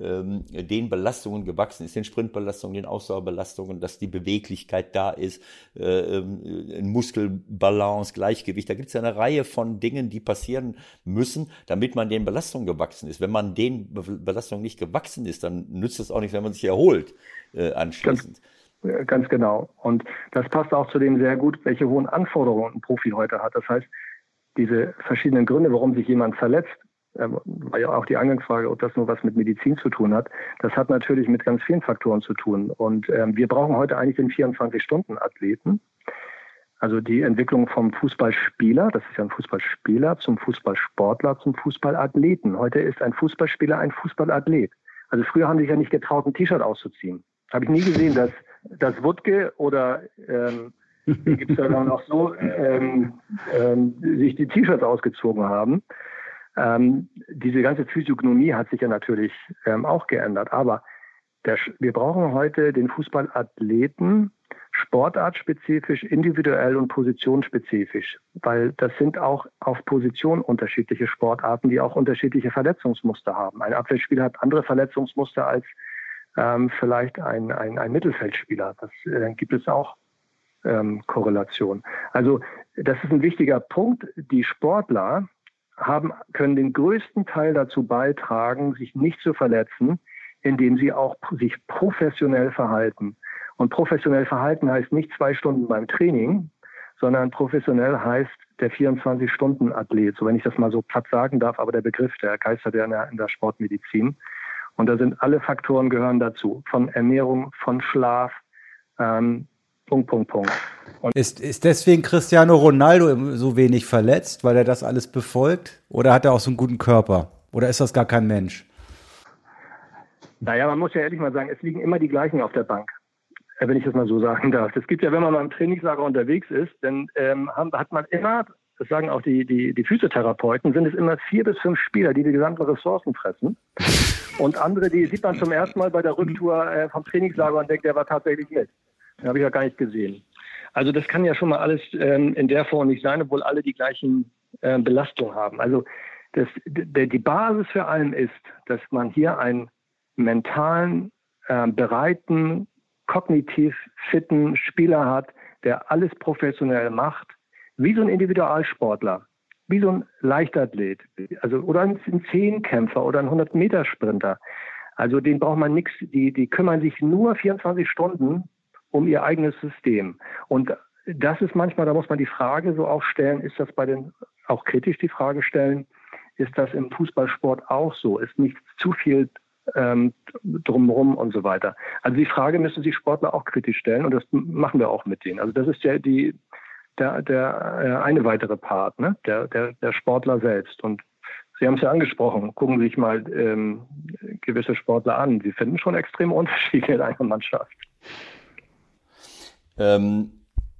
den Belastungen gewachsen ist, den Sprintbelastungen, den Ausdauerbelastungen, dass die Beweglichkeit da ist, äh, ein Muskelbalance, Gleichgewicht. Da gibt es ja eine Reihe von Dingen, die passieren müssen, damit man den Belastungen gewachsen ist. Wenn man den Be- Belastungen nicht gewachsen ist, dann nützt es auch nicht, wenn man sich erholt äh, anschließend. Ganz, ganz genau. Und das passt auch zu dem sehr gut, welche hohen Anforderungen ein Profi heute hat. Das heißt, diese verschiedenen Gründe, warum sich jemand verletzt, war ja auch die Eingangsfrage, ob das nur was mit Medizin zu tun hat. Das hat natürlich mit ganz vielen Faktoren zu tun. Und ähm, wir brauchen heute eigentlich den vierundzwanzig-Stunden-Athleten. Also die Entwicklung vom Fußballspieler, das ist ja ein Fußballspieler, zum Fußballsportler, zum Fußballathleten. Heute ist ein Fußballspieler ein Fußballathlet. Also früher haben sich ja nicht getraut, ein T-Shirt auszuziehen. Habe ich nie gesehen, dass, dass Wuttke oder ähm, wie gibt es da dann auch so, ähm, ähm, sich die T-Shirts ausgezogen haben. Ähm, diese ganze Physiognomie hat sich ja natürlich ähm, auch geändert, aber der, wir brauchen heute den Fußballathleten sportartspezifisch, individuell und positionsspezifisch, weil das sind auch auf Position unterschiedliche Sportarten, die auch unterschiedliche Verletzungsmuster haben. Ein Abwehrspieler hat andere Verletzungsmuster als ähm, vielleicht ein, ein, ein Mittelfeldspieler. Das äh, gibt es auch ähm, Korrelation. Also das ist ein wichtiger Punkt. Die Sportler haben, können den größten Teil dazu beitragen, sich nicht zu verletzen, indem sie auch sich professionell verhalten. Und professionell verhalten heißt nicht zwei Stunden beim Training, sondern professionell heißt der vierundzwanzig-Stunden-Athlet, so wenn ich das mal so platt sagen darf, aber der Begriff, der geistert ja in der, in der Sportmedizin. Und da sind alle Faktoren gehören dazu, von Ernährung, von Schlaf, ähm, Punkt, Punkt, Punkt. Und ist, ist deswegen Cristiano Ronaldo so wenig verletzt, weil er das alles befolgt? Oder hat er auch so einen guten Körper? Oder ist das gar kein Mensch? Naja, man muss ja ehrlich mal sagen, es liegen immer die gleichen auf der Bank, wenn ich das mal so sagen darf. Es gibt ja, wenn man mal im Trainingslager unterwegs ist, dann ähm, hat man immer, das sagen auch die, die, die Physiotherapeuten, sind es immer vier bis fünf Spieler, die die gesamten Ressourcen fressen. Und andere, die sieht man zum ersten Mal bei der Rücktour äh, vom Trainingslager und denkt, der war tatsächlich mit. Den habe ich ja gar nicht gesehen. Also das kann ja schon mal alles ähm, in der Form nicht sein, obwohl alle die gleichen äh, Belastungen haben. Also das, d- die Basis für allem ist, dass man hier einen mentalen, äh, bereiten, kognitiv fitten Spieler hat, der alles professionell macht, wie so ein Individualsportler, wie so ein Leichtathlet, also oder ein Zehnkämpfer oder ein hundert-Meter-Sprinter. Also den braucht man nichts, die, die kümmern sich nur vierundzwanzig Stunden um ihr eigenes System. Und das ist manchmal, da muss man die Frage so auch stellen, ist das bei den, auch kritisch die Frage stellen, ist das im Fußballsport auch so? Ist nicht zu viel ähm, drumherum und so weiter? Also die Frage müssen sich Sportler auch kritisch stellen und das machen wir auch mit denen. Also das ist ja die, der, der äh, eine weitere Part, ne? der, der, der Sportler selbst. Und Sie haben es ja angesprochen, gucken Sie sich mal ähm, gewisse Sportler an. Sie finden schon extreme Unterschiede in einer Mannschaft. Ähm,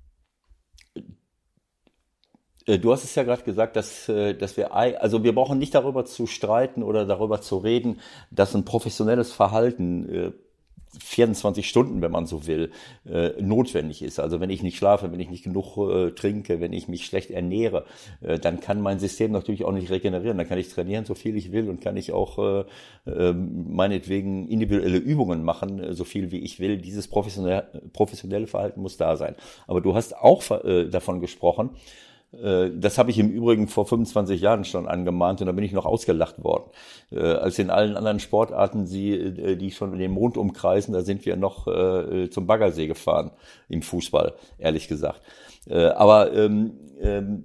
du hast es ja gerade gesagt, dass, dass wir, also wir brauchen nicht darüber zu streiten oder darüber zu reden, dass ein professionelles Verhalten vierundzwanzig Stunden, wenn man so will, äh, notwendig ist. Also wenn ich nicht schlafe, wenn ich nicht genug äh, trinke, wenn ich mich schlecht ernähre, äh, dann kann mein System natürlich auch nicht regenerieren. Dann kann ich trainieren, so viel ich will, und kann ich auch äh, äh, meinetwegen individuelle Übungen machen, äh, so viel wie ich will. Dieses professionelle, professionelle Verhalten muss da sein. Aber du hast auch äh, davon gesprochen, das habe ich im Übrigen vor fünfundzwanzig Jahren schon angemahnt, und da bin ich noch ausgelacht worden. Als in allen anderen Sportarten, die, die schon den Mond umkreisen, da sind wir noch zum Baggersee gefahren im Fußball, ehrlich gesagt. Aber ähm, ähm,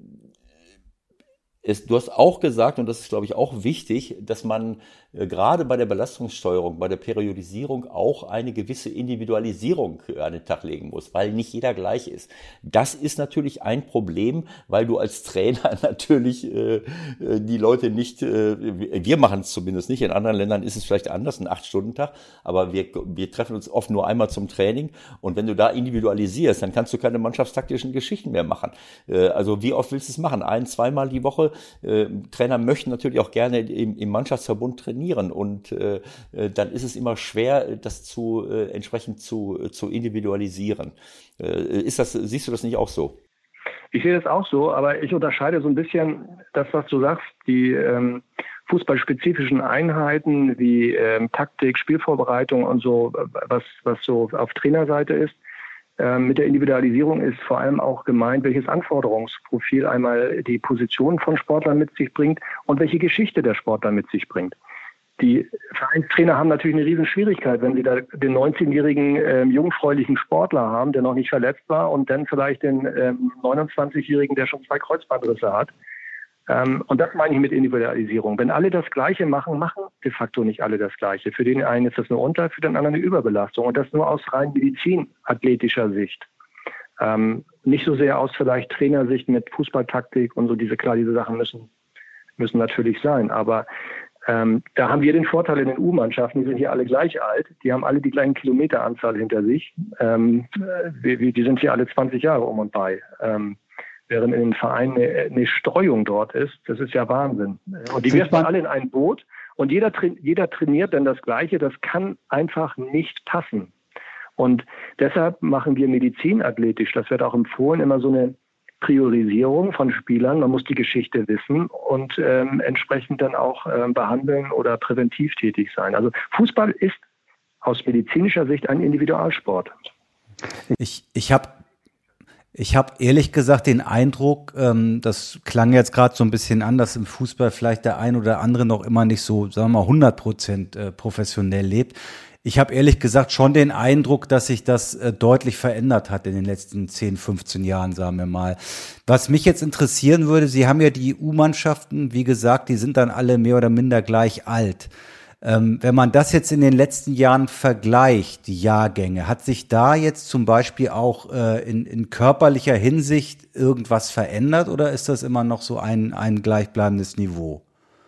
es, du hast auch gesagt, und das ist, glaube ich, auch wichtig, dass man äh, gerade bei der Belastungssteuerung, bei der Periodisierung auch eine gewisse Individualisierung an den Tag legen muss, weil nicht jeder gleich ist. Das ist natürlich ein Problem, weil du als Trainer natürlich äh, die Leute nicht, äh, wir machen es zumindest nicht, in anderen Ländern ist es vielleicht anders, ein acht-Stunden-Tag, aber wir, wir treffen uns oft nur einmal zum Training, und wenn du da individualisierst, dann kannst du keine mannschaftstaktischen Geschichten mehr machen. Äh, also wie oft willst du es machen? Ein-, zweimal die Woche? Äh, Trainer möchten natürlich auch gerne im, im Mannschaftsverbund trainieren, und äh, dann ist es immer schwer, das zu äh, entsprechend zu, zu individualisieren. Äh, ist das, siehst du das nicht auch so? Ich sehe das auch so, aber ich unterscheide so ein bisschen das, was du sagst, die ähm, fußballspezifischen Einheiten wie ähm, Taktik, Spielvorbereitung und so, was, was so auf Trainerseite ist. Mit der Individualisierung ist vor allem auch gemeint, welches Anforderungsprofil einmal die Position von Sportlern mit sich bringt und welche Geschichte der Sportler mit sich bringt. Die Vereinstrainer haben natürlich eine riesen Schwierigkeit, wenn sie da den neunzehnjährigen äh, jungfräulichen Sportler haben, der noch nicht verletzt war, und dann vielleicht den äh, neunundzwanzigjährigen, der schon zwei Kreuzbandrisse hat. Ähm, und das meine ich mit Individualisierung. Wenn alle das Gleiche machen, machen de facto nicht alle das Gleiche. Für den einen ist das eine Unter-, für den anderen eine Überbelastung. Und das nur aus rein medizinathletischer Sicht. Ähm, nicht so sehr aus vielleicht Trainersicht mit Fußballtaktik und so. Diese, klar, diese Sachen müssen, müssen natürlich sein. Aber ähm, da haben wir den Vorteil in den U-Mannschaften, die sind hier alle gleich alt. Die haben alle die gleichen Kilometeranzahl hinter sich. Ähm, wir, wir, die sind hier alle zwanzig Jahre um und bei. Ähm, Während in den Vereinen eine, eine Streuung dort ist, das ist ja Wahnsinn. Und die wirft man alle in ein Boot, und jeder, jeder trainiert dann das Gleiche. Das kann einfach nicht passen. Und deshalb machen wir medizinathletisch, das wird auch empfohlen, immer so eine Priorisierung von Spielern. Man muss die Geschichte wissen und ähm, entsprechend dann auch ähm, behandeln oder präventiv tätig sein. Also Fußball ist aus medizinischer Sicht ein Individualsport. Ich, ich habe Ich habe ehrlich gesagt den Eindruck, ähm, das klang jetzt gerade so ein bisschen an, dass im Fußball vielleicht der ein oder andere noch immer nicht so, sagen wir mal, hundert Prozent äh, professionell lebt. Ich habe ehrlich gesagt schon den Eindruck, dass sich das äh, deutlich verändert hat in den letzten zehn, fünfzehn Jahren, sagen wir mal. Was mich jetzt interessieren würde, Sie haben ja die U-Mannschaften, wie gesagt, die sind dann alle mehr oder minder gleich alt. Ähm, wenn man das jetzt in den letzten Jahren vergleicht, die Jahrgänge, hat sich da jetzt zum Beispiel auch äh, in, in körperlicher Hinsicht irgendwas verändert, oder ist das immer noch so ein, ein gleichbleibendes Niveau?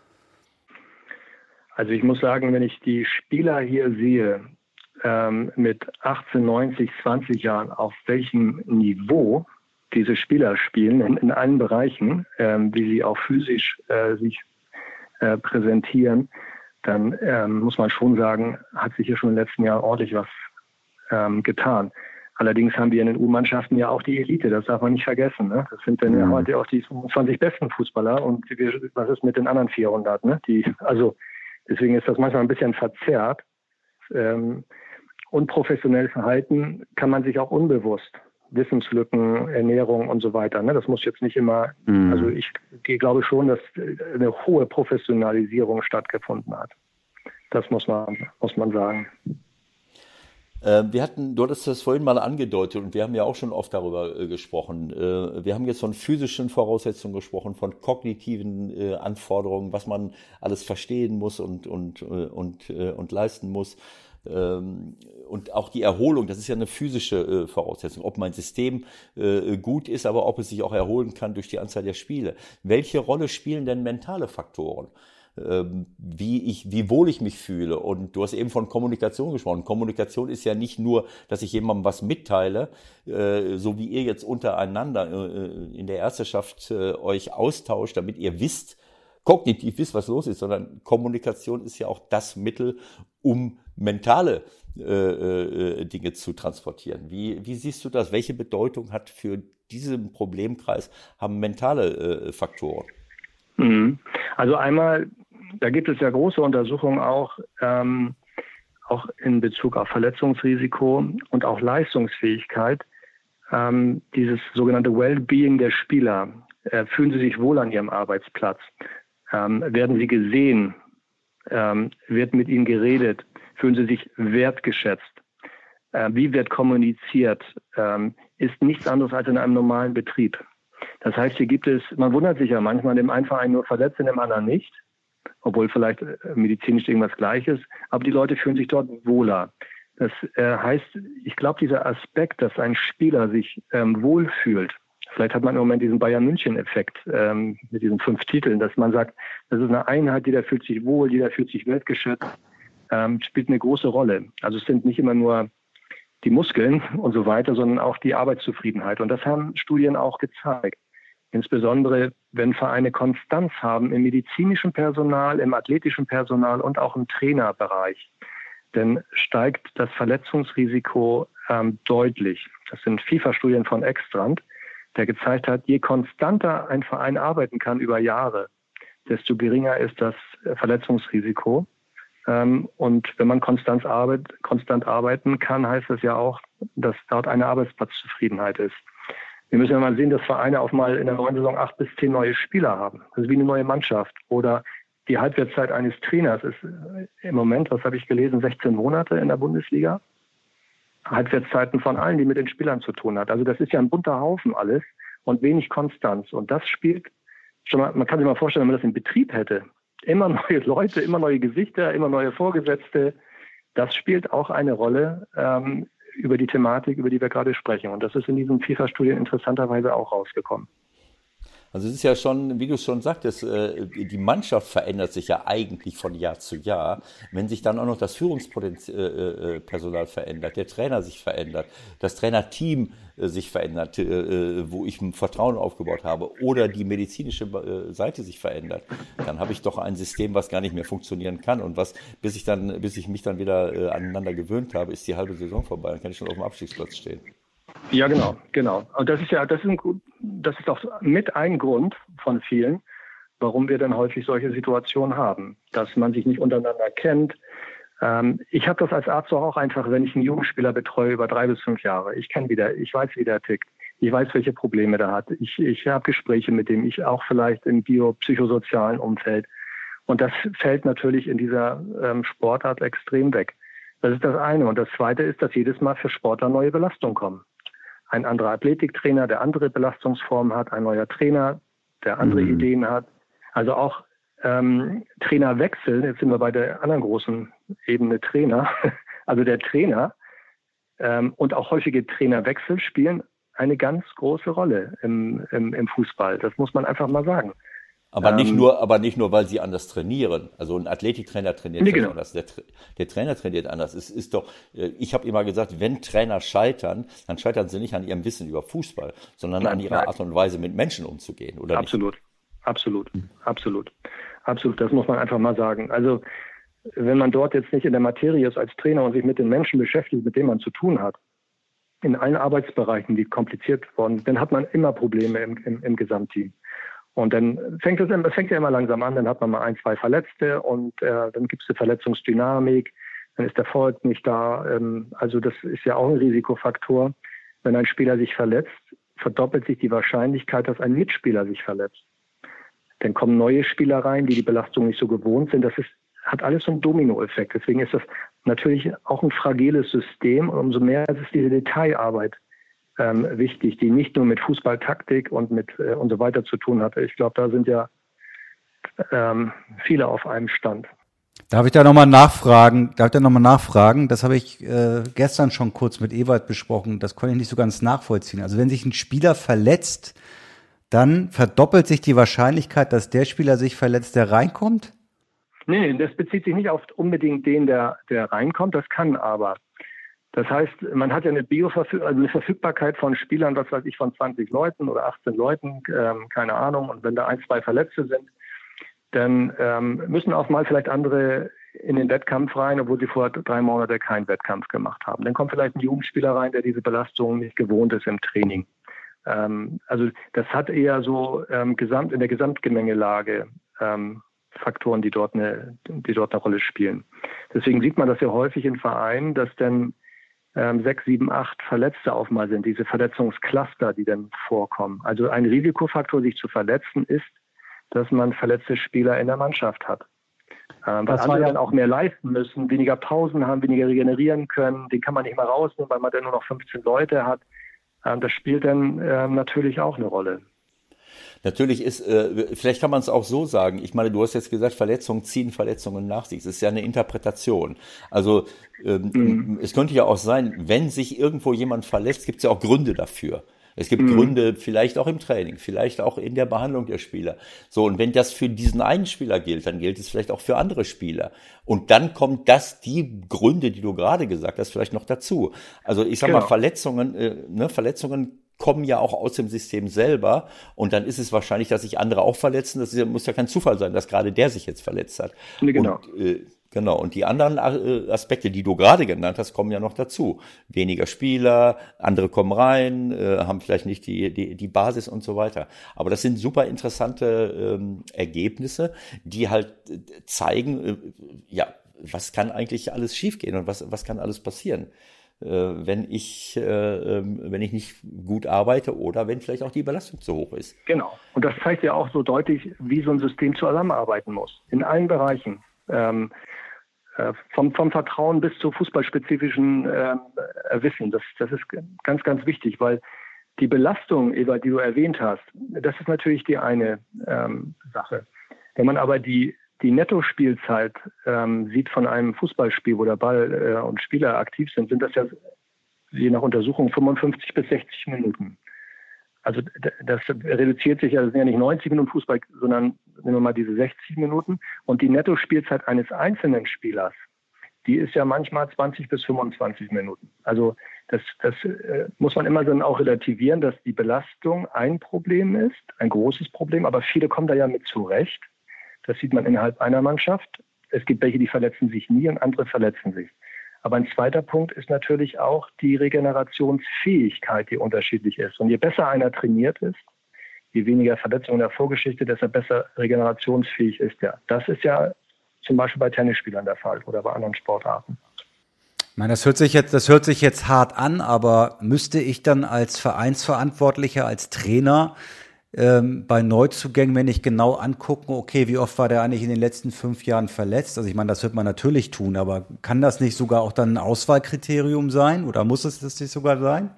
Also ich muss sagen, wenn ich die Spieler hier sehe, ähm, mit achtzehn, neunzig, zwanzig Jahren, auf welchem Niveau diese Spieler spielen, in, in allen Bereichen, ähm, wie sie auch physisch äh, sich äh, präsentieren, dann ähm, muss man schon sagen, hat sich hier schon in den letzten Jahren ordentlich was ähm, getan. Allerdings haben wir in den U-Mannschaften ja auch die Elite, das darf man nicht vergessen. Ne? Das sind dann ja heute auch die fünfundzwanzig besten Fußballer, und wir, was ist mit den anderen vierhundert? Ne? Die, also deswegen ist das manchmal ein bisschen verzerrt. Ähm, unprofessionell Verhalten kann man sich auch unbewusst, Wissenslücken, Ernährung und so weiter. Ne? Das muss jetzt nicht immer, mhm. also ich glaube schon, dass eine hohe Professionalisierung stattgefunden hat. Das muss man, muss man sagen. Äh, wir hatten, du hattest das vorhin mal angedeutet und wir haben ja auch schon oft darüber äh, gesprochen. Äh, wir haben jetzt von physischen Voraussetzungen gesprochen, von kognitiven äh, Anforderungen, was man alles verstehen muss und, und, äh, und, äh, und leisten muss. Ähm, und auch die Erholung, das ist ja eine physische äh, Voraussetzung, ob mein System äh, gut ist, aber ob es sich auch erholen kann durch die Anzahl der Spiele. Welche Rolle spielen denn mentale Faktoren? Wie ich, wie wohl ich mich fühle. Und du hast eben von Kommunikation gesprochen. Kommunikation ist ja nicht nur, dass ich jemandem was mitteile, äh, so wie ihr jetzt untereinander äh, in der Ärzteschaft äh, euch austauscht, damit ihr wisst, kognitiv wisst, was los ist, sondern Kommunikation ist ja auch das Mittel, um mentale äh, äh, Dinge zu transportieren. Wie, wie siehst du das? Welche Bedeutung hat für diesen Problemkreis haben mentale äh, Faktoren? Also einmal, da gibt es ja große Untersuchungen auch, ähm, auch in Bezug auf Verletzungsrisiko und auch Leistungsfähigkeit. Ähm, dieses sogenannte Wellbeing der Spieler. Äh, fühlen sie sich wohl an ihrem Arbeitsplatz? Ähm, werden sie gesehen? Ähm, wird mit ihnen geredet? Fühlen sie sich wertgeschätzt? Äh, wie wird kommuniziert? Ähm, ist nichts anderes als in einem normalen Betrieb. Das heißt, hier gibt es, man wundert sich ja manchmal, in dem einen Verein nur verletzt, in dem anderen nicht, obwohl vielleicht medizinisch irgendwas Gleiches, aber die Leute fühlen sich dort wohler. Das äh, heißt, ich glaube, dieser Aspekt, dass ein Spieler sich ähm, wohlfühlt, vielleicht hat man im Moment diesen Bayern-München-Effekt ähm, mit diesen fünf Titeln, dass man sagt, das ist eine Einheit, jeder fühlt sich wohl, jeder fühlt sich wertgeschätzt, ähm, spielt eine große Rolle. Also es sind nicht immer nur die Muskeln und so weiter, sondern auch die Arbeitszufriedenheit. Und das haben Studien auch gezeigt. Insbesondere, wenn Vereine Konstanz haben im medizinischen Personal, im athletischen Personal und auch im Trainerbereich, dann steigt das Verletzungsrisiko ähm, deutlich. Das sind FIFA-Studien von Extrand, der gezeigt hat, je konstanter ein Verein arbeiten kann über Jahre, desto geringer ist das Verletzungsrisiko. Und wenn man konstant, arbeit, konstant arbeiten kann, heißt das ja auch, dass dort eine Arbeitsplatzzufriedenheit ist. Wir müssen ja mal sehen, dass Vereine auch mal in der neuen Saison acht bis zehn neue Spieler haben. Das ist wie eine neue Mannschaft. Oder die Halbwertszeit eines Trainers ist im Moment, was habe ich gelesen, sechzehn Monate in der Bundesliga. Halbwertszeiten von allen, die mit den Spielern zu tun hat. Also das ist ja ein bunter Haufen alles und wenig Konstanz. Und das spielt, schon mal, man kann sich mal vorstellen, wenn man das im Betrieb hätte, immer neue Leute, immer neue Gesichter, immer neue Vorgesetzte. Das spielt auch eine Rolle ähm, über die Thematik, über die wir gerade sprechen. Und das ist in diesen FIFA-Studien interessanterweise auch rausgekommen. Also es ist ja schon, wie du es schon sagtest, die Mannschaft verändert sich ja eigentlich von Jahr zu Jahr. Wenn sich dann auch noch das Führungspersonal verändert, der Trainer sich verändert, das Trainerteam sich verändert, wo ich ein Vertrauen aufgebaut habe, oder die medizinische Seite sich verändert, dann habe ich doch ein System, was gar nicht mehr funktionieren kann. Und was, bis ich dann, bis ich mich dann wieder aneinander gewöhnt habe, ist die halbe Saison vorbei. Dann kann ich schon auf dem Abstiegsplatz stehen. Ja, genau, genau. Und das ist ja, das ist ein, das ist auch mit ein Grund von vielen, warum wir dann häufig solche Situationen haben, dass man sich nicht untereinander kennt. Ähm, ich habe das als Arzt auch einfach, wenn ich einen Jugendspieler betreue über drei bis fünf Jahre. Ich kenne wieder, ich weiß, wie der tickt. Ich weiß, welche Probleme der hat. Ich, ich habe Gespräche mit dem, ich auch vielleicht im biopsychosozialen Umfeld. Und das fällt natürlich in dieser ähm, Sportart extrem weg. Das ist das eine. Und das zweite ist, dass jedes Mal für Sportler neue Belastungen kommen. Ein anderer Athletiktrainer, der andere Belastungsformen hat, ein neuer Trainer, der andere mhm. Ideen hat. Also auch ähm, Trainerwechsel, jetzt sind wir bei der anderen großen Ebene Trainer, also der Trainer ähm, und auch häufige Trainerwechsel spielen eine ganz große Rolle im, im, im Fußball. Das muss man einfach mal sagen. Aber nicht nur, aber nicht nur, weil sie anders trainieren. Also ein Athletiktrainer trainiert nee, genau. anders. Der, der Trainer trainiert anders. Es ist doch, ich habe immer gesagt, wenn Trainer scheitern, dann scheitern sie nicht an ihrem Wissen über Fußball, sondern nein, an ihrer nein. Art und Weise, mit Menschen umzugehen, oder absolut, nicht? Absolut, absolut, absolut. Das muss man einfach mal sagen. Also wenn man dort jetzt nicht in der Materie ist als Trainer und sich mit den Menschen beschäftigt, mit denen man zu tun hat, in allen Arbeitsbereichen, die kompliziert wurden, dann hat man immer Probleme im, im, im Gesamtteam. Und dann fängt es, es fängt ja immer langsam an, dann hat man mal ein, zwei Verletzte und äh, dann gibt es eine Verletzungsdynamik, dann ist der Erfolg nicht da. Ähm, also das ist ja auch ein Risikofaktor. Wenn ein Spieler sich verletzt, verdoppelt sich die Wahrscheinlichkeit, dass ein Mitspieler sich verletzt. Dann kommen neue Spieler rein, die die Belastung nicht so gewohnt sind. Das ist, hat alles so einen Dominoeffekt. Deswegen ist das natürlich auch ein fragiles System. Und umso mehr ist diese Detailarbeit ähm, wichtig, die nicht nur mit Fußballtaktik und mit äh, und so weiter zu tun hatte. Ich glaube, da sind ja ähm, viele auf einem Stand. Darf ich da nochmal nachfragen? Darf ich da nochmal nachfragen? Das habe ich äh, gestern schon kurz mit Ewald besprochen. Das konnte ich nicht so ganz nachvollziehen. Also wenn sich ein Spieler verletzt, dann verdoppelt sich die Wahrscheinlichkeit, dass der Spieler sich verletzt, der reinkommt? Nee, das bezieht sich nicht auf unbedingt den, der, der reinkommt. Das kann aber. Das heißt, man hat ja eine, Bioverfüg- also eine Verfügbarkeit von Spielern, was weiß ich, von zwanzig Leuten oder achtzehn Leuten, ähm, keine Ahnung. Und wenn da ein, zwei Verletzte sind, dann ähm, müssen auch mal vielleicht andere in den Wettkampf rein, obwohl sie vor drei Monaten keinen Wettkampf gemacht haben. Dann kommt vielleicht ein Jugendspieler rein, der diese Belastung nicht gewohnt ist im Training. Ähm, also das hat eher so ähm, gesamt in der Gesamtgemengelage ähm, Faktoren, die dort eine, die dort eine Rolle spielen. Deswegen sieht man das ja häufig in Vereinen, dass dann ähm, sechs, sieben, acht Verletzte auf mal sind, diese Verletzungscluster, die dann vorkommen. Also ein Risikofaktor, sich zu verletzen, ist, dass man verletzte Spieler in der Mannschaft hat. Ähm, weil andere ja dann auch mehr leisten müssen, weniger Pausen haben, weniger regenerieren können. Den kann man nicht mehr rausnehmen, weil man dann nur noch fünfzehn Leute hat. Ähm, das spielt dann ähm, natürlich auch eine Rolle. Natürlich ist, äh, vielleicht kann man es auch so sagen, ich meine, du hast jetzt gesagt, Verletzungen ziehen Verletzungen nach sich. Das ist ja eine Interpretation. Also ähm, mhm. es könnte ja auch sein, wenn sich irgendwo jemand verletzt, gibt es ja auch Gründe dafür. Es gibt mhm. Gründe, vielleicht auch im Training, vielleicht auch in der Behandlung der Spieler. So, und wenn das für diesen einen Spieler gilt, dann gilt es vielleicht auch für andere Spieler. Und dann kommt das, die Gründe, die du gerade gesagt hast, vielleicht noch dazu. Also ich sag genau. mal, Verletzungen, äh, ne, Verletzungen kommen ja auch aus dem System selber. Und dann ist es wahrscheinlich, dass sich andere auch verletzen. Das ist, muss ja kein Zufall sein, dass gerade der sich jetzt verletzt hat. Genau. Und, äh, Genau, und die anderen Aspekte, die du gerade genannt hast, kommen ja noch dazu. Weniger Spieler, andere kommen rein, äh, haben vielleicht nicht die, die, die Basis und so weiter. Aber das sind super interessante ähm, Ergebnisse, die halt zeigen, äh, ja, was kann eigentlich alles schiefgehen und was, was kann alles passieren, äh, wenn ich, äh, wenn ich nicht gut arbeite oder wenn vielleicht auch die Belastung zu hoch ist. Genau, und das zeigt ja auch so deutlich, wie so ein System zusammenarbeiten muss, in allen Bereichen. Ähm, Vom, vom Vertrauen bis zu fußballspezifischen äh, Wissen. Das, das ist ganz, ganz wichtig, weil die Belastung, Eva, die du erwähnt hast, das ist natürlich die eine ähm, Sache. Wenn man aber die, die Nettospielzeit ähm, sieht von einem Fußballspiel, wo der Ball äh, und Spieler aktiv sind, sind das ja je nach Untersuchung fünfundfünfzig bis sechzig Minuten. Also das reduziert sich ja, das sind ja nicht neunzig Minuten Fußball, sondern nehmen wir mal diese sechzig Minuten. Und die Nettospielzeit eines einzelnen Spielers, die ist ja manchmal zwanzig bis fünfundzwanzig Minuten. Also das, das äh, muss man immer dann auch relativieren, dass die Belastung ein Problem ist, ein großes Problem, aber viele kommen da ja mit zurecht. Das sieht man innerhalb einer Mannschaft. Es gibt welche, die verletzen sich nie und andere verletzen sich. Aber ein zweiter Punkt ist natürlich auch die Regenerationsfähigkeit, die unterschiedlich ist. Und je besser einer trainiert ist, je weniger Verletzungen in der Vorgeschichte, desto besser regenerationsfähig ist er. Das ist ja zum Beispiel bei Tennisspielern der Fall oder bei anderen Sportarten. Ich meine, das hört sich jetzt, das hört sich jetzt hart an, aber müsste ich dann als Vereinsverantwortlicher, als Trainer Ähm, bei Neuzugängen, wenn ich genau angucken, okay, wie oft war der eigentlich in den letzten fünf Jahren verletzt? Also ich meine, das wird man natürlich tun, aber kann das nicht sogar auch dann ein Auswahlkriterium sein oder muss es das nicht sogar sein?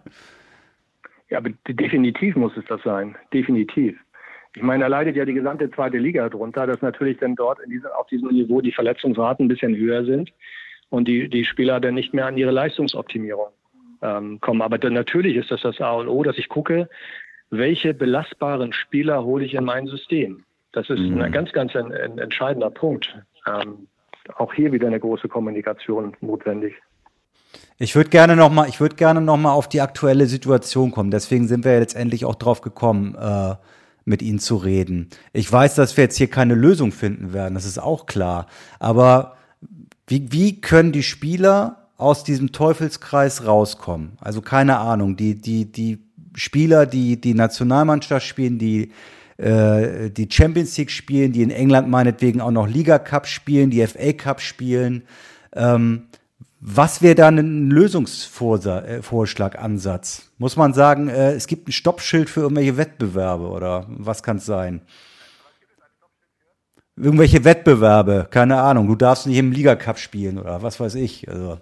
Ja, aber definitiv muss es das sein, definitiv. Ich meine, da leidet ja die gesamte zweite Liga drunter, dass natürlich dann dort in diesem, auf diesem Niveau die Verletzungsraten ein bisschen höher sind und die, die Spieler dann nicht mehr an ihre Leistungsoptimierung ähm, kommen. Aber dann natürlich ist das das A und O, dass ich gucke, welche belastbaren Spieler hole ich in mein System? Das ist mhm. ein ganz, ganz ein, ein entscheidender Punkt. Ähm, auch hier wieder eine große Kommunikation notwendig. Ich würde gerne noch mal, ich würde gerne noch mal auf die aktuelle Situation kommen. Deswegen sind wir letztendlich auch drauf gekommen, äh, mit Ihnen zu reden. Ich weiß, dass wir jetzt hier keine Lösung finden werden. Das ist auch klar. Aber wie, wie können die Spieler aus diesem Teufelskreis rauskommen? Also keine Ahnung. Die, die, die Spieler, die die Nationalmannschaft spielen, die äh, die Champions League spielen, die in England meinetwegen auch noch Liga Cup spielen, die F A Cup spielen. Ähm, was wäre da ein Lösungsvorschlag, Ansatz? Muss man sagen, äh, es gibt ein Stoppschild für irgendwelche Wettbewerbe oder was kann es sein? irgendwelche Wettbewerbe, keine Ahnung, du darfst nicht im Liga-Cup spielen oder was weiß ich. Also.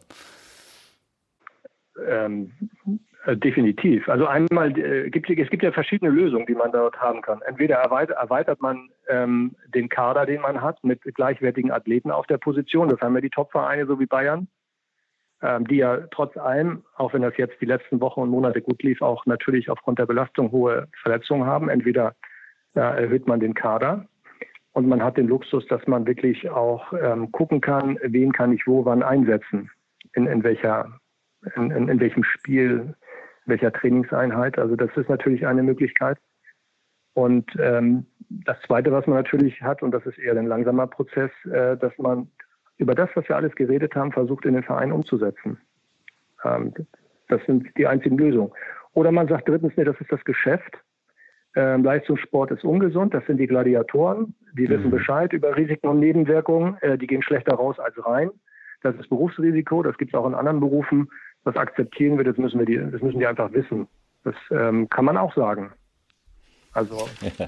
Ähm, äh, definitiv. Also einmal, äh, gibt, es gibt ja verschiedene Lösungen, die man dort haben kann. Entweder erweitert, erweitert man ähm, den Kader, den man hat, mit gleichwertigen Athleten auf der Position. Das haben ja die Top-Vereine, so wie Bayern, ähm, die ja trotz allem, auch wenn das jetzt die letzten Wochen und Monate gut lief, auch natürlich aufgrund der Belastung hohe Verletzungen haben. Entweder äh, erhöht man den Kader und man hat den Luxus, dass man wirklich auch ähm, gucken kann, wen kann ich wo wann einsetzen, in, in welcher In, in, in welchem Spiel, welcher Trainingseinheit. Also das ist natürlich eine Möglichkeit. Und ähm, das Zweite, was man natürlich hat, und das ist eher ein langsamer Prozess, äh, dass man über das, was wir alles geredet haben, versucht in den Verein umzusetzen. Ähm, das sind die einzigen Lösungen. Oder man sagt drittens, nee, das ist das Geschäft. Ähm, Leistungssport ist ungesund, das sind die Gladiatoren, die mhm. wissen Bescheid über Risiken und Nebenwirkungen, äh, die gehen schlechter raus als rein. Das ist Berufsrisiko, das gibt es auch in anderen Berufen. Das akzeptieren wir, das müssen wir die, das müssen die einfach wissen. Das ähm, kann man auch sagen. Also,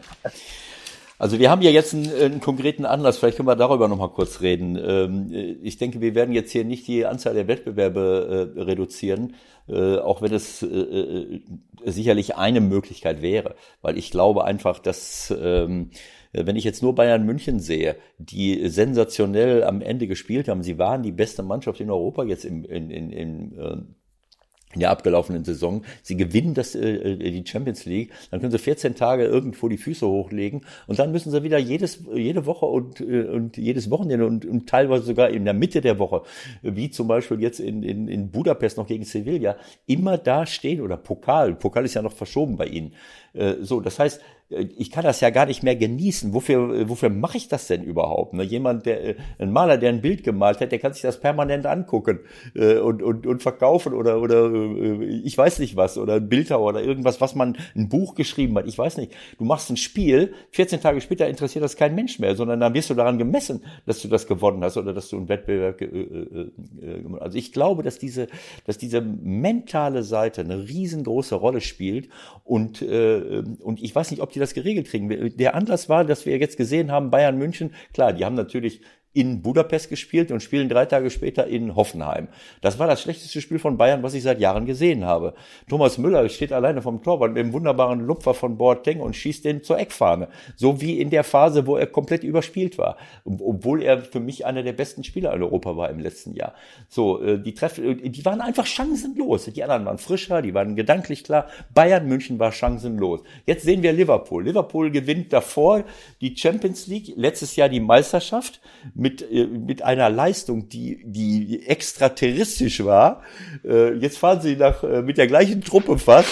also wir haben ja jetzt einen, einen konkreten Anlass, vielleicht können wir darüber nochmal kurz reden. Ähm, ich denke, wir werden jetzt hier nicht die Anzahl der Wettbewerbe äh, reduzieren, äh, auch wenn es äh, sicherlich eine Möglichkeit wäre, weil ich glaube einfach, dass ähm, wenn ich jetzt nur Bayern München sehe, die sensationell am Ende gespielt haben, sie waren die beste Mannschaft in Europa jetzt im, in, in, in, in der abgelaufenen Saison. Sie gewinnen das, äh, die Champions League, dann können sie vierzehn Tage irgendwo die Füße hochlegen und dann müssen sie wieder jedes, jede Woche und, und jedes Wochenende und, und teilweise sogar in der Mitte der Woche, wie zum Beispiel jetzt in, in, in Budapest noch gegen Sevilla, immer da stehen oder Pokal. Pokal ist ja noch verschoben bei ihnen. Äh, so, das heißt, ich kann das ja gar nicht mehr genießen. Wofür, wofür mache ich das denn überhaupt? Ne? Jemand, der, ein Maler, der ein Bild gemalt hat, der kann sich das permanent angucken äh, und, und, und verkaufen oder, oder äh, ich weiß nicht was oder ein Bildhauer oder irgendwas, was man, ein Buch geschrieben hat. Ich weiß nicht. Du machst ein Spiel, vierzehn Tage später interessiert das kein Mensch mehr, sondern dann wirst du daran gemessen, dass du das gewonnen hast oder dass du einen Wettbewerb äh, äh, äh, also ich glaube, dass diese, dass diese mentale Seite eine riesengroße Rolle spielt und, äh, und ich weiß nicht, ob die das geregelt kriegen. Der Anlass war, dass wir jetzt gesehen haben, Bayern München, klar, die haben natürlich in Budapest gespielt und spielen drei Tage später in Hoffenheim. Das war das schlechteste Spiel von Bayern, was ich seit Jahren gesehen habe. Thomas Müller steht alleine vom Torwart mit dem wunderbaren Lupfer von Boateng und schießt den zur Eckfahne. So wie in der Phase, wo er komplett überspielt war. Obwohl er für mich einer der besten Spieler in Europa war im letzten Jahr. So, die Treffer, die waren einfach chancenlos. Die anderen waren frischer, die waren gedanklich klar. Bayern München war chancenlos. Jetzt sehen wir Liverpool. Liverpool gewinnt davor die Champions League, letztes Jahr die Meisterschaft, mit mit einer Leistung, die die extraterrestrisch war. Äh, jetzt fahren sie nach äh, mit der gleichen Truppe fast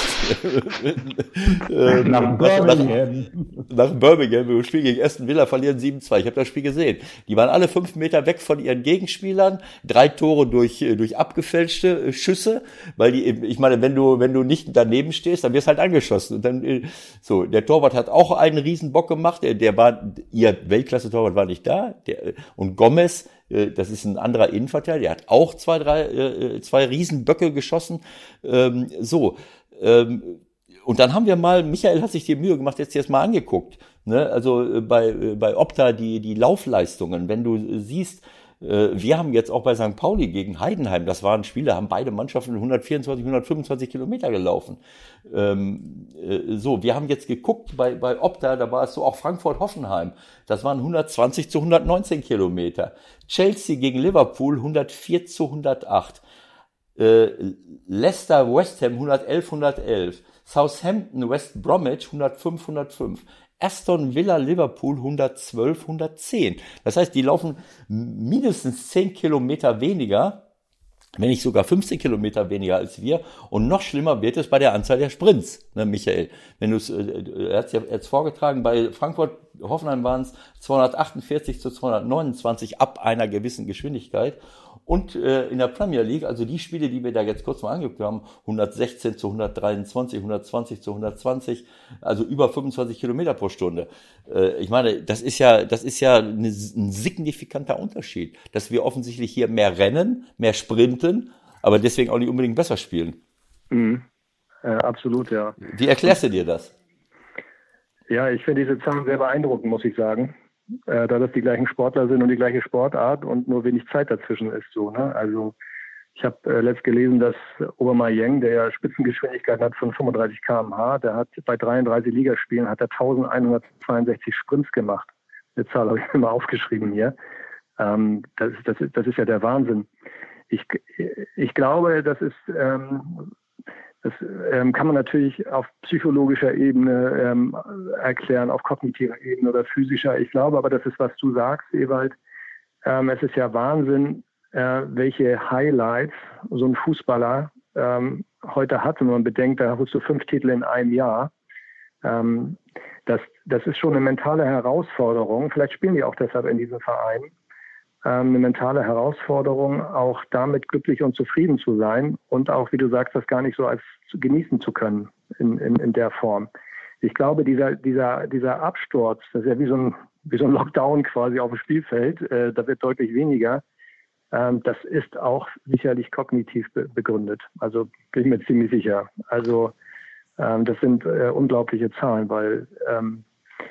äh, nach, Birmingham. Nach, nach Birmingham. Wir spielen gegen Aston Villa, verlieren sieben zwei. Ich habe das Spiel gesehen. Die waren alle fünf Meter weg von ihren Gegenspielern. Drei Tore durch durch abgefälschte Schüsse, weil die, ich meine, wenn du wenn du nicht daneben stehst, dann wirst halt angeschossen. Und dann so, der Torwart hat auch einen Riesenbock gemacht. Der, der war, ihr Weltklasse-Torwart war nicht da. Der, Und Gomez, das ist ein anderer Innenverteidiger, der hat auch zwei, drei, zwei Riesenböcke geschossen. So, und dann haben wir mal, Michael hat sich die Mühe gemacht, jetzt jetzt mal angeguckt. Also bei, bei Opta die, die Laufleistungen, wenn du siehst, wir haben jetzt auch bei Sankt Pauli gegen Heidenheim, das waren Spiele, haben beide Mannschaften hundertvierundzwanzig, hundertfünfundzwanzig Kilometer gelaufen. Ähm, äh, so, wir haben jetzt geguckt bei, bei Opta, da war es so auch Frankfurt-Hoffenheim, das waren hundertzwanzig zu hundertneunzehn Kilometer. Chelsea gegen Liverpool hundertvier zu hundertacht. Äh, Leicester West Ham hundertelf, hundertelf. Southampton West Bromwich hundertfünf, hundertfünf. Aston Villa Liverpool hundertzwölf, hundertzehn. Das heißt, die laufen mindestens zehn Kilometer weniger, wenn nicht sogar fünfzehn Kilometer weniger als wir. Und noch schlimmer wird es bei der Anzahl der Sprints, ne, Michael. Wenn du es, er hat es ja jetzt vorgetragen, bei Frankfurt, Hoffenheim waren es zweihundertachtundvierzig zu zweihundertneunundzwanzig ab einer gewissen Geschwindigkeit. Und äh, in der Premier League, also die Spiele, die wir da jetzt kurz mal angeguckt haben, hundertsechzehn zu hundertdreiundzwanzig, hundertzwanzig zu hundertzwanzig, also über fünfundzwanzig Kilometer pro Stunde. Äh, ich meine, das ist ja, das ist ja eine, ein signifikanter Unterschied, dass wir offensichtlich hier mehr rennen, mehr sprinten, aber deswegen auch nicht unbedingt besser spielen. Mhm. Ja, absolut, ja. Wie erklärst du dir das? Ja, ich finde diese Zahlen sehr beeindruckend, muss ich sagen. äh, da das die gleichen Sportler sind und die gleiche Sportart und nur wenig Zeit dazwischen ist. So, ne? Also ich habe äh, letzt gelesen, dass Aubameyang, der ja Spitzengeschwindigkeit hat von fünfunddreißig Kilometer pro Stunde, der hat bei dreiunddreißig Ligaspielen hat er eintausendeinhundertzweiundsechzig Sprints gemacht. Die Zahl habe ich mir mal aufgeschrieben hier. Ähm, das, das, das ist ja der Wahnsinn. Ich, ich glaube, das ist, ähm, das ähm, kann man natürlich auf psychologischer Ebene ähm, erklären, auf kognitiver Ebene oder physischer. Ich glaube aber, das ist, was du sagst, Ewald. Ähm, es ist ja Wahnsinn, äh, welche Highlights so ein Fußballer ähm, heute hat. Wenn man bedenkt, da holst du fünf Titel in einem Jahr. Ähm, das, das ist schon eine mentale Herausforderung. Vielleicht spielen die auch deshalb in diesem Verein. Ähm, eine mentale Herausforderung, auch damit glücklich und zufrieden zu sein und auch, wie du sagst, das gar nicht so als genießen zu können in, in, in der Form. Ich glaube, dieser, dieser, dieser Absturz, das ist ja wie so ein, wie so ein Lockdown quasi auf dem Spielfeld, äh, da wird deutlich weniger. Ähm, das ist auch sicherlich kognitiv be- begründet. Also bin ich mir ziemlich sicher. Also ähm, das sind äh, unglaubliche Zahlen, weil ähm,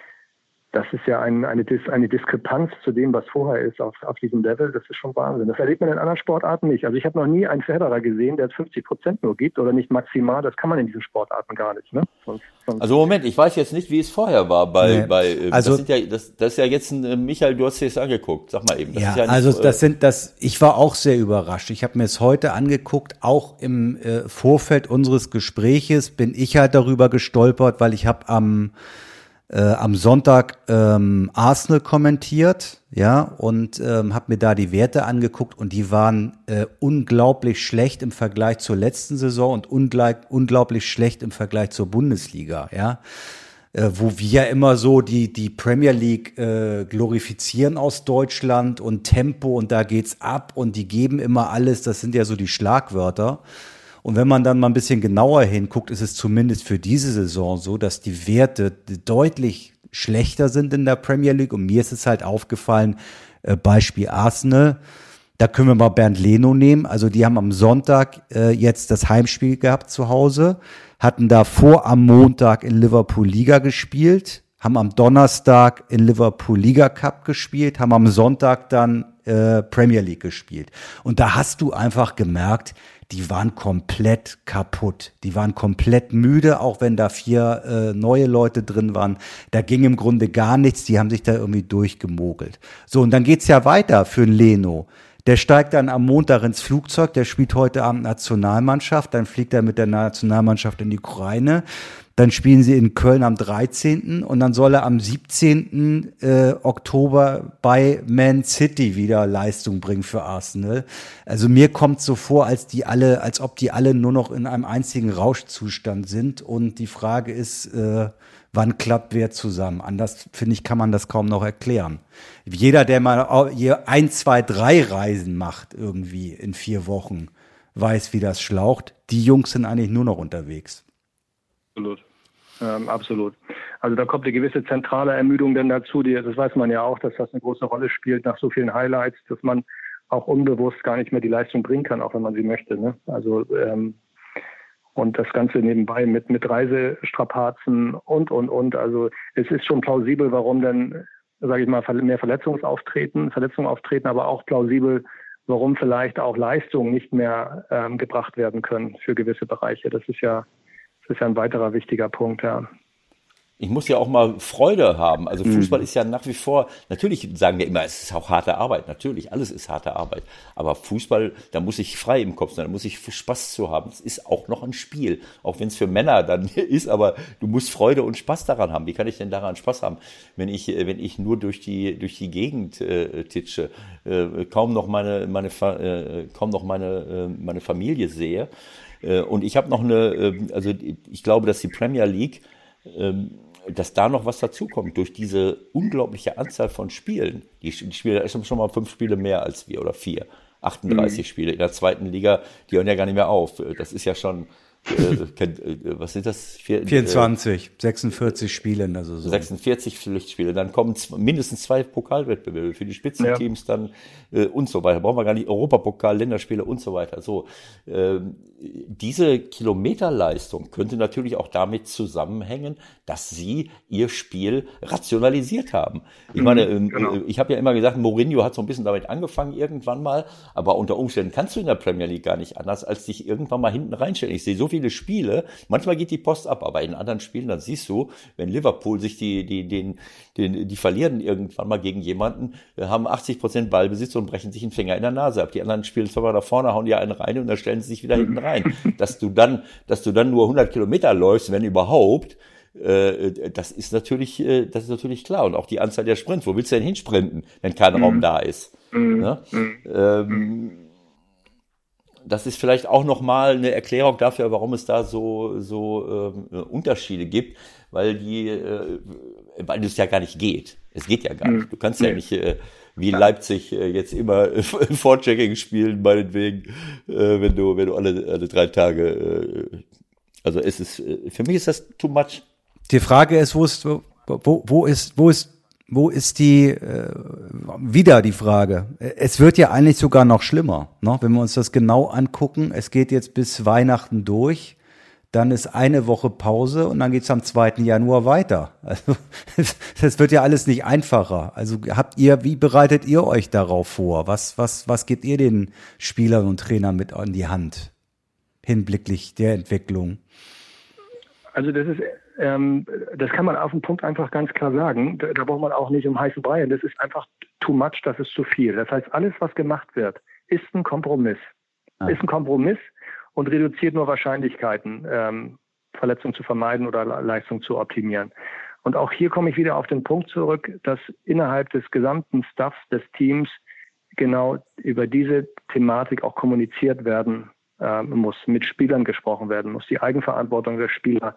das ist ja ein, eine, Dis- eine Diskrepanz zu dem, was vorher ist auf, auf diesem Level. Das ist schon Wahnsinn. Das erlebt man in anderen Sportarten nicht. Also ich habe noch nie einen Federer gesehen, der fünfzig Prozent nur gibt oder nicht maximal. Das kann man in diesen Sportarten gar nicht. Ne? Sonst, sonst Also Moment, ich weiß jetzt nicht, wie es vorher war. Bei, Nee. bei äh, Also- das, sind ja, das, das ist ja jetzt ein, äh, Michael, du hast dir das angeguckt. Sag mal eben. Das Ja, ist ja nicht, also äh, das sind das. Ich war auch sehr überrascht. Ich habe mir es heute angeguckt. Auch im äh, Vorfeld unseres Gespräches bin ich halt darüber gestolpert, weil ich habe am äh, am Sonntag ähm, Arsenal kommentiert, ja, und ähm, habe mir da die Werte angeguckt und die waren äh, unglaublich schlecht im Vergleich zur letzten Saison und ungleich, unglaublich schlecht im Vergleich zur Bundesliga, ja. Äh, wo wir ja immer so die die Premier League äh, glorifizieren aus Deutschland und Tempo und da geht's ab und die geben immer alles, das sind ja so die Schlagwörter. Und wenn man dann mal ein bisschen genauer hinguckt, ist es zumindest für diese Saison so, dass die Werte deutlich schlechter sind in der Premier League. Und mir ist es halt aufgefallen, äh, Beispiel Arsenal, da können wir mal Bernd Leno nehmen. Also die haben am Sonntag äh, jetzt das Heimspiel gehabt zu Hause, hatten davor am Montag in Liverpool Liga gespielt, haben am Donnerstag in Liverpool Liga Cup gespielt, haben am Sonntag dann äh, Premier League gespielt. Und da hast du einfach gemerkt, die waren komplett kaputt. Die waren komplett müde, auch wenn da vier äh, neue Leute drin waren. Da ging im Grunde gar nichts. Die haben sich da irgendwie durchgemogelt. So, und dann geht's ja weiter für einen Leno. Der steigt dann am Montag ins Flugzeug, der spielt heute Abend Nationalmannschaft, dann fliegt er mit der Nationalmannschaft in die Ukraine. Dann spielen sie in Köln am dreizehnten und dann soll er am siebzehnten Äh, Oktober bei Man City wieder Leistung bringen für Arsenal. Also mir kommt so vor, als die alle, als ob die alle nur noch in einem einzigen Rauschzustand sind. Und die Frage ist, äh, wann klappt wer zusammen? Anders, finde ich, kann man das kaum noch erklären. Jeder, der mal hier ein, zwei, drei Reisen macht irgendwie in vier Wochen, weiß, wie das schlaucht. Die Jungs sind eigentlich nur noch unterwegs. Absolut. Ähm, absolut. Also da kommt eine gewisse zentrale Ermüdung dann dazu, die, das weiß man ja auch, dass das eine große Rolle spielt nach so vielen Highlights, dass man auch unbewusst gar nicht mehr die Leistung bringen kann, auch wenn man sie möchte. Ne? Also ähm, und das Ganze nebenbei mit, mit Reisestrapazen und, und, und. Also es ist schon plausibel, warum dann, sage ich mal, mehr Verletzungsauftreten, Verletzungen auftreten, aber auch plausibel, warum vielleicht auch Leistungen nicht mehr ähm, gebracht werden können für gewisse Bereiche. Das ist ja Das ist ja ein weiterer wichtiger Punkt, ja. Ich muss ja auch mal Freude haben. Also Fußball mhm. ist ja nach wie vor, natürlich sagen wir immer, es ist auch harte Arbeit. Natürlich, alles ist harte Arbeit. Aber Fußball, da muss ich frei im Kopf sein, da muss ich Spaß zu haben. Es ist auch noch ein Spiel, auch wenn es für Männer dann ist, aber du musst Freude und Spaß daran haben. Wie kann ich denn daran Spaß haben, wenn ich, wenn ich nur durch die, durch die Gegend äh, titsche, äh, kaum noch meine, meine, äh, kaum noch meine, äh, meine Familie sehe? Äh, und ich habe noch eine, äh, also ich glaube, dass die Premier League, äh, dass da noch was dazukommt durch diese unglaubliche Anzahl von Spielen. Die, die Spiele, da ist schon mal fünf Spiele mehr als wir oder vier. achtunddreißig mhm. Spiele in der zweiten Liga, die hören ja gar nicht mehr auf. Das ist ja schon, äh, kennt, äh, was sind das? Vier, vierundzwanzig, äh, sechsundvierzig Spiele in der Saison. sechsundvierzig Pflichtspiele, dann kommen z- mindestens zwei Pokalwettbewerbe für die Spitzenteams ja. dann äh, und so weiter. Brauchen wir gar nicht Europapokal, Länderspiele und so weiter. So, ähm, diese Kilometerleistung könnte natürlich auch damit zusammenhängen, dass sie ihr Spiel rationalisiert haben. Ich meine, ähm, genau. ich habe ja immer gesagt, Mourinho hat so ein bisschen damit angefangen irgendwann mal, aber unter Umständen kannst du in der Premier League gar nicht anders, als dich irgendwann mal hinten reinstellen. Ich sehe so viele Spiele, manchmal geht die Post ab, aber in anderen Spielen, dann siehst du, wenn Liverpool sich die, die, den, den, die verlieren irgendwann mal gegen jemanden, haben achtzig Prozent Ballbesitz und brechen sich einen Finger in der Nase ab. Die anderen spielen zwar da vorne, hauen dir einen rein und dann stellen sie sich wieder hinten rein. Dass du dann, dass du dann nur hundert Kilometer läufst, wenn überhaupt, äh, das ist natürlich, äh, das ist natürlich klar. Und auch die Anzahl der Sprints. Wo willst du denn hinsprinten, wenn kein mhm. Raum da ist? Mhm. Ne? Mhm. Ähm, Das ist vielleicht auch nochmal eine Erklärung dafür, warum es da so, so äh, Unterschiede gibt, weil die, äh, weil es ja gar nicht geht. Es geht ja gar nicht. Du kannst ja nicht äh, wie Leipzig äh, jetzt immer äh, Vorchecking spielen, meinetwegen, äh, wenn du, wenn du alle, alle drei Tage, äh, also es ist, äh, für mich ist das too much. Die Frage ist, wo ist, wo, wo ist, wo ist Wo ist die, äh, wieder die Frage, es wird ja eigentlich sogar noch schlimmer, ne? Wenn wir uns das genau angucken, es geht jetzt bis Weihnachten durch, dann ist eine Woche Pause und dann geht's am zweiten Januar weiter. Also das wird ja alles nicht einfacher. Also habt ihr, wie bereitet ihr euch darauf vor? Was, was, was gebt ihr den Spielern und Trainern mit an die Hand hinblicklich der Entwicklung? Also das ist Ähm, das kann man auf den Punkt einfach ganz klar sagen. Da, da braucht man auch nicht um heißen Brei. Das ist einfach too much, das ist zu viel. Das heißt, alles, was gemacht wird, ist ein Kompromiss. Ah. Ist ein Kompromiss und reduziert nur Wahrscheinlichkeiten, ähm, Verletzungen zu vermeiden oder Leistung zu optimieren. Und auch hier komme ich wieder auf den Punkt zurück, dass innerhalb des gesamten Staffs des Teams genau über diese Thematik auch kommuniziert werden äh, muss, mit Spielern gesprochen werden muss, die Eigenverantwortung der Spieler.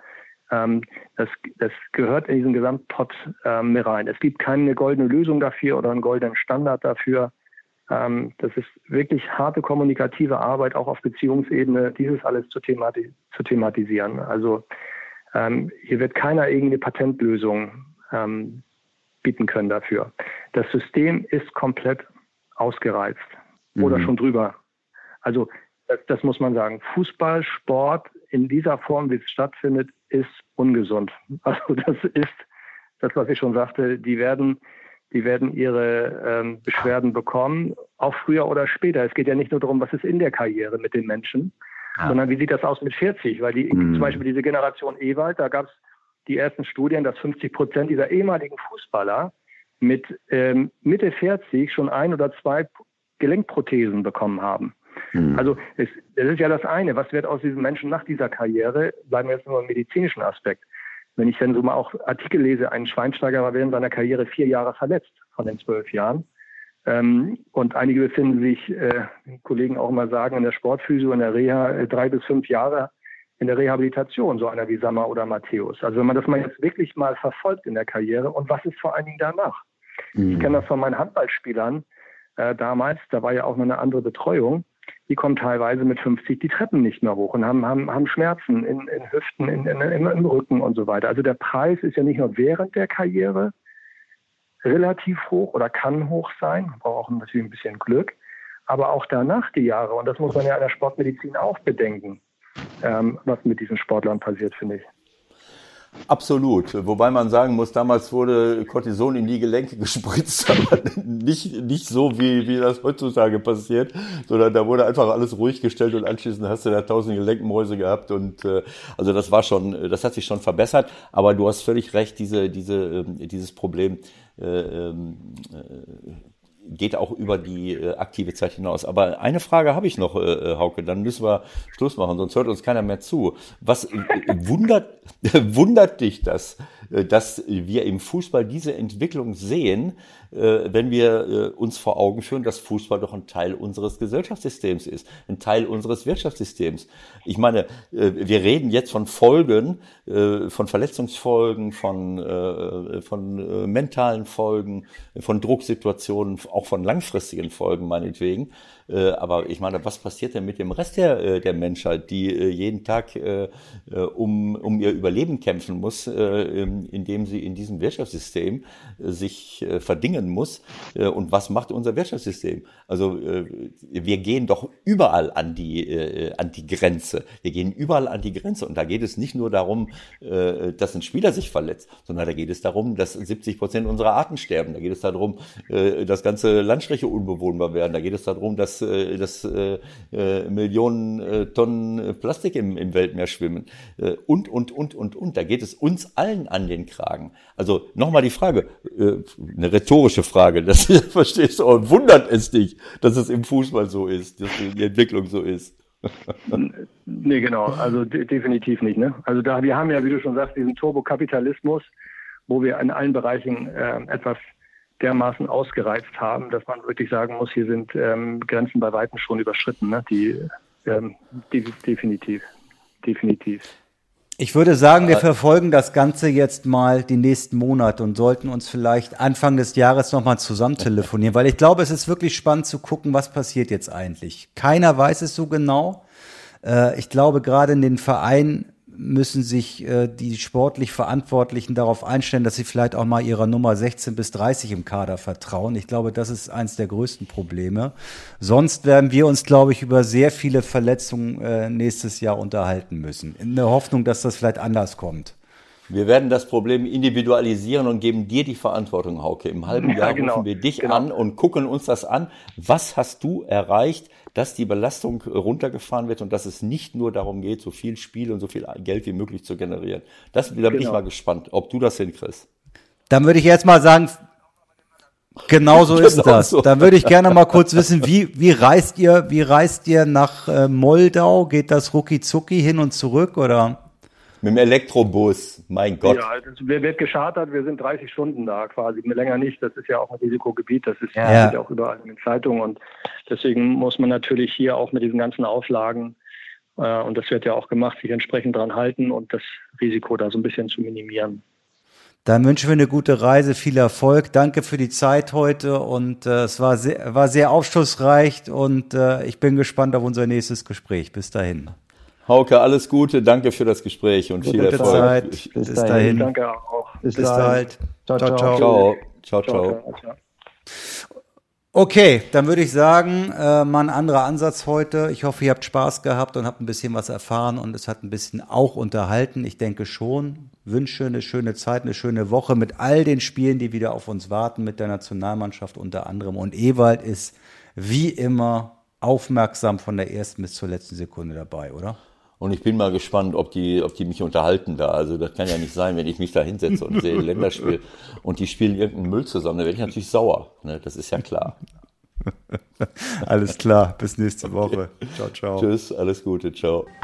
Das, das gehört in diesen Gesamtpot ähm, mit rein. Es gibt keine goldene Lösung dafür oder einen goldenen Standard dafür. Ähm, das ist wirklich harte kommunikative Arbeit, auch auf Beziehungsebene, dieses alles zu, themati- zu thematisieren. Also ähm, hier wird keiner irgendeine Patentlösung ähm, bieten können dafür. Das System ist komplett ausgereizt mhm. oder schon drüber. Also das, das muss man sagen. Fußball, Sport in dieser Form, wie es stattfindet, ist ungesund. Also das ist das, was ich schon sagte. Die werden, die werden ihre ähm, Beschwerden bekommen, auch früher oder später. Es geht ja nicht nur darum, was ist in der Karriere mit den Menschen, ja. sondern wie sieht das aus mit vierzig? Weil die, mhm. zum Beispiel diese Generation Ewald, da gab es die ersten Studien, dass fünfzig Prozent dieser ehemaligen Fußballer mit ähm, Mitte vierzig schon ein oder zwei Gelenkprothesen bekommen haben. Mhm. Also es, das ist ja das eine. Was wird aus diesen Menschen nach dieser Karriere? Bleiben wir jetzt nur im medizinischen Aspekt. Wenn ich dann so mal auch Artikel lese, ein Schweinsteiger war während seiner Karriere vier Jahre verletzt von den zwölf Jahren. Ähm, und einige befinden sich, äh, Kollegen auch immer sagen, in der Sportphysio, in der Reha, äh, drei bis fünf Jahre in der Rehabilitation, so einer wie Sammer oder Matthäus. Also wenn man das mal jetzt wirklich mal verfolgt in der Karriere und was ist vor allen Dingen danach? Mhm. Ich kenne das von meinen Handballspielern äh, damals, da war ja auch noch eine andere Betreuung. Die kommen teilweise mit fünfzig die Treppen nicht mehr hoch und haben, haben, haben Schmerzen in, in Hüften, in, in, in, im Rücken und so weiter. Also der Preis ist ja nicht nur während der Karriere relativ hoch oder kann hoch sein, man braucht auch natürlich ein bisschen Glück, aber auch danach die Jahre. Und das muss man ja in der Sportmedizin auch bedenken, ähm, was mit diesen Sportlern passiert, finde ich. Absolut. Wobei man sagen muss, damals wurde Cortison in die Gelenke gespritzt, aber nicht, nicht so, wie, wie das heutzutage passiert, sondern da wurde einfach alles ruhig gestellt und anschließend hast du da tausend Gelenkmäuse gehabt und, äh, also das war schon, das hat sich schon verbessert, aber du hast völlig recht, diese, diese, äh, dieses Problem, äh, äh, geht auch über die äh, aktive Zeit hinaus. Aber eine Frage habe ich noch, äh, Hauke, dann müssen wir Schluss machen, sonst hört uns keiner mehr zu. Was äh, wundert, wundert dich das, dass wir im Fußball diese Entwicklung sehen, wenn wir uns vor Augen führen, dass Fußball doch ein Teil unseres Gesellschaftssystems ist, ein Teil unseres Wirtschaftssystems. Ich meine, wir reden jetzt von Folgen, von Verletzungsfolgen, von, von mentalen Folgen, von Drucksituationen, auch von langfristigen Folgen meinetwegen. Aber ich meine, was passiert denn mit dem Rest der, der Menschheit, die jeden Tag um, um ihr Überleben kämpfen muss, indem sie in diesem Wirtschaftssystem sich verdingen muss? Und was macht unser Wirtschaftssystem? Also wir gehen doch überall an die, an die Grenze. Wir gehen überall an die Grenze. Und da geht es nicht nur darum, dass ein Spieler sich verletzt, sondern da geht es darum, dass siebzig Prozent unserer Arten sterben. Da geht es darum, dass ganze Landstriche unbewohnbar werden. Da geht es darum, dass dass äh, äh, Millionen äh, Tonnen Plastik im, im Weltmeer schwimmen äh, und, und, und, und, und. Da geht es uns allen an den Kragen. Also nochmal die Frage, äh, eine rhetorische Frage, das verstehst du, und wundert es dich, dass es im Fußball so ist, dass die Entwicklung so ist. Nee, genau, also de- definitiv nicht. Ne? Also da, wir haben ja, wie du schon sagst, diesen Turbokapitalismus, wo wir in allen Bereichen äh, etwas dermaßen ausgereizt haben, dass man wirklich sagen muss, hier sind ähm, Grenzen bei Weitem schon überschritten. Ne? Die ähm, die definitiv, definitiv. Ich würde sagen, wir verfolgen das Ganze jetzt mal die nächsten Monate und sollten uns vielleicht Anfang des Jahres nochmal zusammen telefonieren, weil ich glaube, es ist wirklich spannend zu gucken, was passiert jetzt eigentlich. Keiner weiß es so genau. Äh, ich glaube, gerade in den Vereinen müssen sich äh, die sportlich Verantwortlichen darauf einstellen, dass sie vielleicht auch mal ihrer Nummer sechzehn bis dreißig im Kader vertrauen. Ich glaube, das ist eins der größten Probleme. Sonst werden wir uns, glaube ich, über sehr viele Verletzungen äh, nächstes Jahr unterhalten müssen. In der Hoffnung, dass das vielleicht anders kommt. Wir werden das Problem individualisieren und geben dir die Verantwortung, Hauke. Im halben Jahr ja, genau, rufen wir dich genau. an und gucken uns das an. Was hast du erreicht, dass die Belastung runtergefahren wird und dass es nicht nur darum geht, so viel Spiel und so viel Geld wie möglich zu generieren? Das, da bin genau. ich mal gespannt, ob du das hinkriegst. Dann würde ich jetzt mal sagen, genau so ist genau das. So. Dann würde ich gerne mal kurz wissen, wie, wie reist ihr, wie reist ihr nach äh, Moldau? Geht das rucki zucki hin und zurück oder? Mit dem Elektrobus, mein Gott. Ja, das wird geschartert, wir sind dreißig Stunden da quasi, länger nicht, das ist ja auch ein Risikogebiet, das ist ja auch überall in den Zeitungen und deswegen muss man natürlich hier auch mit diesen ganzen Auflagen, äh, und das wird ja auch gemacht, sich entsprechend dran halten und das Risiko da so ein bisschen zu minimieren. Dann wünschen wir eine gute Reise, viel Erfolg, danke für die Zeit heute und äh, es war sehr, war sehr aufschlussreich und äh, ich bin gespannt auf unser nächstes Gespräch. Bis dahin. Hauke, alles Gute, danke für das Gespräch und viel Gute Erfolg. Zeit. Bis, Bis dahin. dahin. Danke auch. Bis, Bis bald. Ciao, ciao. Ciao, ciao. ciao, ciao. ciao. Okay, dann würde ich sagen, äh, mal ein anderer Ansatz heute. Ich hoffe, ihr habt Spaß gehabt und habt ein bisschen was erfahren und es hat ein bisschen auch unterhalten. Ich denke schon. Wünsche eine schöne Zeit, eine schöne Woche mit all den Spielen, die wieder auf uns warten, mit der Nationalmannschaft unter anderem. Und Ewald ist wie immer aufmerksam von der ersten bis zur letzten Sekunde dabei, oder? Und ich bin mal gespannt, ob die, ob die mich unterhalten da. Also das kann ja nicht sein, wenn ich mich da hinsetze und sehe ein Länderspiel und die spielen irgendeinen Müll zusammen, dann werde ich natürlich sauer. Ne? Das ist ja klar. Alles klar, bis nächste Woche. Okay. Ciao, ciao. Tschüss, alles Gute, ciao.